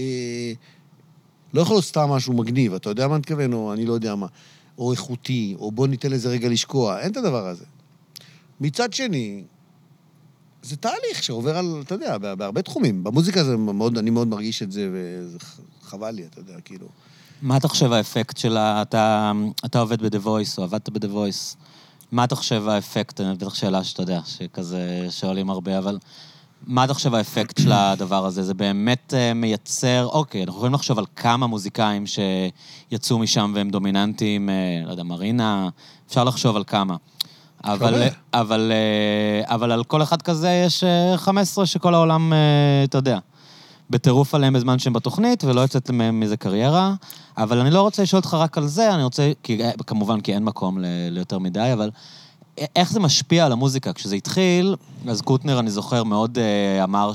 לא יכול להיות סתם משהו מגניב, אתה יודע מה נתכוון, או אני לא יודע מה, או איכותי, או בוא ניתן לזה רגע לשקוע, אין את הדבר הזה. מצד שני, זה תהליך שעובר על, אתה יודע, בהרבה תחומים. במוזיקה אני מאוד מרגיש את זה, וזה חבל לי, אתה יודע, כאילו. מה אתה חושב האפקט של אתה עובד ב-The Voice, או עבדת ב-The Voice? מה אתה חושב האפקט, אני בטח שאלה שאתה יודע, שכזה שואלים הרבה, אבל מה אתה חושב האפקט של הדבר הזה? זה באמת מייצר, אוקיי, אנחנו יכולים לחשוב על כמה מוזיקאים שיצאו משם והם דומיננטיים, לא יודע, מרינה, אפשר לחשוב על כמה. אבל על כל אחד כזה יש 15 שכל העולם, אתה יודע, בטירוף עליהם בזמן שהם בתוכנית, ולא יוצאת מזה קריירה. אבל אני לא רוצה לשאול אותך רק על זה, אני רוצה, כמובן כי אין מקום ליותר מדי, אבל איך זה משפיע על המוזיקה? כשזה התחיל, אז קוטנר, אני זוכר, מאוד אמר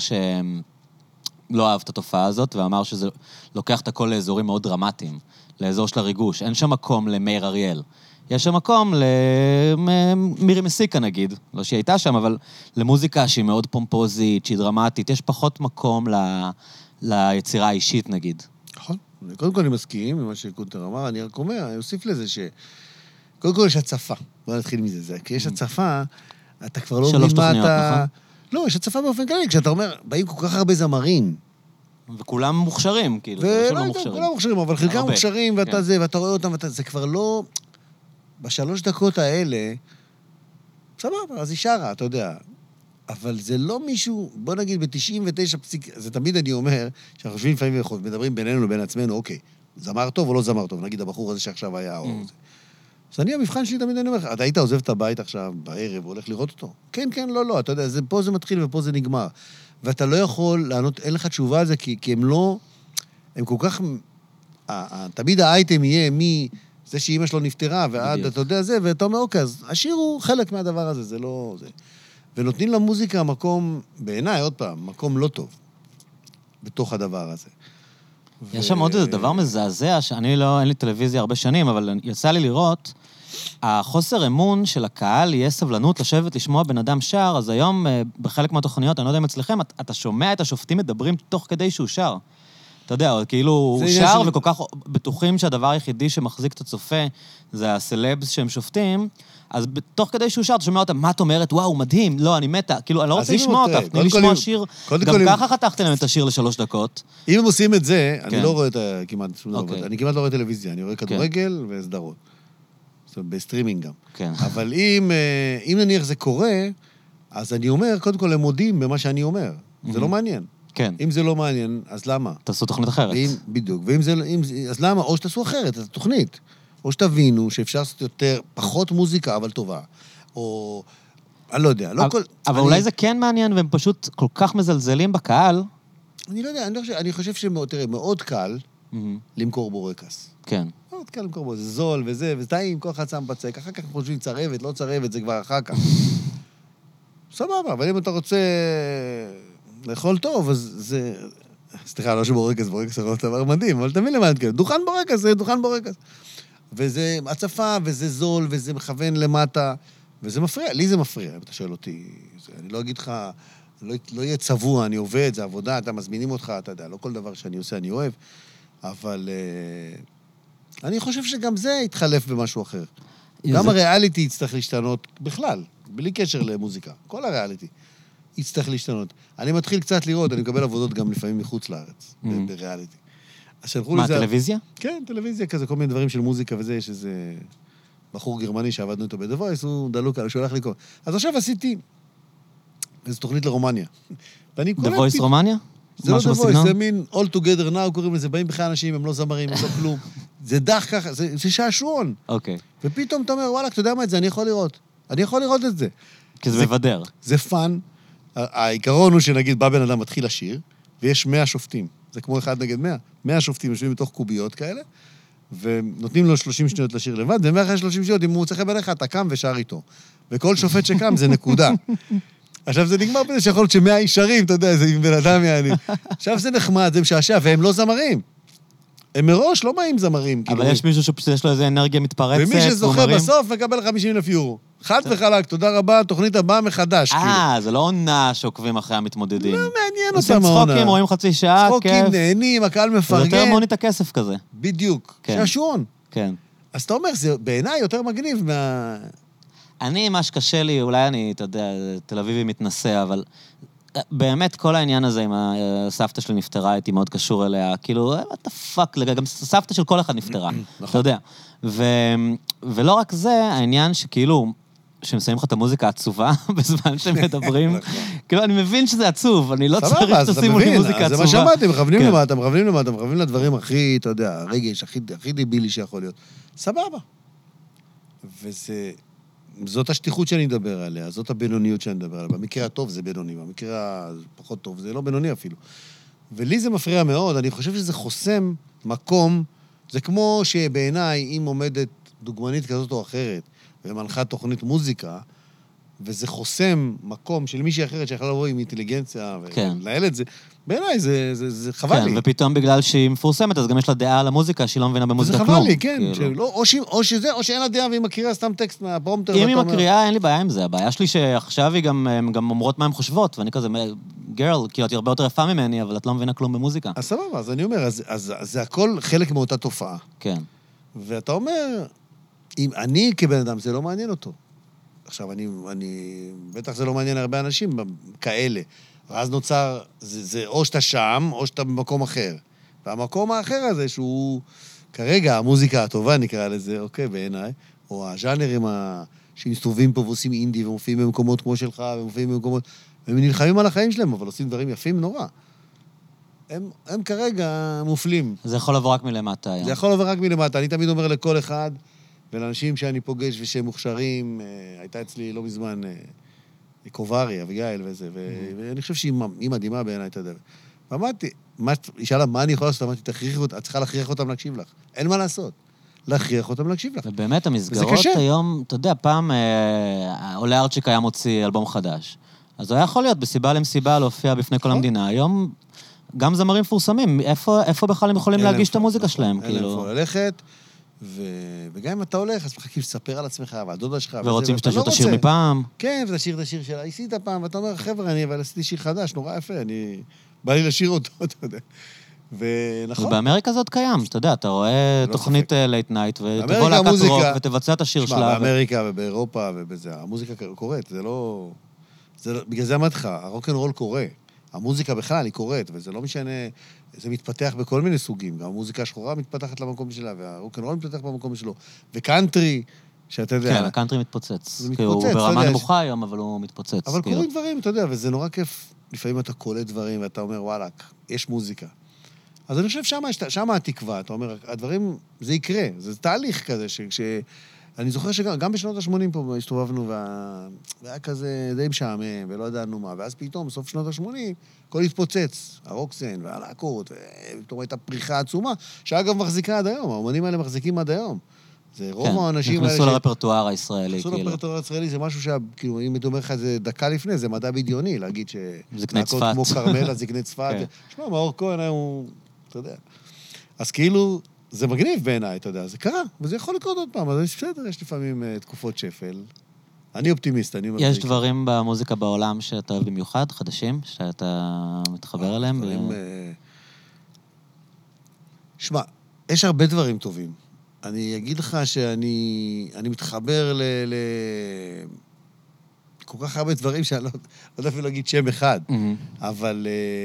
לא אהב את התופעה הזאת, ואמר שזה לוקח את הכל לאזורים מאוד דרמטיים, לאזור של הריגוש. אין שם מקום למאיר אריאל. יש שם מקום למירי מסיקה, נגיד. לא שהיא הייתה שם, אבל למוזיקה שהיא מאוד פומפוזית, שהיא דרמטית. יש פחות מקום ליצירה האישית, נגיד. נכון. קודם כל אני מסכים עם מה שקוטנר אמר, אני רק אומר, אני אוסיף לזה קודם כל יש הצפה. בוא נתחיל מזה. כי יש הצפה, אתה כבר לא מבין מה אתה... נכון? לא, יש הצפה באופן כללי. כשאתה אומר, באים כל כך הרבה זמרים. וכולם מוכשרים, כאילו. כולם מוכשרים, אבל חלקם מוכשרים, ואתה רואה אותם, זה כבר לא... בשלוש דקות האלה, סבבה, אז היא שרה, אתה יודע. אבל זה לא מישהו, בוא נגיד, ב-99 זה תמיד אני אומר, שאנחנו חושבים לפעמים מדברים בינינו לבין עצמנו, אוקיי, זמר טוב או לא זמר טוב, נגיד הבחור הזה שעכשיו היה, או זה. אז אני, המבחן שלי תמיד אני אומר, אתה היית עוזב את הבית עכשיו בערב, והולך לראות אותו? כן, כן, לא, אתה יודע, פה זה מתחיל ופה זה נגמר. ואתה לא יכול לענות, אין לך תשובה על זה, כי הם לא, הם כל כך, תמיד האייטם יהיה זה שאמא שלו נפטרה, ועד, אתה יודע זה, ואתה אומר, אוקיי, אז השיר הוא חלק מהדבר הזה, זה לא... זה. ונותנים למוזיקה מקום, בעיניי, עוד פעם, מקום לא טוב, בתוך הדבר הזה. יש שם עוד איזה דבר מזעזע, שאני לא, אין לי טלוויזיה הרבה שנים, אבל יצא לי לראות, החוסר אמון של הקהל יהיה סבלנות לשבת, לשמוע בן אדם שר, אז היום, בחלק מהתוכניות, אני לא יודע אם אצלכם, אתה שומע את השופטים מדברים תוך כדי שהוא שר. אתה יודע, כאילו, הוא שר וכל כך בטוחים שהדבר היחידי שמחזיק את הצופה זה הסלבס שהם שופטים, אז תוך כדי שהוא שר, אתה שומע אותם, מה את אומרת? וואו, מדהים, לא, אני מתה. כאילו, אני לא רוצה לשמוע אותך, תני לשמוע שיר. גם ככה חתכתי להם את השיר ל3 דקות. אם הם עושים את זה, אני לא רואה כמעט שום דבר. אני כמעט לא רואה טלוויזיה, אני רואה כדורגל וסדרות. זאת אומרת, בסטרימינג גם. אבל אם נניח זה קורה, אז אני אומר, קודם כל, הם מודים במה שאני אומר. זה לא מעניין. כן. אם זה לא מעניין, אז למה? תעשו תוכנית אחרת. בדיוק. אז למה? או שתעשו אחרת, את התוכנית. או שתבינו שאפשר לעשות יותר, פחות מוזיקה, אבל טובה. או... אני לא יודע. אבל אולי זה כן מעניין, והם פשוט כל כך מזלזלים בקהל. אני לא יודע, אני חושב שמאוד קל למכור בורקס. כן. מאוד קל למכור בורקס. זה זול וזה, וטעים, כל אחד שם בצק. אחר כך חושבים צרבת, לא צרבת, זה כבר אחר כך. סבבה, אבל אם אתה רוצה... לאכול טוב, אז זה... סליחה, לא שבורקס, בורקס זה לא דבר מדהים, אבל תמיד למעט כן. דוכן בורקס, זה דוכן בורקס. וזה הצפה, וזה זול, וזה מכוון למטה, וזה מפריע. לי זה מפריע, אם אתה שואל אותי. אני לא אגיד לך, לא יהיה צבוע, אני עובד, זה עבודה, אתה מזמינים אותך, אתה יודע, לא כל דבר שאני עושה אני אוהב, אבל אני חושב שגם זה יתחלף במשהו אחר. גם הריאליטי יצטרך להשתנות בכלל, בלי קשר למוזיקה. כל הריאליטי. יצטרך להשתנות. אני מתחיל קצת לראות, אני מקבל עבודות גם לפעמים מחוץ לארץ, בריאליטי. מה, טלוויזיה? כן, טלוויזיה כזה, כל מיני דברים של מוזיקה וזה, יש איזה בחור גרמני שעבדנו איתו בדווייס, הוא דלוק עליו, שהוא הולך לקרוא. אז עכשיו עשיתי איזו תוכנית לרומניה. דווייס רומניה? זה לא דווייס, זה מין all together now, קוראים לזה, באים בכלל אנשים, הם לא זמרים, הם לא כלום. זה דח ככה, זה שעשועון. אוקיי. ופתאום אתה אומר, וואלה, אתה יודע מה את זה, אני יכול לראות. אני יכול לראות את זה. כי זה מבדר. זה פן. העיקרון הוא שנגיד, בא בן אדם מתחיל לשיר, ויש 100 שופטים. זה כמו 1 נגד 100. 100 שופטים יושבים בתוך קוביות כאלה, ונותנים לו 30 שניות לשיר לבד, ומאחרי 30 שניות, אם הוא צריך לברך, אתה קם ושר איתו. וכל שופט שקם זה נקודה. עכשיו זה נגמר בזה שיכול להיות ש100 איש שרים, אתה יודע, זה עם בן אדם יעני. עכשיו זה נחמד, זה משעשע, והם לא זמרים. הם מראש לא באים זמרים. אבל יש מישהו שיש לו איזה אנרגיה מתפרצת. ומי שזוכה בסוף מקבל 50,000 יורו. חד וחלק, תודה רבה, תוכנית הבאה מחדש. זה לא עונה שעוקבים אחרי המתמודדים. לא מעניין אותם העונה. צחוקים, רואים חצי שעה, כיף. צחוקים, נהנים, הקהל מפרגן. זה יותר מונית הכסף כזה. בדיוק, שעשועון. כן. אז אתה אומר, זה בעיניי יותר מגניב מה... אני, מה שקשה לי, אולי אני, אתה יודע, תל אביבי מתנסה, אבל באמת כל העניין הזה עם הסבתא שלי נפטרה, הייתי מאוד קשור אליה, כאילו, what the fuck, גם סבתא של כל אחד נפטרה, אתה יודע. ולא רק זה, העניין שכאילו, שמסיים לך את המוזיקה העצובה בזמן שהם מדברים, כאילו, אני מבין שזה עצוב, אני לא צריך שתשימו לי מוזיקה עצובה. זה מה שאמרתי, מכוונים למטה, מכוונים לדברים הכי, אתה יודע, הרגש, הכי דיבילי שיכול להיות. סבבה. זאת השטיחות שאני מדבר עליה, זאת הבינוניות שאני מדבר עליה. במקרה הטוב זה בינוני, במקרה הפחות טוב זה לא בינוני אפילו. ולי זה מפריע מאוד, אני חושב שזה חוסם מקום, זה כמו שבעיניי, אם עומדת דוגמנית כזאת או אחרת, ומנחה תוכנית מוזיקה, וזה חוסם מקום של מישהי אחרת שיכולה לבוא עם אינטליגנציה, ולנהל את זה, בעיניי זה חבל לי. כן, ופתאום בגלל שהיא מפורסמת, אז גם יש לה דעה על המוזיקה, שהיא לא מבינה במוזיקה כלום. זה חבל לי, כן. או שאין לה דעה והיא מכירה סתם טקסט מהפרומטר. אם היא מקריאה, אין לי בעיה עם זה. הבעיה שלי שעכשיו היא גם אומרות מה הן חושבות, ואני כזה, גרל, כי את הרבה יותר יפה ממני, אבל את לא מבינה כלום במוזיקה. אז סבבה, אז אני אומר, אז זה הכל חלק מאותה תופעה. כן. ואתה אומר, אם אני כבן אדם, זה לא מעניין אותו. עכשיו, בטח זה לא מעניין הרבה אנשים כאלה. ואז נוצר, זה או שאתה שם, או שאתה במקום אחר. והמקום האחר הזה, שהוא כרגע המוזיקה הטובה, נקרא לזה, אוקיי, בעיניי, או הז'אנרים שמסתובבים פה ועושים אינדי, ומופיעים במקומות כמו שלך, ומופיעים במקומות, והם נלחמים על החיים שלהם, אבל עושים דברים יפים נורא. הם כרגע מופלים. זה יכול לבוא רק מלמטה היום. זה יכול לבוא רק מלמטה. אני תמיד אומר לכל אחד, ולאנשים שאני פוגש ושהם מוכשרים, הייתה אצלי לא מזמן קוברי, אביגיל וזה, ואני חושב שהיא מדהימה בעיניי את הדבר. ואמרתי, היא שאלה, מה אני יכול לעשות? אמרתי, את צריכה להכריח אותם להקשיב לך. אין מה לעשות. להכריח אותם להקשיב לך. ובאמת המסגרות היום, אתה יודע, פעם עולה ארצ'יק היה מוציא אלבום חדש. אז הוא היה יכול להיות בסיבה למסיבה להופיע בפני כל המדינה. היום גם זמרים מפורסמים, איפה בכלל הם יכולים להגיש את המוזיקה שלהם? אין להם איפה ללכת, וגם אם אתה הולך, אז מחכים לספר על עצמך, והדודה שלך, ורוצים שתשאיר את השיר מפעם. כן, ותשאיר את השיר שלה. עשית פעם, ואתה אומר, חבר'ה, אבל עשיתי שיר חדש, נורא יפה, בא לי לשיר אותו, אתה יודע. ונכון. ובאמריקה זה עוד קיים, אתה יודע, אתה רואה תוכנית לייט נייט, ותבוא להקת רוק ותבצע את השיר שלה. באמריקה ובאירופה ובזה, המוזיקה קורית, זה לא... בגלל זה אמרתי לך, הרוק'נ'רול קורה. המוזיקה בכלל היא קורית, וזה לא משנה, זה מתפתח בכל מיני סוגים. גם המוזיקה השחורה מתפתחת למקום שלה, והרוק'נ'רול מתפתח במקום שלו. וקאנטרי, שאתה יודע... כן, הקאנטרי מתפוצץ. הוא ברמה נמוכה היום, אבל הוא מתפוצץ. אבל קוראים דברים, אתה יודע, וזה נורא כיף. לפעמים אתה קולט דברים, ואתה אומר, וואלק, יש מוזיקה. אז אני חושב שמה התקווה, אתה אומר, הדברים, זה יקרה. זה תהליך כזה, אני זוכר שגם בשנות ה-80 פה הסתובבנו, והיה כזה די משעמם, ולא ידענו מה, ואז פתאום, בסוף שנות ה-80, הכל התפוצץ, הרוקסן והלהקות, ופתאום הייתה פריחה עצומה, שאגב מחזיקה עד היום, האומנים האלה מחזיקים עד היום. זה רוב האנשים האלה... נכנסו לרפרטואר הישראלי, נכנסו לרפרטואר הישראלי, זה משהו כאילו, אם אתה אומר לך, זה דקה לפני, זה מדע בדיוני, להגיד שלהקות כמו קרמלה, זקני צפת, שמע, מאור כהן הוא, אתה יודע. אז כאילו, זה מגניב בעיניי, אתה יודע, זה קרה, וזה יכול לקרות עוד פעם, אז בסדר, יש לפעמים תקופות שפל. אני אופטימיסט, אני אומר... יש דברים במוזיקה בעולם שאתה אוהב במיוחד, חדשים, שאתה מתחבר אליהם? שמע, יש הרבה דברים טובים. אני אגיד לך שאני מתחבר כל כך הרבה דברים שאני לא יודע אפילו להגיד שם אחד, אבל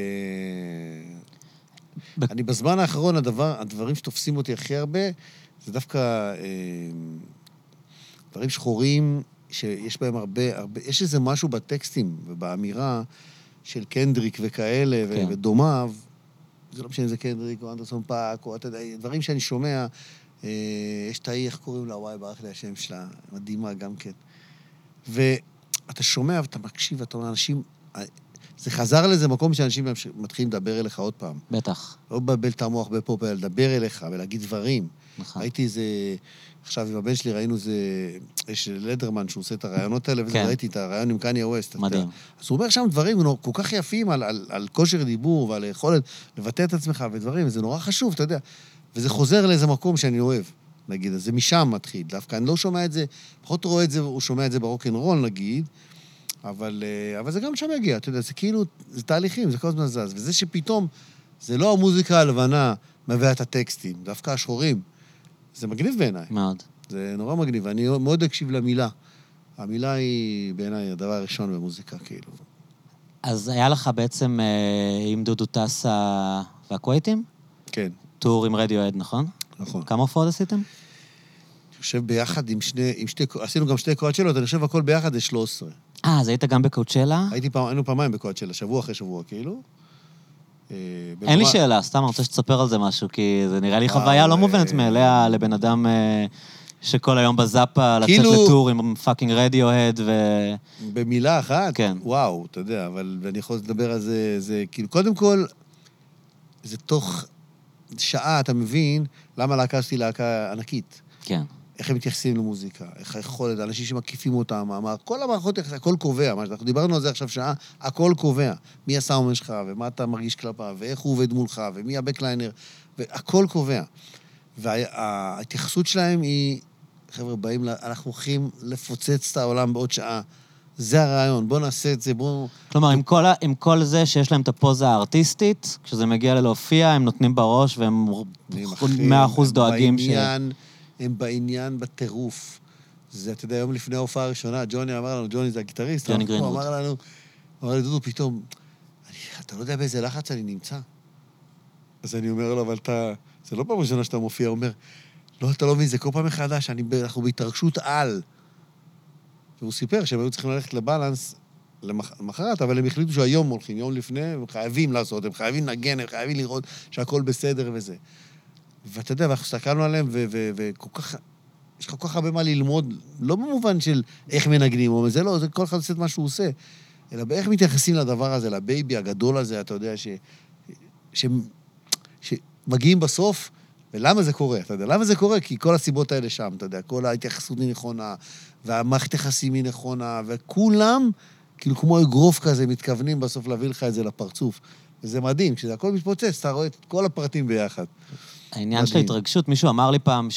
אני בזמן האחרון, הדברים שתופסים אותי הכי הרבה, זה דווקא דברים שחורים, שיש בהם הרבה, יש איזה משהו בטקסטים ובאמירה של קנדריק וכאלה ודומיו, זה לא משנה אם זה קנדריק או אנדרסון פאק, או דברים שאני שומע, יש תאי, איך קוראים לה, וואי, ברח לי השם שלה, מדהימה גם כן. ואתה שומע ואתה מקשיב, ואתה אומר, אנשים, זה חזר לאיזה מקום שאנשים מתחילים לדבר אליך עוד פעם. בטח. לא לבלבל את המוח בפופ, אלא לדבר אליך ולהגיד דברים. נכון. ראיתי איזה, עכשיו עם הבן שלי ראינו איזה, יש לדרמן שהוא עושה את הרעיונות האלה, וזה ראיתי את הרעיון עם קניה ווסט. מדהים. אז הוא אומר שם דברים כל כך יפים על כושר דיבור ועל יכולת לבטא את עצמך ודברים, וזה נורא חשוב, אתה יודע. וזה חוזר לאיזה מקום שאני אוהב, נגיד, אז זה משם מתחיל. דווקא אני לא שומע את זה, פחות רואה את זה, הוא שומע את זה ברוק'נ'רול, נגיד, אבל זה גם שם יגיע, אתה יודע, זה כאילו, זה תהליכים, זה כל הזמן זז, וזה שפתאום, זה לא המוזיקה הלבנה מביאה את הטקסטים, דווקא השחורים, זה מגניב בעיניי. מאוד. זה נורא מגניב, ואני מאוד אקשיב למילה. המילה היא בעיניי הדבר הראשון במוזיקה, כאילו. אז היה לך בעצם עם דודו טסה והקווייטים? כן. טור עם רדיואד, נכון? נכון. כמה הופעות עשיתם? אני חושב ביחד עם שתי, עשינו גם שתי קואצ'לות, אני חושב הכל ביחד זה 13. אז היית גם בקואצ'לה? היינו פעמיים בקואצ'לה, שבוע אחרי שבוע, כאילו. אין לי שאלה, סתם אני רוצה שתספר על זה משהו, כי זה נראה לי חוויה לא מובנת מאליה לבן אדם שכל היום בזאפה לצאת לטור עם פאקינג רדיואד ו... במילה אחת? כן. וואו, אתה יודע, אבל אני יכול לדבר על זה, כאילו, קודם כל, זה תוך שעה אתה מבין למה להקה שלי להקה ענקית. כן. איך הם מתייחסים למוזיקה, איך היכולת, אנשים שמקיפים אותם, כל המערכות, הכל קובע, אנחנו דיברנו על זה עכשיו שעה, הכל קובע. מי הסאומן שלך, ומה אתה מרגיש כלפיו, ואיך הוא עובד מולך, ומי הבקליינר, והכל קובע. וההתייחסות שלהם היא, חבר'ה, אנחנו הולכים לפוצץ את העולם בעוד שעה. זה הרעיון, בוא נעשה את זה, בוא... כלומר, עם כל זה שיש להם את הפוזה הארטיסטית, כשזה מגיע ללהופיע, הם נותנים בראש, והם 100% דואגים ש... הם בעניין בטירוף. זה, אתה יודע, יום לפני ההופעה הראשונה, ג'וני אמר לנו, ג'וני זה הגיטריסט, ג'וני גרינווד. הוא אמר לי, דודו, פתאום, אתה לא יודע באיזה לחץ אני נמצא. אז אני אומר לו, אבל זה לא פעם ראשונה שאתה מופיע, הוא אומר, לא, אתה לא מבין, זה כל פעם מחדש, אנחנו בהתרגשות על. והוא סיפר שהם היו צריכים ללכת לבלנס למחרת, אבל הם החליטו שהיום הולכים, יום לפני, הם חייבים לעשות, הם חייבים לנגן, הם חייבים לראות שהכל בסדר וזה. ואתה יודע, ואנחנו הסתכלנו עליהם, וכל כך, יש לך כל כך הרבה מה ללמוד, לא במובן של איך מנגנים, או זה לא, זה כל אחד עושה את מה שהוא עושה, אלא באיך מתייחסים לדבר הזה, לבייבי הגדול הזה, אתה יודע, שמגיעים בסוף, ולמה זה קורה? אתה יודע, למה זה קורה? כי כל הסיבות האלה שם, אתה יודע, כל ההתייחסות היא נכונה, והמערכת יחסים היא נכונה, וכולם, כאילו כמו אגרוף כזה, מתכוונים בסוף להביא לך את זה לפרצוף. וזה מדהים, כשזה הכל מתפוצץ, אתה רואה את כל הפרטים ביחד. העניין של ההתרגשות, מישהו אמר לי פעם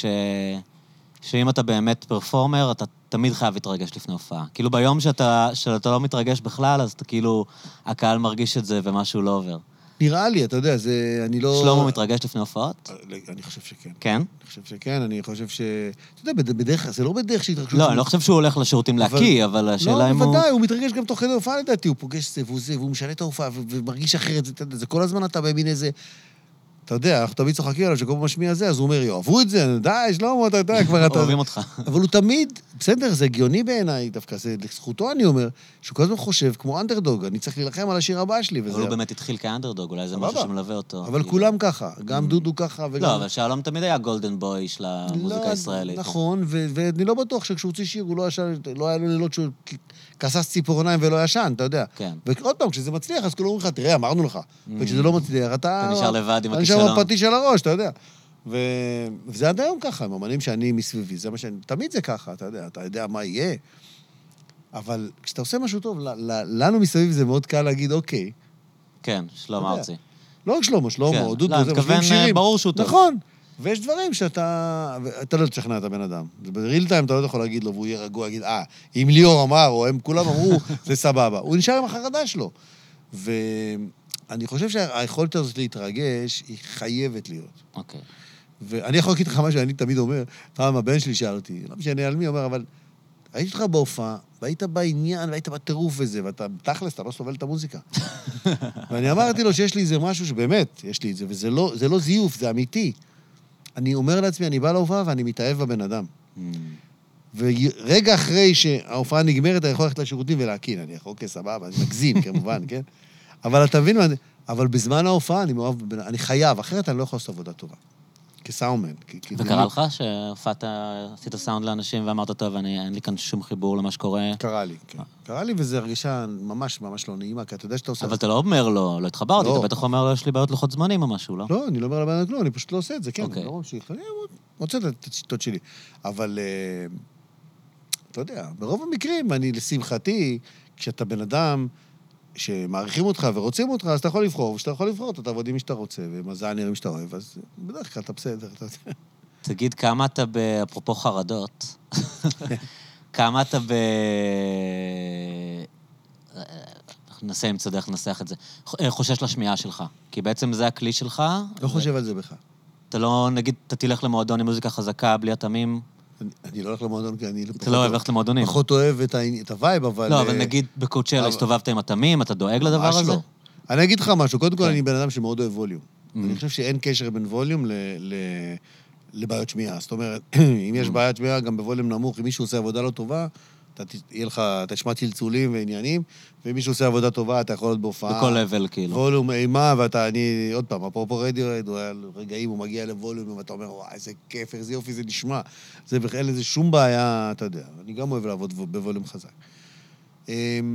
שאם אתה באמת פרפורמר, אתה תמיד חייב להתרגש לפני הופעה. כאילו ביום שאתה לא מתרגש בכלל, אז אתה כאילו, הקהל מרגיש את זה ומשהו לא עובר. נראה לי, אתה יודע, זה, אני לא... שלמה מתרגש לפני הופעות? אני חושב שכן. כן? אני חושב שכן, אני חושב ש... אתה יודע, בדרך, זה לא בדרך שהתרגשות... לא, אני לא חושב שהוא הולך לשירותים להקיא, אבל השאלה אם הוא... לא, בוודאי, הוא מתרגש גם תוך כדי הופעה לדעתי, הוא פוגש זה והוא משנה את ההופעה ומרגיש אחרת, זה כל הזמן אתה במין איזה... אתה יודע, אנחנו תמיד צוחקים עליו שכל פעם משמיע זה, אז הוא אומר, יאהבו את זה, די, שלמה, אתה יודע, כבר אתה... אוהבים אותך. אבל הוא תמיד, בסדר, זה הגיוני בעיניי דווקא, זה לזכותו אני אומר, שהוא כל הזמן חושב כמו אנדרדוג, אני צריך להילחם על השיר הבא שלי, וזה... אבל הוא באמת התחיל כאנדרדוג, אולי זה משהו שמלווה אותו. אבל כולם ככה, גם דודו ככה וגם... לא, אבל שלום תמיד היה גולדן בוי של המוזיקה הישראלית. נכון, ואני לא בטוח שכשהוא הוציא שיר, הוא לא היה לו לילות שהוא כסס ציפורניים ולא ישן, אתה יודע. כן. ועוד פעם, כשזה מצליח, אז כולם אומרים לך, תראה, אמרנו לך. וכשזה לא מצליח, אתה נשאר לבד עם הכישלון. פטיש על הראש, אתה יודע. וזה עד היום ככה, הם אמנים שאני מסביבי, זה מה שאני... תמיד זה ככה, אתה יודע מה יהיה. אבל כשאתה עושה משהו טוב, לנו מסביב זה מאוד קל להגיד, אוקיי. כן, שלמה ארצי. לא רק שלמה, דודו, זה מתכוון, ברור שהוא טוב. נכון. ויש דברים אתה לא תשכנע את הבן אדם. בריל טיים אתה לא יכול להגיד לו, והוא יהיה רגוע, יגיד, אם ליאור אמר, או הם כולם אמרו, זה סבבה. הוא נשאר עם החרדה שלו. ואני חושב שהיכולת הזאת להתרגש, היא חייבת להיות. אוקיי. ואני יכול להגיד לך מה שאני תמיד אומר, פעם הבן שלי שאל אותי, לא משנה על מי, אומר, אבל הייתי אותך בהופעה, והיית בעניין, והיית בטירוף וזה, ואתה, תכלס, אתה לא סובל את המוזיקה. ואני אמרתי לו שיש לי איזה משהו שבאמת, יש לי את זה, וזה לא זיוף, זה אמיתי. אני אומר לעצמי, אני בא להופעה ואני מתאהב בבן אדם. ורגע אחרי שההופעה נגמרת, אני יכול ללכת לשירותים ולהקין, אני יכול, אוקיי, סבבה, אני מגזים, כמובן, כן? אבל אתה מבין, אבל בזמן ההופעה אני מאוהב, אני חייב, אחרת אני לא יכול לעשות עבודה טובה. כסאונדמן. וקרה לך שהופעת, עשית סאונד לאנשים ואמרת, טוב, אין לי כאן שום חיבור למה שקורה? קרה לי, כן. קרה לי, וזו הרגישה ממש ממש לא נעימה, כי אתה יודע שאתה עושה... אבל אתה לא אומר לו, לא התחברתי, אתה בטח אומר לו, יש לי בעיות לוחות זמנים או משהו, לא? לא, אני לא אומר לבן כלום, אני פשוט לא עושה את זה, כן, אני לא ממשיך, אני מוצא את השיטות שלי. אבל, אתה יודע, ברוב המקרים, לשמחתי, כשאתה בן אדם שמעריכים אותך ורוצים אותך, אז אתה יכול לבחור, וכשאתה יכול לבחור, אתה תעבוד עם מי שאתה רוצה, ומזענרים שאתה אוהב, אז בדרך כלל אתה בסדר, אתה יודע. תגיד, כמה אתה אפרופו חרדות, כמה אתה ננסה, אם צדק, ננסח את זה, חושש לשמיעה שלך, כי בעצם זה הכלי שלך. לא חושב על זה בכלל. אתה לא, נגיד, אתה תלך למועדון עם מוזיקה חזקה, בלי התמים? אני לא הולך למועדון, כי אני... אתה לא אוהב ללכת למועדונים. פחות אוהב את הווייב, אבל... לא, אבל נגיד בקוצ'לה, הסתובבת עם התמים, אתה דואג לדבר הזה? לא. אני אגיד לך משהו, קודם כל אני בן אדם שמאוד אוהב ווליום. אני חושב שאין קשר בין ווליום לבעיות שמיעה. זאת אומרת, אם יש בעיית שמיעה, גם בווליום נמוך, אם מישהו עושה עבודה לא טובה, אתה תשמע צלצולים ועניינים, ואם מישהו עושה עבודה טובה, אתה יכול להיות בהופעה. בכל לבל, כאילו. ווליום אימה, עוד פעם, אפרופו רדיואד, רגעים הוא מגיע לווליום, ואתה אומר, וואי, איזה כיף, איזה יופי, זה נשמע. זה בכלל איזה שום בעיה, אתה יודע. אני גם אוהב לעבוד בווליום חזק.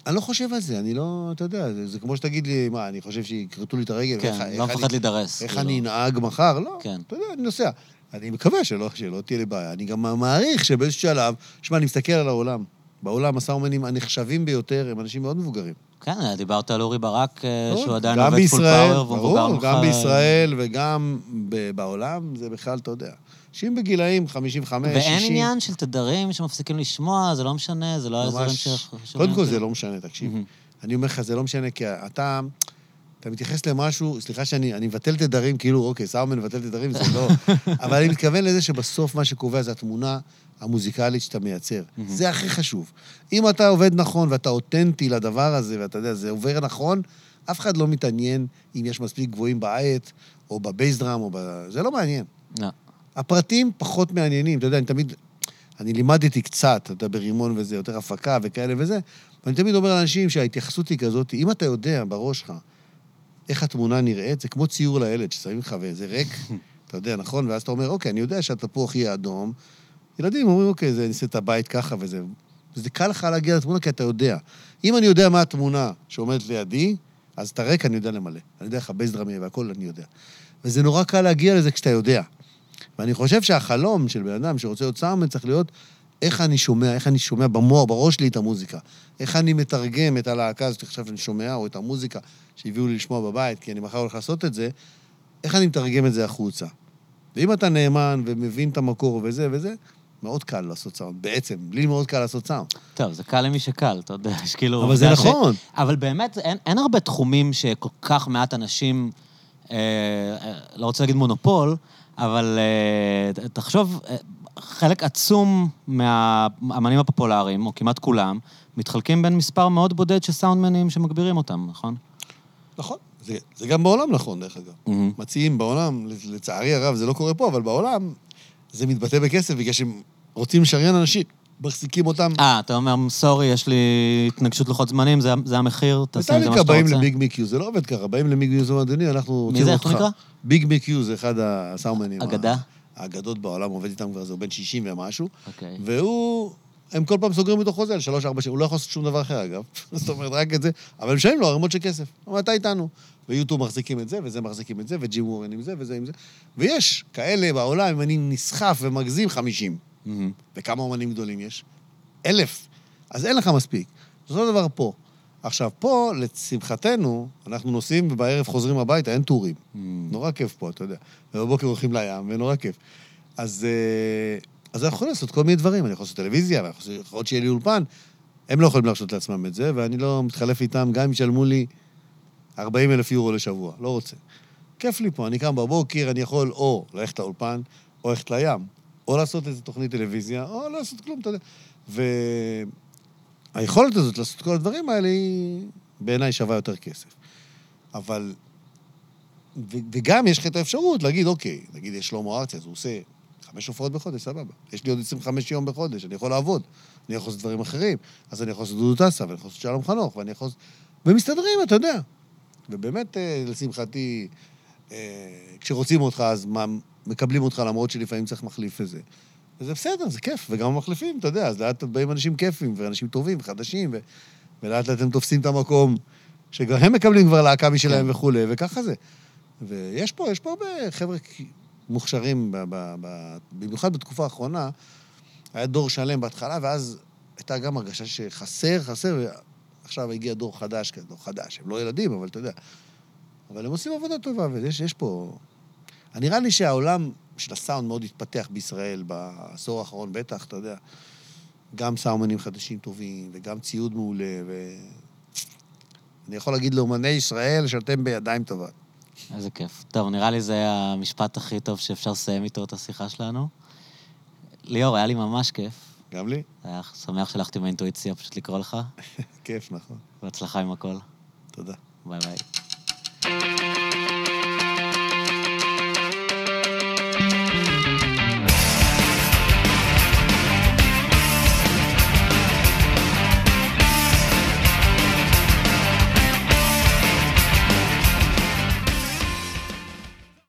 אני לא חושב על זה, אני לא, אתה יודע, זה כמו שתגיד לי, מה, אני חושב שיכרתו לי את הרגל, כן, לא מפחד להידרס. איך אני אנהג מחר? לא, כן. אתה יודע, אני נוסע. אני מקווה שלא תהיה לי בעיה. אני גם מעריך שבאיזשהו שלב, שמע, אני מסתכל על העולם. בעולם, הסאומנים הנחשבים ביותר, הם אנשים מאוד מבוגרים. כן, דיברת על אורי ברק, שהוא עדיין גם עובד פול פאוור, והוא מבוגר ממך. גם בישראל וגם בעולם, זה בכלל, אתה יודע. אנשים בגילאים 55, 60. ואין עניין של תדרים שמפסיקים לשמוע, זה לא משנה, זה לא האזורים ששומעים. קודם כל זה לא משנה, תקשיב. אני אומר לך, זה לא משנה, כי אתה מתייחס למשהו, סליחה שאני מבטל תדרים, כאילו, אוקיי, סאומן מבטל תדרים, זה לא. אבל אני מתכוון לזה שבסוף מה שקובע זה התמונה המוזיקלית שאתה מייצר. זה הכי חשוב. אם אתה עובד נכון ואתה אותנטי לדבר הזה, ואתה יודע, זה עובר נכון, אף אחד לא מתעניין אם יש מספיק גבוהים בעט, או בבייס דראם, זה לא מעניין. לא. הפרטים פחות מעניינים, אתה יודע, אני לימדתי קצת, אתה יודע, ברימון וזה, יותר הפקה וכאלה וזה, ואני תמיד אומר לאנשים שההתייחסות היא כזאת, אם אתה יודע בראש שלך איך התמונה נראית, זה כמו ציור לילד, ששמים לך וזה ריק, אתה יודע, נכון? ואז אתה אומר, אוקיי, אני יודע שהתפוח יהיה אדום, ילדים אומרים, אוקיי, אני אעשה את הבית ככה וזה קל לך להגיע לתמונה, כי אתה יודע. אם אני יודע מה התמונה שעומדת לידי, אז את הרק אני יודע למלא. אני יודע איך הבייס דרמי והכל אני יודע. וזה נורא קל להגיע לזה כשאתה יודע. ואני חושב שהחלום של בן אדם שרוצה להיות סאומן צריך להיות איך אני שומע במוח, בראש לי את המוזיקה. איך אני מתרגם את הלהקה הזאת, עכשיו אני שומע, או את המוזיקה שהביאו לי לשמוע בבית, כי אני מחר הולך לעשות את זה, איך אני מתרגם את זה החוצה. ואם אתה נאמן ומבין את המקור וזה, מאוד קל לעשות סאונד. בעצם, לי מאוד קל לעשות סאונד. טוב, זה קל למי שקל, אתה יודע, יש כאילו... אבל זה נכון. אבל באמת, אין הרבה תחומים שכל כך מעט אנשים, לא רוצה להגיד מונופול, אבל תחשוב, חלק עצום מהאמנים הפופולריים, או כמעט כולם, מתחלקים בין מספר מאוד בודד של סאונדמנים שמגבירים אותם, נכון? נכון. זה גם בעולם נכון, דרך אגב. מציעים בעולם, לצערי הרב, זה לא קורה פה, אבל בעולם זה מתבטא בכסף, בגלל שהם רוצים לשריין אנשים, מחזיקים אותם. אתה אומר, סורי, יש לי התנגשות לוחות זמנים, זה המחיר, תעשה עם זה מה שאתה רוצה. באים לביג מיקיו, זה לא עובד ככה, באים לביג מיקיו, אדוני, אנחנו... מי זה, איך נקרא? ביג מיקיו זה אחד הסאומנים. אגדה? האגדות בעולם, עובד איתם כבר, זה הוא בן 60 ומשהו. אוקיי. הם כל פעם סוגרים איתו חוזה על 3-4 שנים, הוא לא יכול לעשות שום דבר אחר, אגב. זאת אומרת, רק את זה, אבל הם משלמים לו ערימות של כסף. אבל אתה איתנו. ויוטיוב מחזיקים את זה, וזה מחזיקים את זה, וג'ים וורן עם זה, וזה עם זה. ויש כאלה בעולם, אם אני נסחף ומגזים 50. וכמה אומנים גדולים יש? 1,000. אז אין לך מספיק. זה אותו דבר פה. עכשיו, פה, לשמחתנו, אנחנו נוסעים ובערב חוזרים הביתה, אין טורים. נורא כיף פה, אתה יודע. ובבוקר הולכים לים, ונורא כיף. אז אני יכול לעשות כל מיני דברים. אני יכול לעשות טלוויזיה, ואני יכול שיהיה לי אולפן. הם לא יכולים להרשות לעצמם את זה, ואני לא מתחלף איתם, גם אם ישלמו לי 40,000 יורו לשבוע. לא רוצה. כיף לי פה, אני קם בבוקר, אני יכול או ללכת לאולפן, או ללכת לים, או לעשות איזו תוכנית טלוויזיה, או לא לעשות כלום, אתה יודע. והיכולת הזאת לעשות כל הדברים האלה היא בעיניי שווה יותר כסף. אבל, וגם יש לך את האפשרות להגיד, אוקיי, נגיד יש שלמה ארצי, אז הוא עושה 5 הופעות בחודש, סבבה. יש לי עוד 25 יום בחודש, אני יכול לעבוד, אני יכול לעשות דברים אחרים, אז אני יכול לעשות דודו טסה, ואני יכול לעשות שלום חנוך, ואני יכול... ומסתדרים, אתה יודע. ובאמת, לשמחתי, כשרוצים אותך, אז מקבלים אותך, למרות שלפעמים צריך מחליף וזה. וזה בסדר, זה כיף, וגם המחליפים, אתה יודע, אז לאט באים אנשים כיפים, ואנשים טובים, חדשים, ולאט לאט הם תופסים את המקום, שגם הם מקבלים כבר להקה משלהם וכו', וככה זה. ויש פה הרבה חבר'ה מוכשרים, במיוחד בתקופה האחרונה, היה דור שלם בהתחלה, ואז הייתה גם הרגשה שחסר, ועכשיו הגיע דור חדש, הם לא ילדים, אבל אתה יודע. אבל הם עושים עבודה טובה, ויש פה... נראה לי שהעולם של הסאונד מאוד התפתח בישראל, בעשור האחרון בטח, אתה יודע, גם סאומנים חדשים טובים, וגם ציוד מעולה, אני יכול להגיד לאומני ישראל שאתם בידיים טובה. איזה כיף. טוב, נראה לי זה המשפט הכי טוב שאפשר לסיים איתו את השיחה שלנו. ליאור, היה לי ממש כיף. גם לי. היה שמח שלחתי באינטואיציה פשוט לקרוא לך. כיף, נכון. והצלחה עם הכל. תודה. ביי ביי.